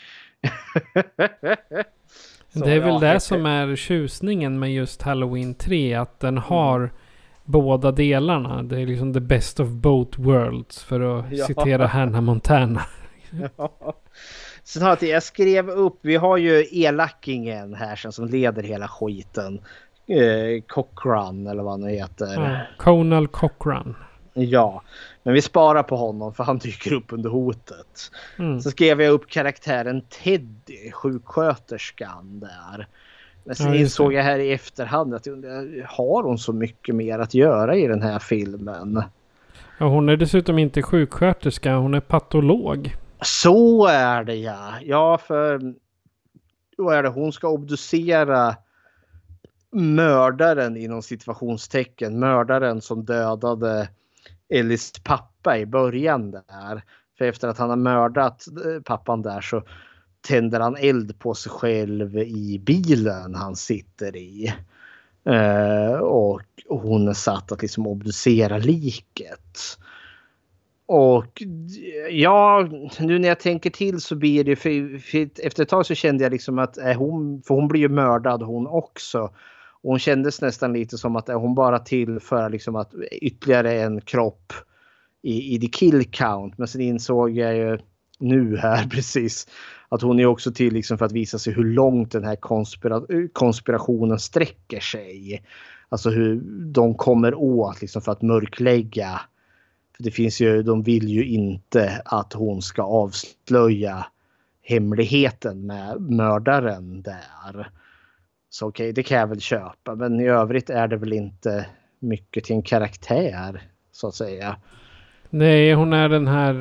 Det är väl det som är tjusningen med just Halloween 3. Att den har båda delarna. Det är liksom the best of both worlds. För att citera Hannah Montana. Sen har jag skrev upp. Vi har ju elakingen här som leder hela skiten. Cochran eller vad han heter. Conal Cochran. Ja, men vi sparar på honom för han dyker upp under hotet. Så skrev jag upp karaktären Teddy, sjuksköterskan där. Men sen insåg jag här i efterhand att har hon så mycket mer att göra i den här filmen? Ja, hon är dessutom inte sjuksköterska, hon är patolog. Så är det, ja. Ja, för då är det hon ska obducera mördaren inom situationstecken. Mördaren som dödade Ellis pappa i början där. För efter att han har mördat pappan där så tänder han eld på sig själv i bilen han sitter i. Och hon är satt att liksom obducera liket. Och ja, nu när jag tänker till så blir det för efter ett tag så kände jag liksom att hon blir ju mördad hon också. Och hon kändes nästan lite som att hon bara till för liksom att ytterligare en kropp i the kill count. Men sen insåg jag ju nu här precis att hon är också till liksom för att visa sig hur långt den här konspirationen sträcker sig. Alltså hur de kommer åt liksom för att mörklägga. För det finns ju, de vill ju inte att hon ska avslöja hemligheten med mördaren där. Så okej, det kan jag väl köpa. Men i övrigt är det väl inte mycket till en karaktär, så att säga. Nej, hon är den här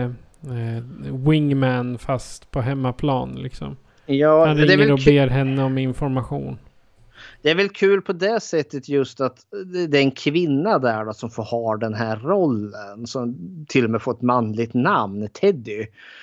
wingman fast på hemmaplan liksom. Ja, han ringer och ber henne om information. Det är väl kul på det sättet just att det är en kvinna där då, som får ha den här rollen. Som till och med får ett manligt namn, Teddy.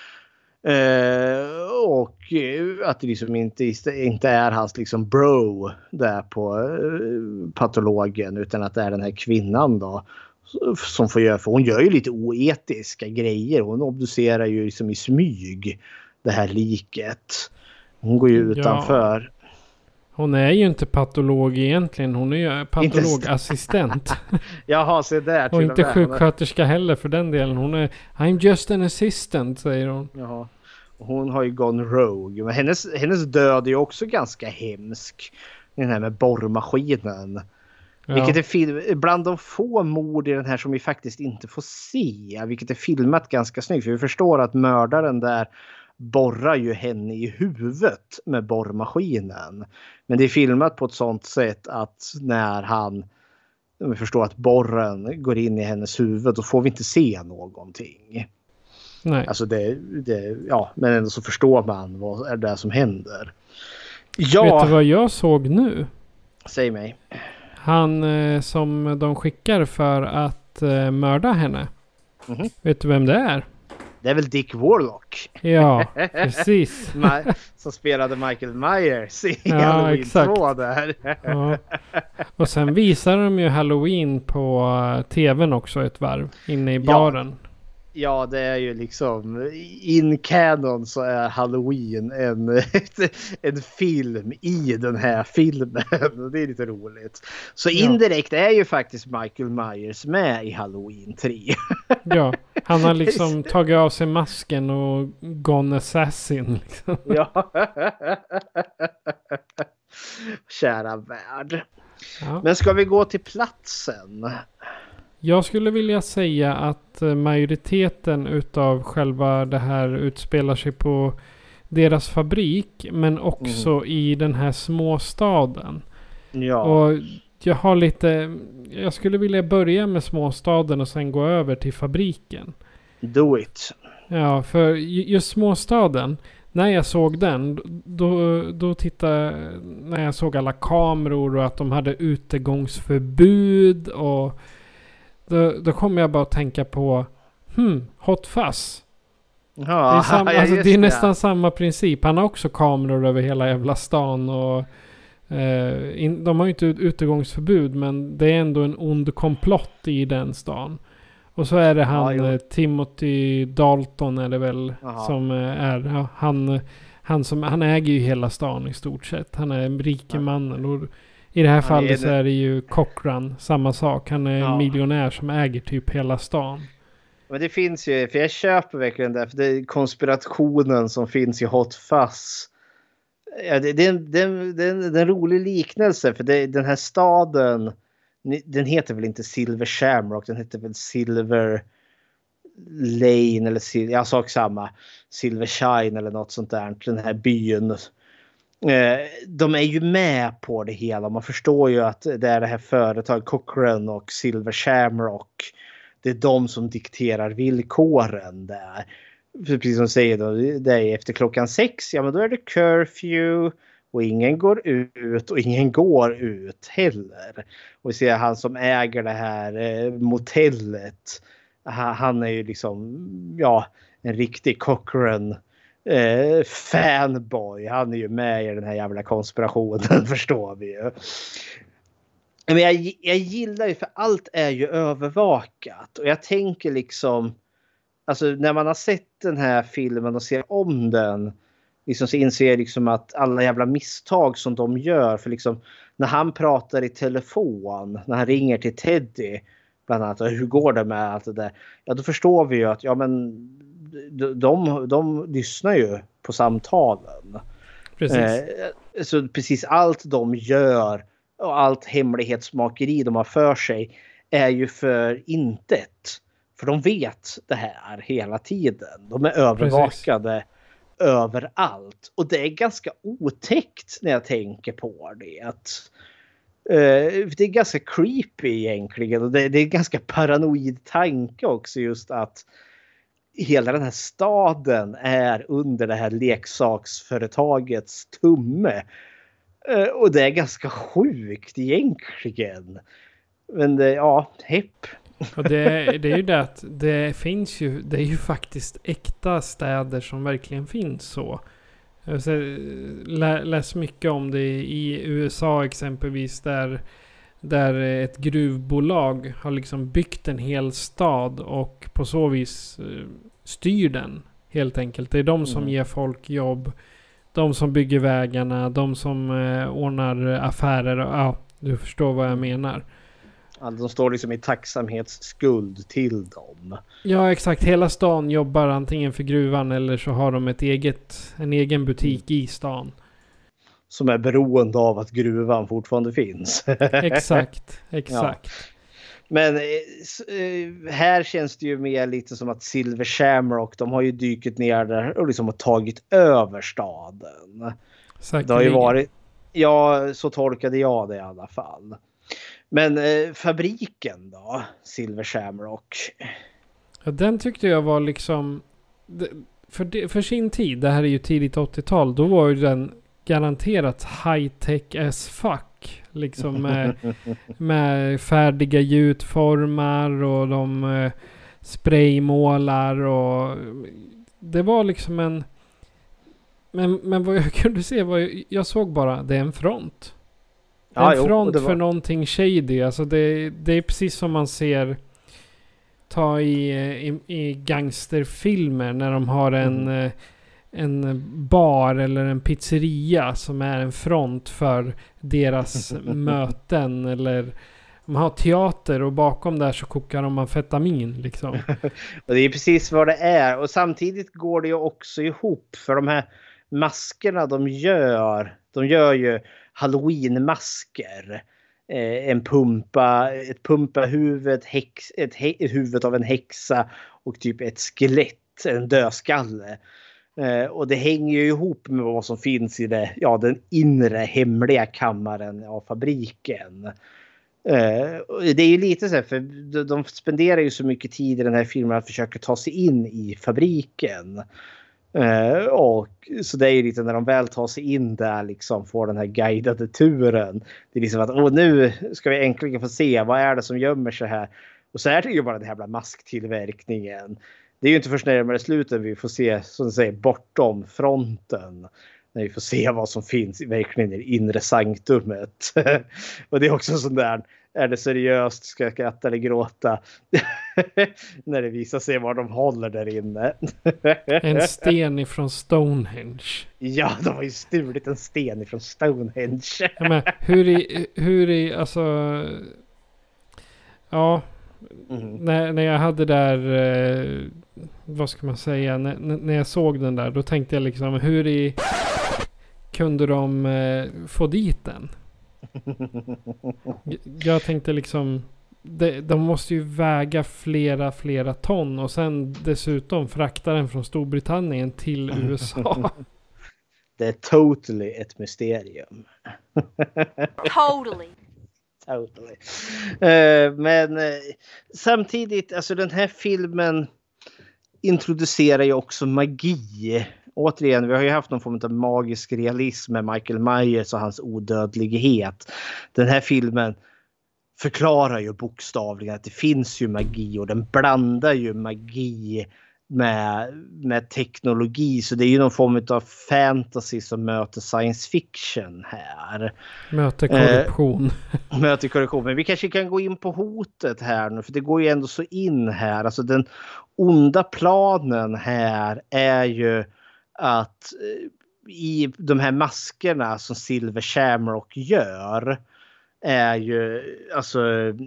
Och att det liksom inte är hans liksom bro där på patologen, utan att det är den här kvinnan då som får göra, för hon gör ju lite oetiska grejer. Hon obducerar ju liksom i smyg det här liket. Hon går ju utanför. Hon är ju inte patolog egentligen. Hon är ju patologassistent. Jaha, se där. Och inte sjuksköterska heller för den delen. Hon är I'm just an assistant, säger hon. Jaha. Hon har ju gone rogue. Men hennes död är ju också ganska hemsk. Den här med borrmaskinen. Ja. Vilket är bland de få mord i den här som vi faktiskt inte får se. Vilket är filmat ganska snyggt. För vi förstår att mördaren där borrar ju henne i huvudet med borrmaskinen. Men det är filmat på ett sånt sätt att när vi förstår att borren går in i hennes huvud, då får vi inte se någonting. Nej. Alltså ja, men ändå så förstår man vad är det som händer. Ja. Vet du vad jag såg nu? Säg mig. Han som de skickar för att mörda henne. Mm-hmm. Vet du vem det är? Det är väl Dick Warlock? Ja, precis. Som spelade Michael Myers i Halloween exakt. 2 där. Ja. Och sen visar de ju Halloween på tvn också ett varv inne i baren. Ja, det är ju liksom in canon så är Halloween en film i den här filmen. Det är lite roligt. Så indirekt är ju faktiskt Michael Myers med i Halloween 3. Ja, han har liksom tagit av sig masken och gone assassin. Liksom. Ja. Kära värld. Ja. Men ska vi gå till platsen? Jag skulle vilja säga att majoriteten utav själva det här utspelar sig på deras fabrik. Men också i den här småstaden. Ja. Och jag skulle vilja börja med småstaden och sen gå över till fabriken. Do it. Ja, för just småstaden. När jag såg den, då tittade när jag såg alla kameror och att de hade utegångsförbud och då kom jag bara att tänka på Hot Fuzz. Ja, det är nästan samma princip. Han har också kameror över hela jävla stan och de har ju inte utegångsförbud, men det är ändå en ond komplott i den stan. Och så är det Timothy Dalton är det väl som är han äger ju hela stan i stort sett. Han är rike mannen och i det här fallet så är det ju Cochran, samma sak. Han är en miljonär som äger typ hela stan. Men det finns ju, för jag köper verkligen det, för det är konspirationen som finns i Hot Fuzz. Ja, det är en rolig liknelse, för den här staden, den heter väl inte Silver Shamrock, den heter väl Silver Lane eller jag sa samma Silver Shine eller något sånt där, den här byn. De är ju med på det hela. Man förstår ju att det är det här företaget Cochran och Silver Shamrock. Det är de som dikterar villkoren där. För precis som säger då, det är efter klockan 6. Ja, men då är det curfew. Och ingen går ut och ingen går ut heller. Och vi ser han som äger det här motellet. Han är ju liksom en riktig Cochran fanboy. Han är ju med i den här jävla konspirationen, förstår vi ju. Men jag gillar ju, för allt är ju övervakat. Och jag tänker liksom, alltså när man har sett den här filmen och ser om den, liksom så inser jag liksom att alla jävla misstag som de gör, för liksom när han pratar i telefon, när han ringer till Teddy bland annat, och hur går det med allt det där, ja då förstår vi ju att de lyssnar ju på samtalen. Precis. Så precis allt de gör och allt hemlighetsmakeri de har för sig är ju för intet. För de vet det här hela tiden. De är övervakade överallt. Och det är ganska otäckt när jag tänker på det. Att, det är ganska creepy egentligen. Och det är en ganska paranoid tanke också, just att hela den här staden är under det här leksaksföretagets tumme. Och det är ganska sjukt egentligen. Men hepp. Och det är ju det att det finns ju, det är ju faktiskt äkta städer som verkligen finns så. Jag läs mycket om det i USA exempelvis, där ett gruvbolag har liksom byggt en hel stad och på så vis styr den helt enkelt. Det är de som ger folk jobb, de som bygger vägarna, de som ordnar affärer. Ja, du förstår vad jag menar. Alltså, de står liksom i tacksamhetsskuld till dem. Ja, exakt. Hela stan jobbar antingen för gruvan eller så har de en egen butik i stan. Som är beroende av att gruvan fortfarande finns. Exakt. Ja. Men här känns det ju mer lite som att Silver Shamrock, de har ju dykt ner där och liksom har tagit över staden. Säkerligen. Det har ju varit, ja, så tolkade jag det i alla fall. Men fabriken då, Silver Shamrock. Ja, den tyckte jag var liksom, för sin tid, det här är ju tidigt 80-tal, då var ju den garanterat high-tech as fuck. Liksom med färdiga gjutformar och de spraymålar och det var liksom en... Men vad jag kunde se var... Jag såg bara, det är en front. En front för någonting shady. Alltså det är precis som man ser ta i gangsterfilmer när de har en bar eller en pizzeria som är en front för deras möten, eller de har teater och bakom där så kokar de amfetamin liksom. Och det är precis vad det är, och samtidigt går det ju också ihop, för de här maskerna de gör ju Halloween-masker. Ett pumpahuvud, ett huvud av en häxa och typ ett skelett, en dödskalle. Och det hänger ju ihop med vad som finns i den inre hemliga kammaren av fabriken. Det är ju lite så här, för de spenderar ju så mycket tid i den här filmen att försöka ta sig in i fabriken. Och så det är ju lite när de väl tar sig in där liksom, får den här guidade turen. Det är liksom att nu ska vi äntligen få se vad är det som gömmer sig här. Och så är det ju bara den här masktillverkningen. Det är ju inte först närmare slutet vi får se, som du säger, bortom fronten. När vi får se vad som finns verkligen i det inre sanktumet. Och det är också sån där, är det seriöst, ska jag skratta eller gråta? När det visar sig vad de håller där inne. En sten ifrån Stonehenge. Ja, de har ju stulit en sten ifrån Stonehenge. Ja, men hur i alltså... Ja, när jag hade där... vad ska man säga? När jag såg den där, då tänkte jag liksom, hur kunde de få dit den? Jag tänkte liksom, de måste ju väga flera ton och sen dessutom frakta den från Storbritannien till USA. Det är totally ett mysterium. Totally. Men samtidigt, alltså den här filmen introducerar ju också magi. Återigen, vi har ju haft någon form av magisk realism med Michael Myers och hans odödlighet. Den här filmen förklarar ju bokstavligen att det finns ju magi, och den blandar ju magi med teknologi. Så det är ju någon form av fantasy som möter science fiction här. Möter korruption. Möter korruption. Men vi kanske kan gå in på hotet här nu, för det går ju ändå så in här. Alltså den onda planen här är ju att i de här maskerna som Silver Shamrock gör är ju, alltså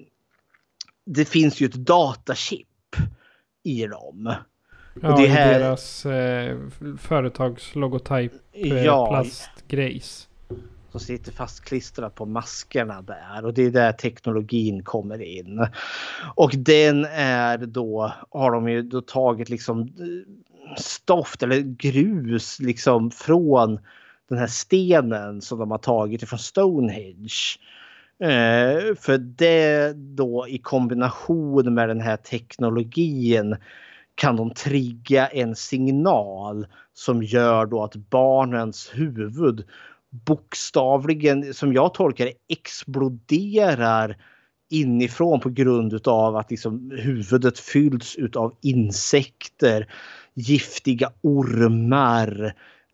det finns ju ett datachip i dem. Ja, och det här är deras företagslogotyp, plastgrejs. Som sitter fastklistrad på maskerna där. Och det är där teknologin kommer in. Och den är då, har de ju då tagit liksom stoft eller grus liksom från den här stenen som de har tagit ifrån Stonehenge. För det då i kombination med den här teknologin kan de trigga en signal som gör då att barnens huvud bokstavligen, som jag tolkar det, exploderar inifrån på grund av att liksom huvudet fylls av insekter, giftiga ormar,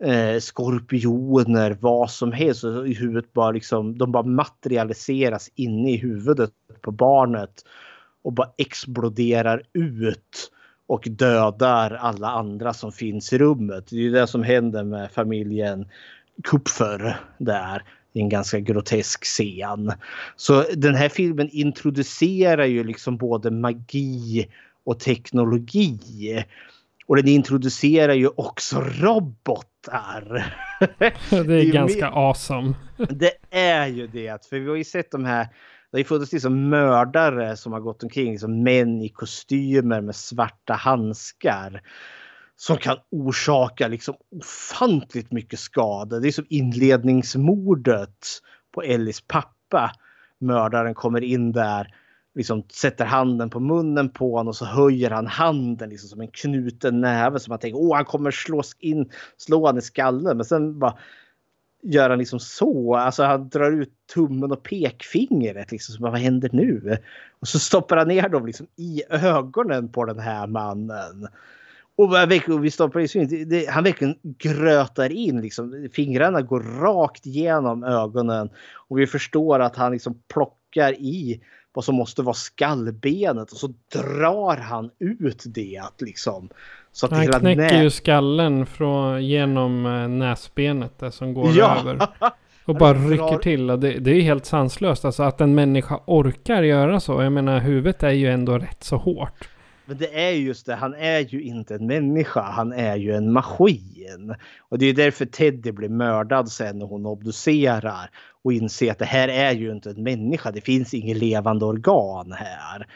skorpioner, vad som helst. Och i huvudet bara liksom, de bara materialiseras inne i huvudet på barnet och bara exploderar ut och dödar alla andra som finns i rummet. Det är ju det som händer med familjen Kupfer där i en ganska grotesk scen. Så den här filmen introducerar ju liksom både magi och teknologi. Och den introducerar ju också robotar. Det är ganska awesome. Det är ju det. För vi har ju sett de här, det har ju funnits liksom mördare som har gått omkring, liksom män i kostymer med svarta handskar. Som kan orsaka liksom ofantligt mycket skada. Det är som inledningsmordet på Ellis pappa. Mördaren kommer in där, liksom sätter handen på munnen på honom och så höjer han handen liksom som en knuten näve. Så man tänker, han kommer slå han i skallen. Men sen bara gör han liksom så. Alltså han drar ut tummen och pekfingret. Liksom, så bara, vad händer nu? Och så stoppar han ner dem liksom i ögonen på den här mannen. Och vi stoppar in, han verkligen grötar in. Liksom, fingrarna går rakt genom ögonen. Och vi förstår att han liksom plockar i vad som måste vara skallbenet. Och så drar han ut det. Liksom, så att han hela knäcker ju skallen genom näsbenet där som går över. Och bara rycker till. Och det är ju helt sanslöst. Alltså att en människa orkar göra så. Jag menar, huvudet är ju ändå rätt så hårt. Men det är just det. Han är ju inte en människa. Han är ju en maskin. Och det är därför Teddy blir mördad sen när hon obducerar. Och inser att det här är ju inte en människa. Det finns inget levande organ här.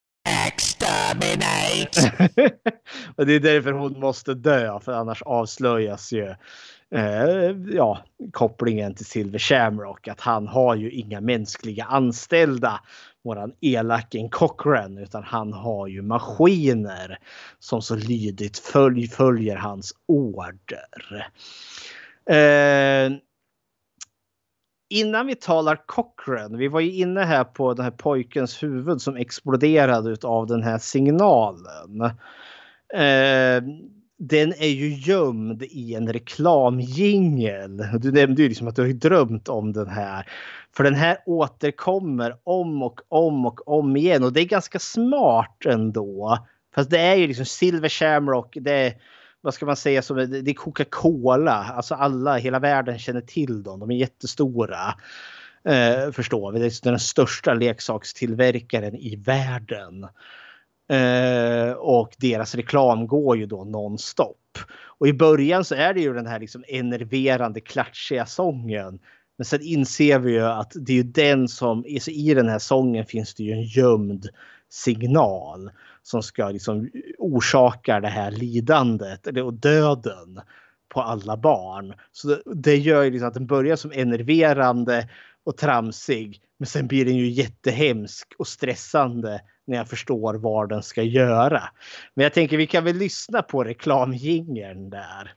Exterminate! Och det är därför hon måste dö. För annars avslöjas ju kopplingen till Silver Shamrock. Att han har ju inga mänskliga anställda. Våran elaken Cochran. Utan han har ju maskiner. Som så lydigt följer hans order. Innan vi talar Cochran. Vi var ju inne här på den här pojkens huvud. Som exploderade av den här signalen. Den är ju gömd i en reklamjingel. Du nämnde ju liksom att du har drömt om den här. För den här återkommer om och om igen. Och det är ganska smart ändå. Fast det är ju liksom Silver Shamrock. Det är, vad ska man säga, som det är Coca-Cola. Alltså hela världen känner till dem. De är jättestora. Förstår vi. Det är den största leksakstillverkaren i världen. Och deras reklam går ju då nonstop. Och i början så är det ju den här liksom enerverande klatschiga sången. Men sen inser vi ju att det är ju den som, i den här sången finns det ju en gömd signal. Som ska liksom orsaka det här lidandet och döden på alla barn. Så det gör ju liksom att den börjar som enerverande och tramsig. Men sen blir den ju jättehemsk och stressande när jag förstår vad den ska göra. Men jag tänker vi kan väl lyssna på reklamjingeln där.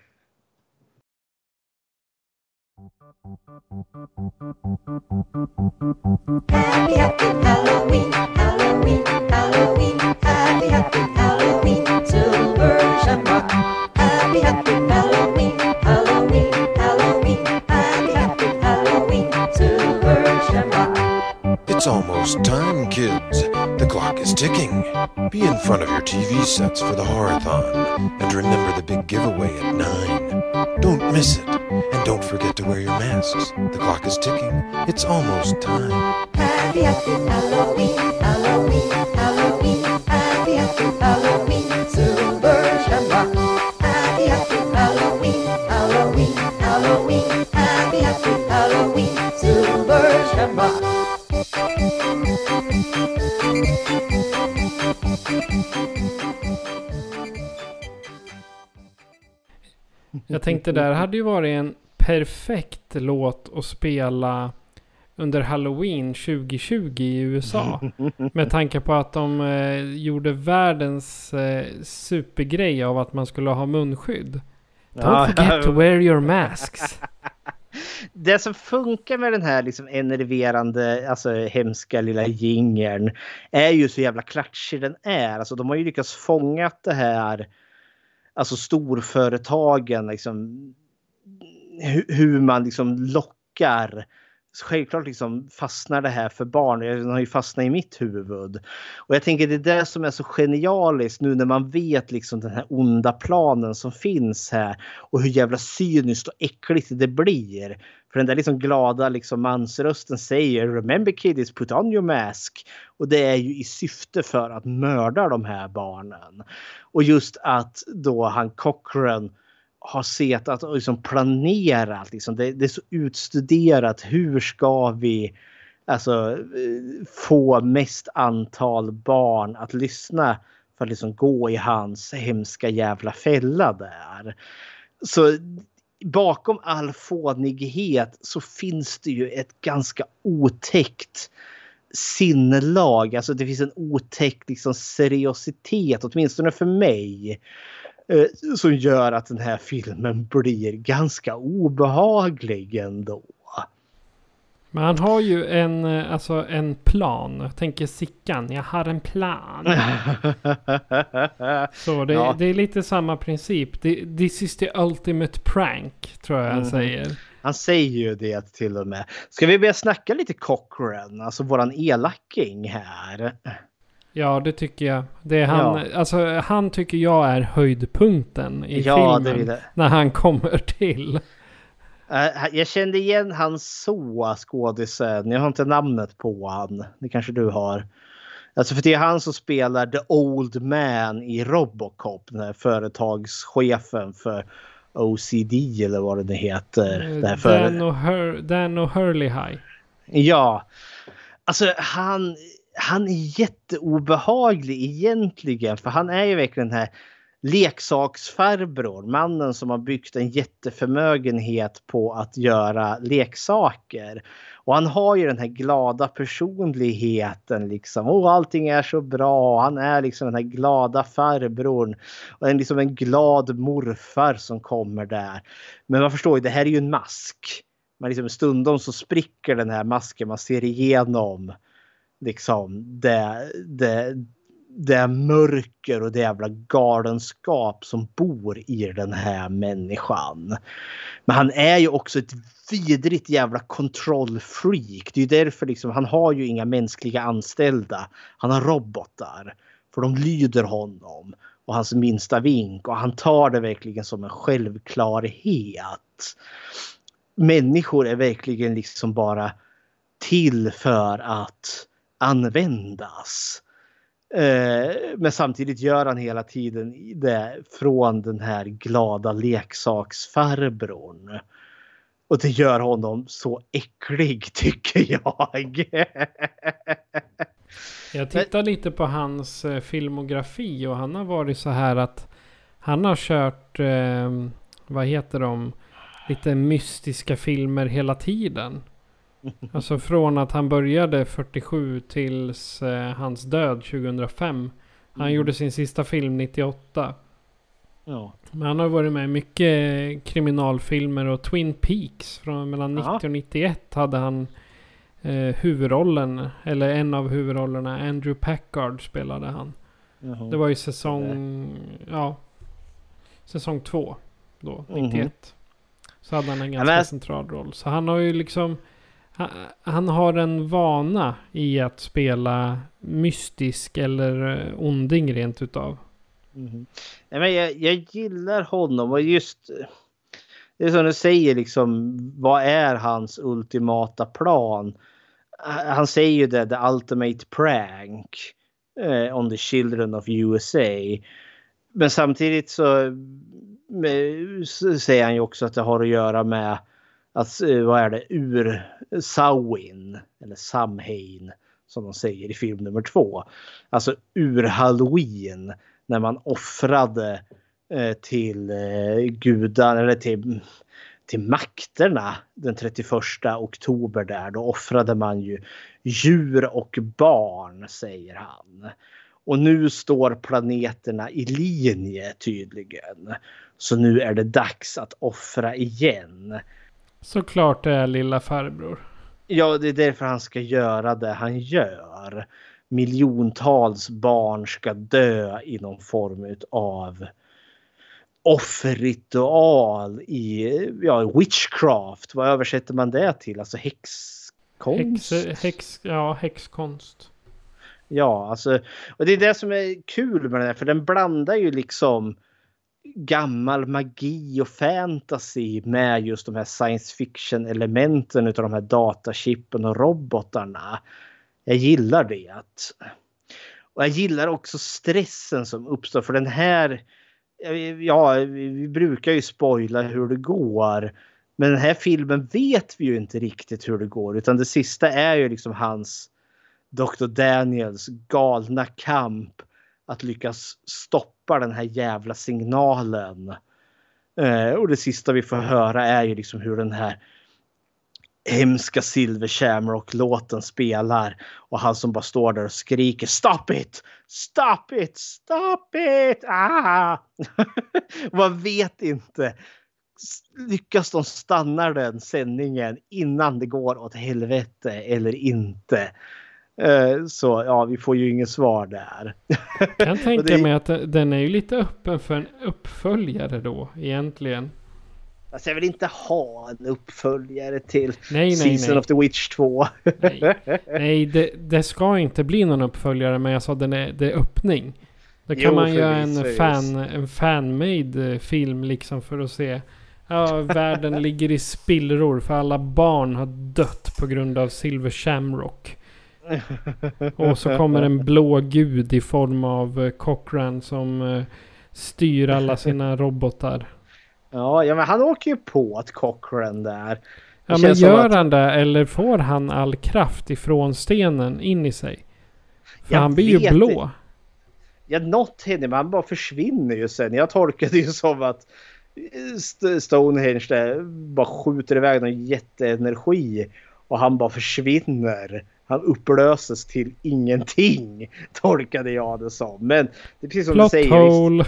Happy, happy Halloween, Halloween, Halloween. Happy, happy Halloween, Silver Shamrock. Happy, happy Halloween, Halloween, Halloween. Happy, happy Halloween, Silver Shamrock. It's almost time, kids. The clock is ticking. Be in front of your TV sets for the Horathon. And remember the big giveaway at 9. Don't miss it. And don't forget to wear your masks. The clock is ticking. It's almost time. Happy, happy Halloween, Halloween, Halloween. Happy, happy Halloween, Silver Shamrock. Happy, happy Halloween, Halloween, Halloween. Happy, happy Halloween, Silver Shamrock. Jag tänkte där hade ju varit en perfekt låt att spela under Halloween 2020 i USA. Med tanke på att de gjorde världens supergrej av att man skulle ha munskydd. Don't forget to wear your masks. Det som funkar med den här liksom enerverande, alltså hemska lilla jingeln är ju så jävla klatschig den är. Alltså de har ju lyckats fånga det här, alltså storföretagen liksom, hur man liksom lockar. Självklart liksom fastnar det här för barn. Den har ju fastnat i mitt huvud. Och jag tänker det är det som är så genialiskt nu när man vet liksom den här onda planen som finns här. Och hur jävla cyniskt och äckligt det blir. För den där liksom glada liksom mansrösten säger "Remember kiddies, put on your mask." Och det är ju i syfte för att mörda de här barnen. Och just att då han Cochran har sett att liksom planerat liksom, det är så utstuderat hur ska vi alltså få mest antal barn att lyssna för att liksom gå i hans hemska jävla fälla där. Så bakom all fånighet så finns det ju ett ganska otäckt sinnelag. Alltså det finns en otäck liksom seriositet, åtminstone för mig. Som gör att den här filmen blir ganska obehaglig ändå. Men han har ju en plan. Jag tänker Sickan, jag har en plan. Så det är lite samma princip. This is the ultimate prank, tror jag han säger. Han säger ju det till och med. Ska vi börja snacka lite Cochran? Alltså våran elaking här. Ja, det tycker jag. Det är han, han tycker jag är höjdpunkten i filmen. När han kommer till. Jag kände igen hans skådisen. Jag har inte namnet på han. Det kanske du har. Alltså för det är han som spelar The Old Man i Robocop. Den här företagschefen för OCD eller vad det heter. Dan O'Hurley. Ja. Alltså han är jätteobehaglig egentligen. För han är ju verkligen den här leksaksfarbror. Mannen som har byggt en jätteförmögenhet på att göra leksaker. Och han har ju den här glada personligheten liksom. Allting är så bra. Han är liksom den här glada farbrorn. Och liksom en glad morfar som kommer där. Men man förstår ju, det här är ju en mask. Men liksom stundom så spricker den här masken. Man ser igenom liksom det mörker och det jävla galenskap som bor i den här människan. Men han är ju också ett vidrigt jävla kontrollfreak. Det är ju därför liksom, han har ju inga mänskliga anställda. Han har robotar. För de lyder honom. Och hans minsta vink. Och han tar det verkligen som en självklarhet. Människor är verkligen liksom bara till för att användas. Men samtidigt gör han hela tiden det från den här glada leksaksfarbrorn. Och det gör honom så äcklig, tycker jag. Jag tittar lite på hans filmografi och han har varit så här att han har kört, vad heter de, lite mystiska filmer hela tiden. Alltså från att han började 47 tills hans död 2005. Han gjorde sin sista film 98. Ja. Men han har varit med i mycket kriminalfilmer och Twin Peaks från mellan 90 och 91 hade han huvudrollen, eller en av huvudrollerna. Andrew Packard spelade han. Det var ju säsong 2 då, 91. Så hade han en ganska central roll. Så han har ju liksom, han har en vana i att spela mystisk eller onding rent utav. Nej, men jag gillar honom och just det är som du säger liksom, vad är hans ultimata plan? Han säger ju det, the ultimate prank on the children of USA. Men samtidigt så säger han ju också att det har att göra med att, vad är det, Samhain eller Samhain som de säger i film nummer 2. Alltså Halloween, när man offrade till gudarna eller till makterna den 31 oktober där. Då offrade man ju djur och barn, säger han. Och nu står planeterna i linje tydligen. Så nu är det dags att offra igen. Såklart det är lilla farbror. Ja, det är därför han ska göra det han gör. Miljontals barn ska dö i någon form av offerritual i witchcraft. Vad översätter man det till? Alltså häxkonst? Häxkonst. Ja, alltså, och det är det som är kul med den här, för den blandar ju liksom gammal magi och fantasy med just de här science fiction elementen utav de här datachippen och robotarna. Jag gillar det. Och jag gillar också stressen som uppstår, för den här, vi brukar ju spoila hur det går, men den här filmen vet vi ju inte riktigt hur det går, utan det sista är ju liksom hans Dr. Daniels galna kamp att lyckas stoppa den här jävla signalen. Och det sista vi får höra är ju liksom hur den här hemska Silver Shamrock-låten spelar. Och han som bara står där och skriker Stop it! Stop it! Stop it! Ah! Man vet inte. Lyckas de stanna den sändningen innan det går åt helvete eller inte? Så ja, vi får ju inget svar där. Jag kan tänka mig att den är ju lite öppen för en uppföljare då egentligen. Alltså jag vill inte ha en uppföljare till Season of the Witch 2. Nej, det ska inte bli någon uppföljare, men jag sa det är öppning. Då kan man göra en fan-made film liksom för att se. Ja, världen ligger i spillror för alla barn har dött på grund av Silver Shamrock. Och så kommer en blå gud i form av Cochrane som styr alla sina robotar. Ja, men han åker ju på ett Cochrane där. Ja, men gör han det eller får han all kraft ifrån stenen in i sig? För han blir ju blå. Ja, något händer, men han bara försvinner ju sen. Jag tolkar det ju som att Stonehenge där bara skjuter iväg någon jätteenergi och han bara försvinner. Han upplöses till ingenting, tolkade jag det som. Men det är precis som Plot du säger. Hole.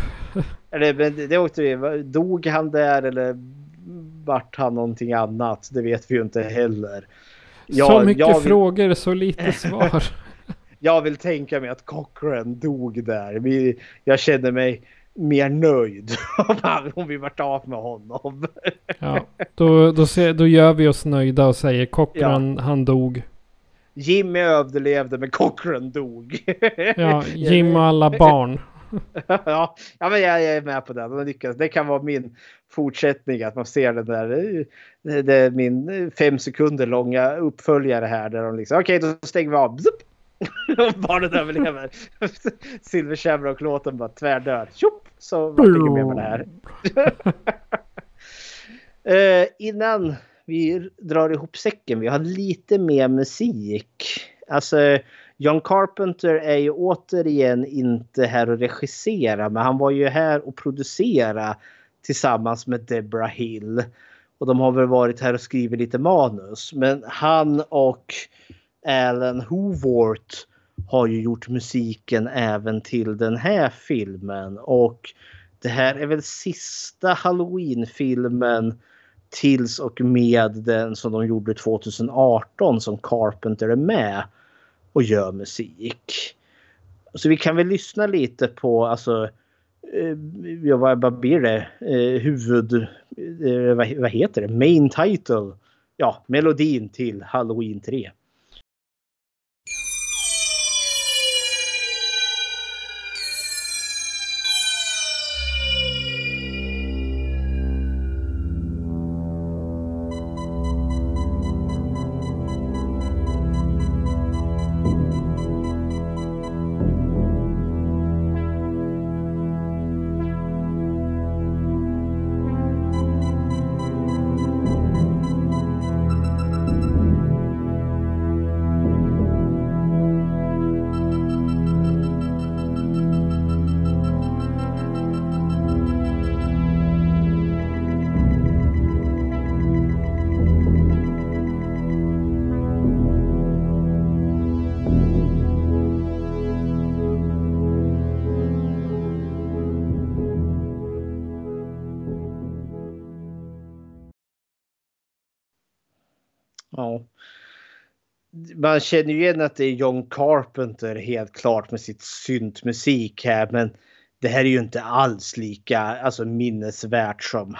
Dog han där eller vart han någonting annat? Det vet vi ju inte heller. Så mycket frågor, så lite svar. Jag vill tänka mig att Cochrane dog där. Jag känner mig mer nöjd om vi vart av med honom. Ja, då gör vi oss nöjda och säger Cochrane, han dog. Jimmy överlevde men Cochrane dog. Ja, Jim och alla barn. Ja, men jag är med på det. Det kan vara min fortsättning att man ser den där. Det är min 5 sekunder långa uppföljare här där de liksom okej, då stänger vi av. Barnen överlever. Silver Shamrock-låten bara tvärdöd. Så vart det med det här. Innan vi drar ihop säcken, vi har lite mer musik. Alltså John Carpenter är ju återigen inte här och regissera, men han var ju här och producera tillsammans med Deborah Hill. Och de har väl varit här och skrivit lite manus. Men han och Alan Howard har ju gjort musiken även till den här filmen. Och det här är väl sista Halloween-filmen tills och med den som de gjorde 2018 som Carpenter är med och gör musik. Så vi kan väl lyssna lite på alltså vad blir det? Vad heter det? Main title. Ja, melodin till Halloween 3. Ja. Man känner ju igen att det är John Carpenter helt klart med sitt syntmusik här, men det här är ju inte alls lika alltså minnesvärt som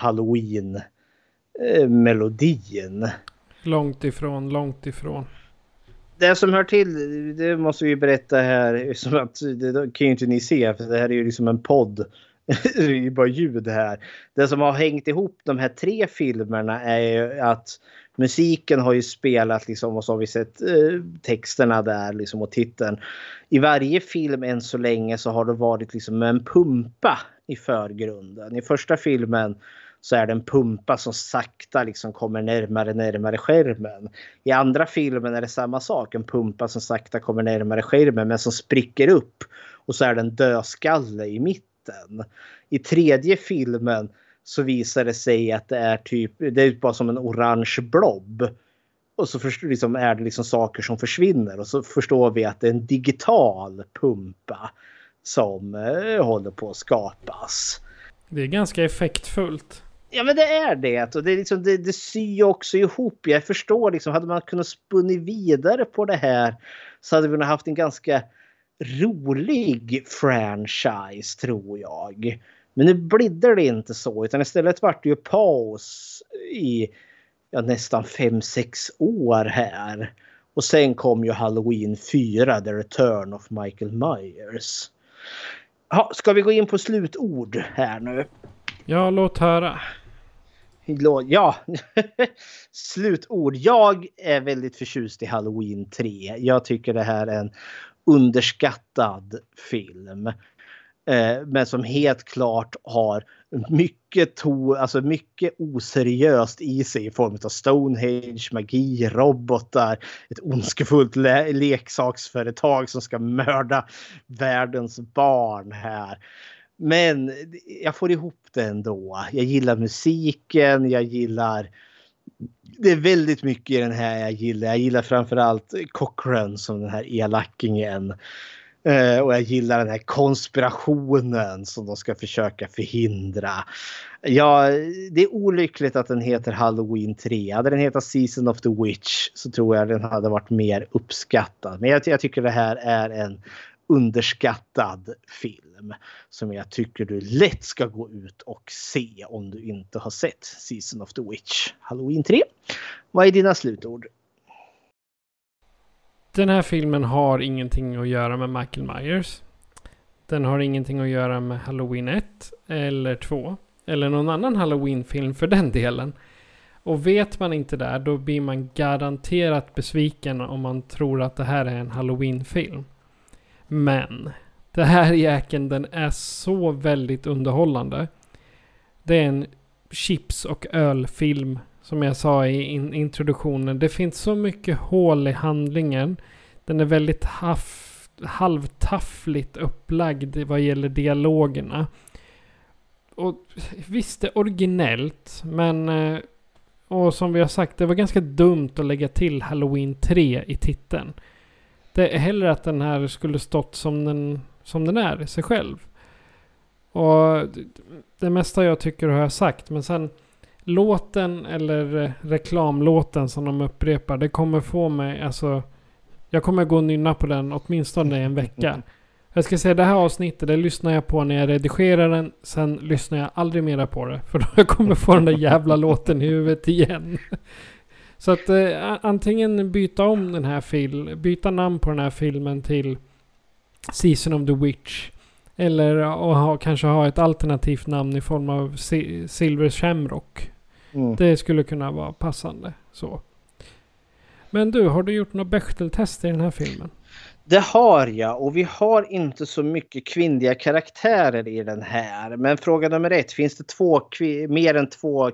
Halloween-melodin. Långt ifrån. Det som hör till, det måste vi berätta här, som att det kan ju inte ni se, för det här är ju liksom en podd. Det är ju bara ljud här. Det som har hängt ihop de här 3 filmerna är ju att musiken har ju spelat liksom, och så har vi sett texterna där liksom, och titeln. I varje film än så länge så har det varit liksom en pumpa i förgrunden. I första filmen så är det en pumpa som sakta liksom kommer närmare skärmen. I andra filmen är det samma sak. En pumpa som sakta kommer närmare skärmen men som spricker upp. Och så är det en dödskalle i mitten. I tredje filmen så visar det sig att det är typ, det är bara som en orange blob. Och så liksom är det liksom saker som försvinner. Och så förstår vi att det är en digital pumpa som håller på att skapas. Det är ganska effektfullt. Ja, men det är det. Och det, är liksom, det syr också ihop. Jag förstår liksom, hade man kunnat spunna vidare på det här så hade vi haft en ganska rolig franchise, tror jag. Men nu blir det inte så. Utan istället vart det ju paus i nästan 5-6 år här. Och sen kom ju Halloween 4, The Return of Michael Myers. Ska vi gå in på slutord här nu? Ja, låt höra. Ja, slutord. Jag är väldigt förtjust i Halloween 3. Jag tycker det här är en underskattad film. Men som helt klart har mycket oseriöst i sig i form av Stonehenge, magi, robotar, ett ondskefullt leksaksföretag som ska mörda världens barn här. Men jag får ihop det ändå. Jag gillar musiken, det är väldigt mycket i den här jag gillar. Jag gillar framförallt Cochran som den här elakingen. Och jag gillar den här konspirationen som de ska försöka förhindra. Ja, det är olyckligt att den heter Halloween 3. Hade den hetat Season of the Witch så tror jag den hade varit mer uppskattad. Men jag tycker det här är en underskattad film som jag tycker du lätt ska gå ut och se om du inte har sett Season of the Witch. Halloween 3. Vad är dina slutord? Den här filmen har ingenting att göra med Michael Myers. Den har ingenting att göra med Halloween 1 eller 2. Eller någon annan Halloween-film för den delen. Och vet man inte där, då blir man garanterat besviken om man tror att det här är en Halloween-film. Men det här jäkeln, den är så väldigt underhållande. Det är en chips- och ölfilm. Som jag sa i introduktionen. Det finns så mycket hål i handlingen. Den är väldigt halvtaffligt upplagd vad gäller dialogerna. Och visst, det är originellt. Men och som vi har sagt, det var ganska dumt att lägga till Halloween 3 i titeln. Det är hellre att den här skulle stått som den är sig själv. Och det mesta jag tycker har jag sagt. Men sen låten eller reklamlåten som de upprepar, det kommer få mig, alltså jag kommer gå och nynna på den åtminstone en vecka. Jag ska säga, det här avsnittet, det lyssnar jag på när jag redigerar den, sen lyssnar jag aldrig mera på det, för då jag kommer få den där jävla låten i huvudet igen. Så att antingen byta namn på den här filmen till Season of the Witch, eller kanske ha ett alternativt namn i form av Silver Shamrock. Det skulle kunna vara passande. Så. Men du, har du gjort något Bechdel-test i den här filmen? Det har jag, och vi har inte så mycket kvinnliga karaktärer i den här. Men fråga nummer 1, finns det mer än två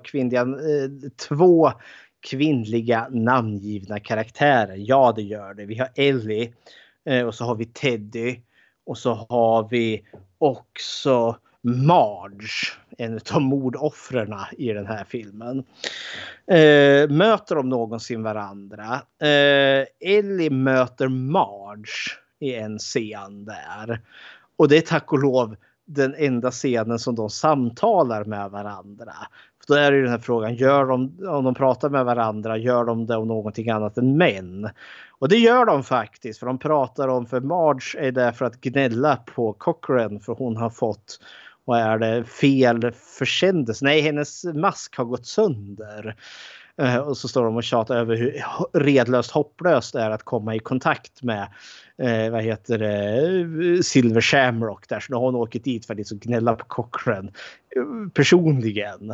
kvinnliga namngivna karaktärer? Ja, det gör det. Vi har Ellie och så har vi Teddy. Och så har vi också Marge, en av mordoffren i den här filmen. Möter de någonsin varandra? Ellie möter Marge i en scen där. Och det är tack och lov den enda scenen som de samtalar med varandra. För då är det ju den här frågan, om de pratar med varandra, gör de det om någonting annat än män? Och det gör de faktiskt, för de pratar om, för Marge är där för att gnälla på Cochran för hon har fått, vad är det, fel försändelse. Nej, hennes mask har gått sönder. Och så står de och tjatar över hur redlöst hopplöst det är att komma i kontakt med Silver Shamrock där. Så då har hon åkt dit för att liksom gnälla på Cochran personligen.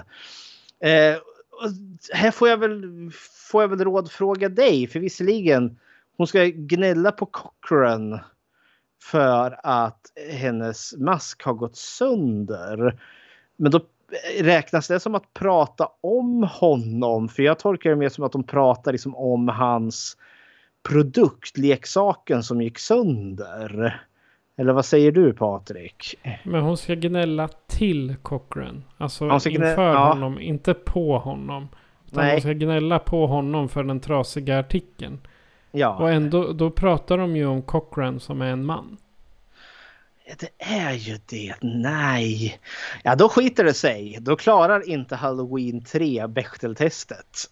Här får jag väl rådfråga dig, för visserligen hon ska gnälla på Cochran för att hennes mask har gått sönder. Men då räknas det som att prata om honom, för jag tolkar det mer som att de pratar liksom om hans produkt, leksaken som gick sönder. Eller vad säger du, Patrik? Men hon ska gnälla till Cochran. Alltså inför honom, inte på honom. Utan de ska gnälla på honom för den trasiga artikeln. Ja. Och ändå, då pratar de ju om Cochran som är en man. Ja, det är ju det. Nej. Ja, då skiter det sig. Då klarar inte Halloween 3 Bechdel-testet.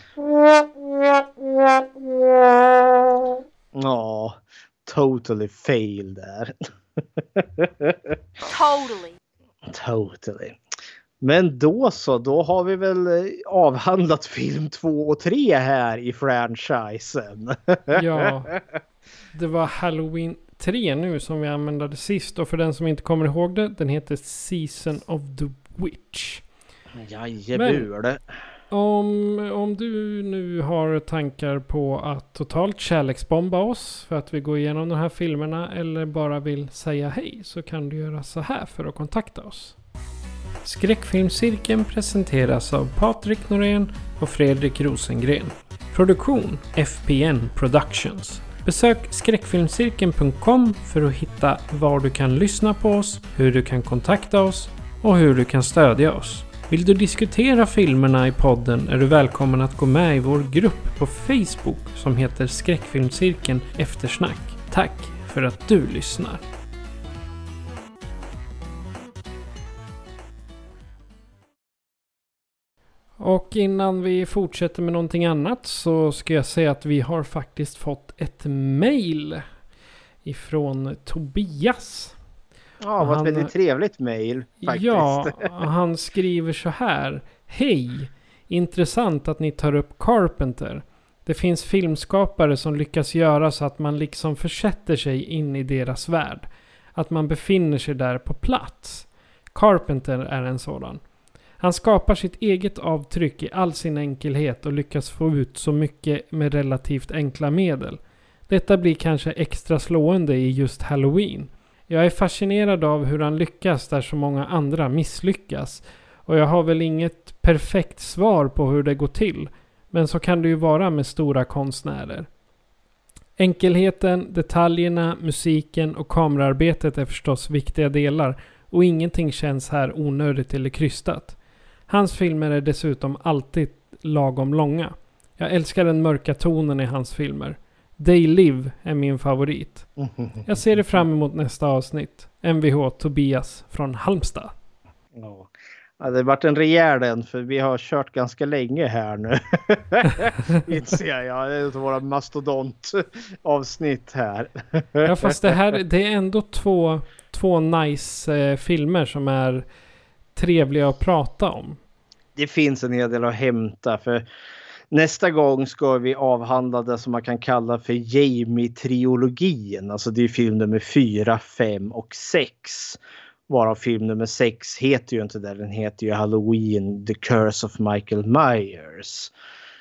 Ja, totally fail där. Totally. Men då så, då har vi väl avhandlat film 2 och 3 här i franchisen. Ja, det var Halloween 3 nu som vi använde sist. Och för den som inte kommer ihåg det, den heter Season of the Witch. Jajebur. Om du nu har tankar på att totalt kärleksbomba oss för att vi går igenom de här filmerna eller bara vill säga hej, så kan du göra så här för att kontakta oss. Skräckfilmscirkeln presenteras av Patrik Norén och Fredrik Rosengren. Produktion FPN Productions. Besök skräckfilmscirkeln.com för att hitta var du kan lyssna på oss, hur du kan kontakta oss och hur du kan stödja oss. Vill du diskutera filmerna i podden är du välkommen att gå med i vår grupp på Facebook som heter Skräckfilmscirkeln Eftersnack. Tack för att du lyssnar. Och innan vi fortsätter med någonting annat så ska jag säga att vi har faktiskt fått ett mejl ifrån Tobias. Ja, vad ett väldigt trevligt mejl faktiskt. Ja, han skriver så här. Hej, intressant att ni tar upp Carpenter. Det finns filmskapare som lyckas göra så att man liksom försätter sig in i deras värld. Att man befinner sig där på plats. Carpenter är en sådan. Han skapar sitt eget avtryck i all sin enkelhet och lyckas få ut så mycket med relativt enkla medel. Detta blir kanske extra slående i just Halloween. Jag är fascinerad av hur han lyckas där så många andra misslyckas. Och jag har väl inget perfekt svar på hur det går till. Men så kan det ju vara med stora konstnärer. Enkelheten, detaljerna, musiken och kamerarbetet är förstås viktiga delar. Och ingenting känns här onödigt eller krystat. Hans filmer är dessutom alltid lagom långa. Jag älskar den mörka tonen i hans filmer. They Live är min favorit. Jag ser det fram emot nästa avsnitt. Mvh Tobias från Halmstad. Ja, det har varit en rejäl en för vi har kört ganska länge här nu. Inser jag. Det är våra mastodont-avsnitt här. Ja, fast det är ändå två nice filmer som är trevliga att prata om. Det finns en hel del att hämta för nästa gång ska vi avhandla det som man kan kalla för Jamie-trilogin. Alltså det är film nummer 4, 5 och 6. Varav film nummer 6 heter ju inte det. Den heter ju Halloween, The Curse of Michael Myers.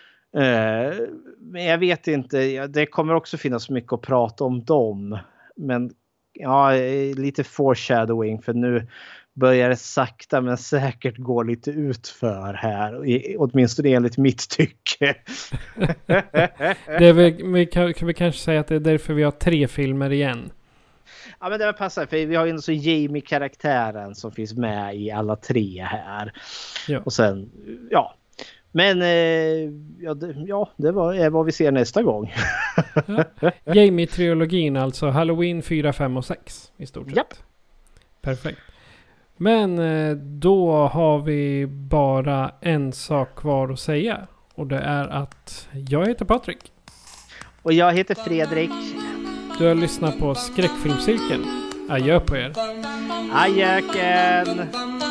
Men jag vet inte. Det kommer också finnas mycket att prata om dem. Men ja, lite foreshadowing för nu börjar det sakta men säkert gå lite utför här. Åtminstone enligt mitt tycke. Vi kan kanske säga att det är därför vi har 3 filmer igen. Ja, men det passar för vi har ju så Jamie-karaktären som finns med i alla 3 här. Ja. Och sen, ja. Men det är vad vi ser nästa gång. Ja. Jamie-trilogin alltså. Halloween 4, 5 och 6 i stort sett. Japp. Perfekt. Men då har vi bara en sak kvar att säga. Och det är att jag heter Patrik. Och jag heter Fredrik. Du har lyssnat på Skräckfilmscirkeln. Adjö på er. Adjöken.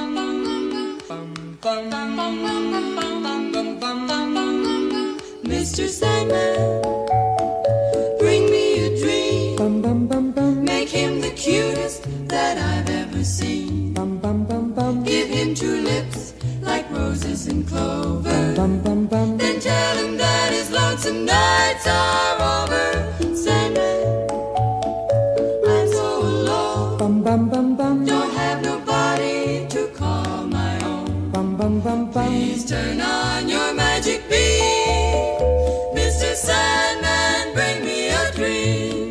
Mr. Sandman, bring me a dream. Make him the cutest that I've ever seen. Give him 2 lips like roses and clover. Then tell him that his lonesome nights are over. Sandman, I'm so alone. Don't have nobody to call my own. Please turn on your magic beam. Mr. Sandman, bring me a dream.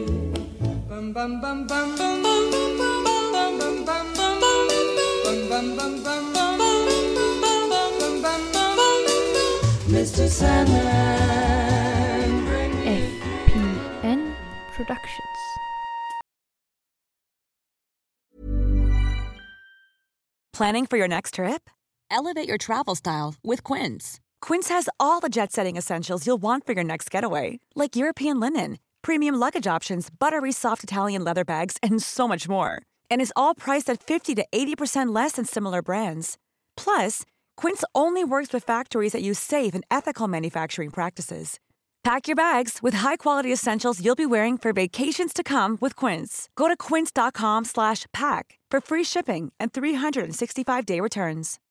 Mr. Mr. Sandman, bring me FPN Productions. Planning for your next trip? Elevate your travel style with Quince. Quince has all the jet-setting essentials you'll want for your next getaway, like European linen, premium luggage options, buttery soft Italian leather bags, and so much more. And is all priced at 50 to 80% less than similar brands. Plus, Quince only works with factories that use safe and ethical manufacturing practices. Pack your bags with high-quality essentials you'll be wearing for vacations to come with Quince. Go to quince.com/pack for free shipping and 365-day returns.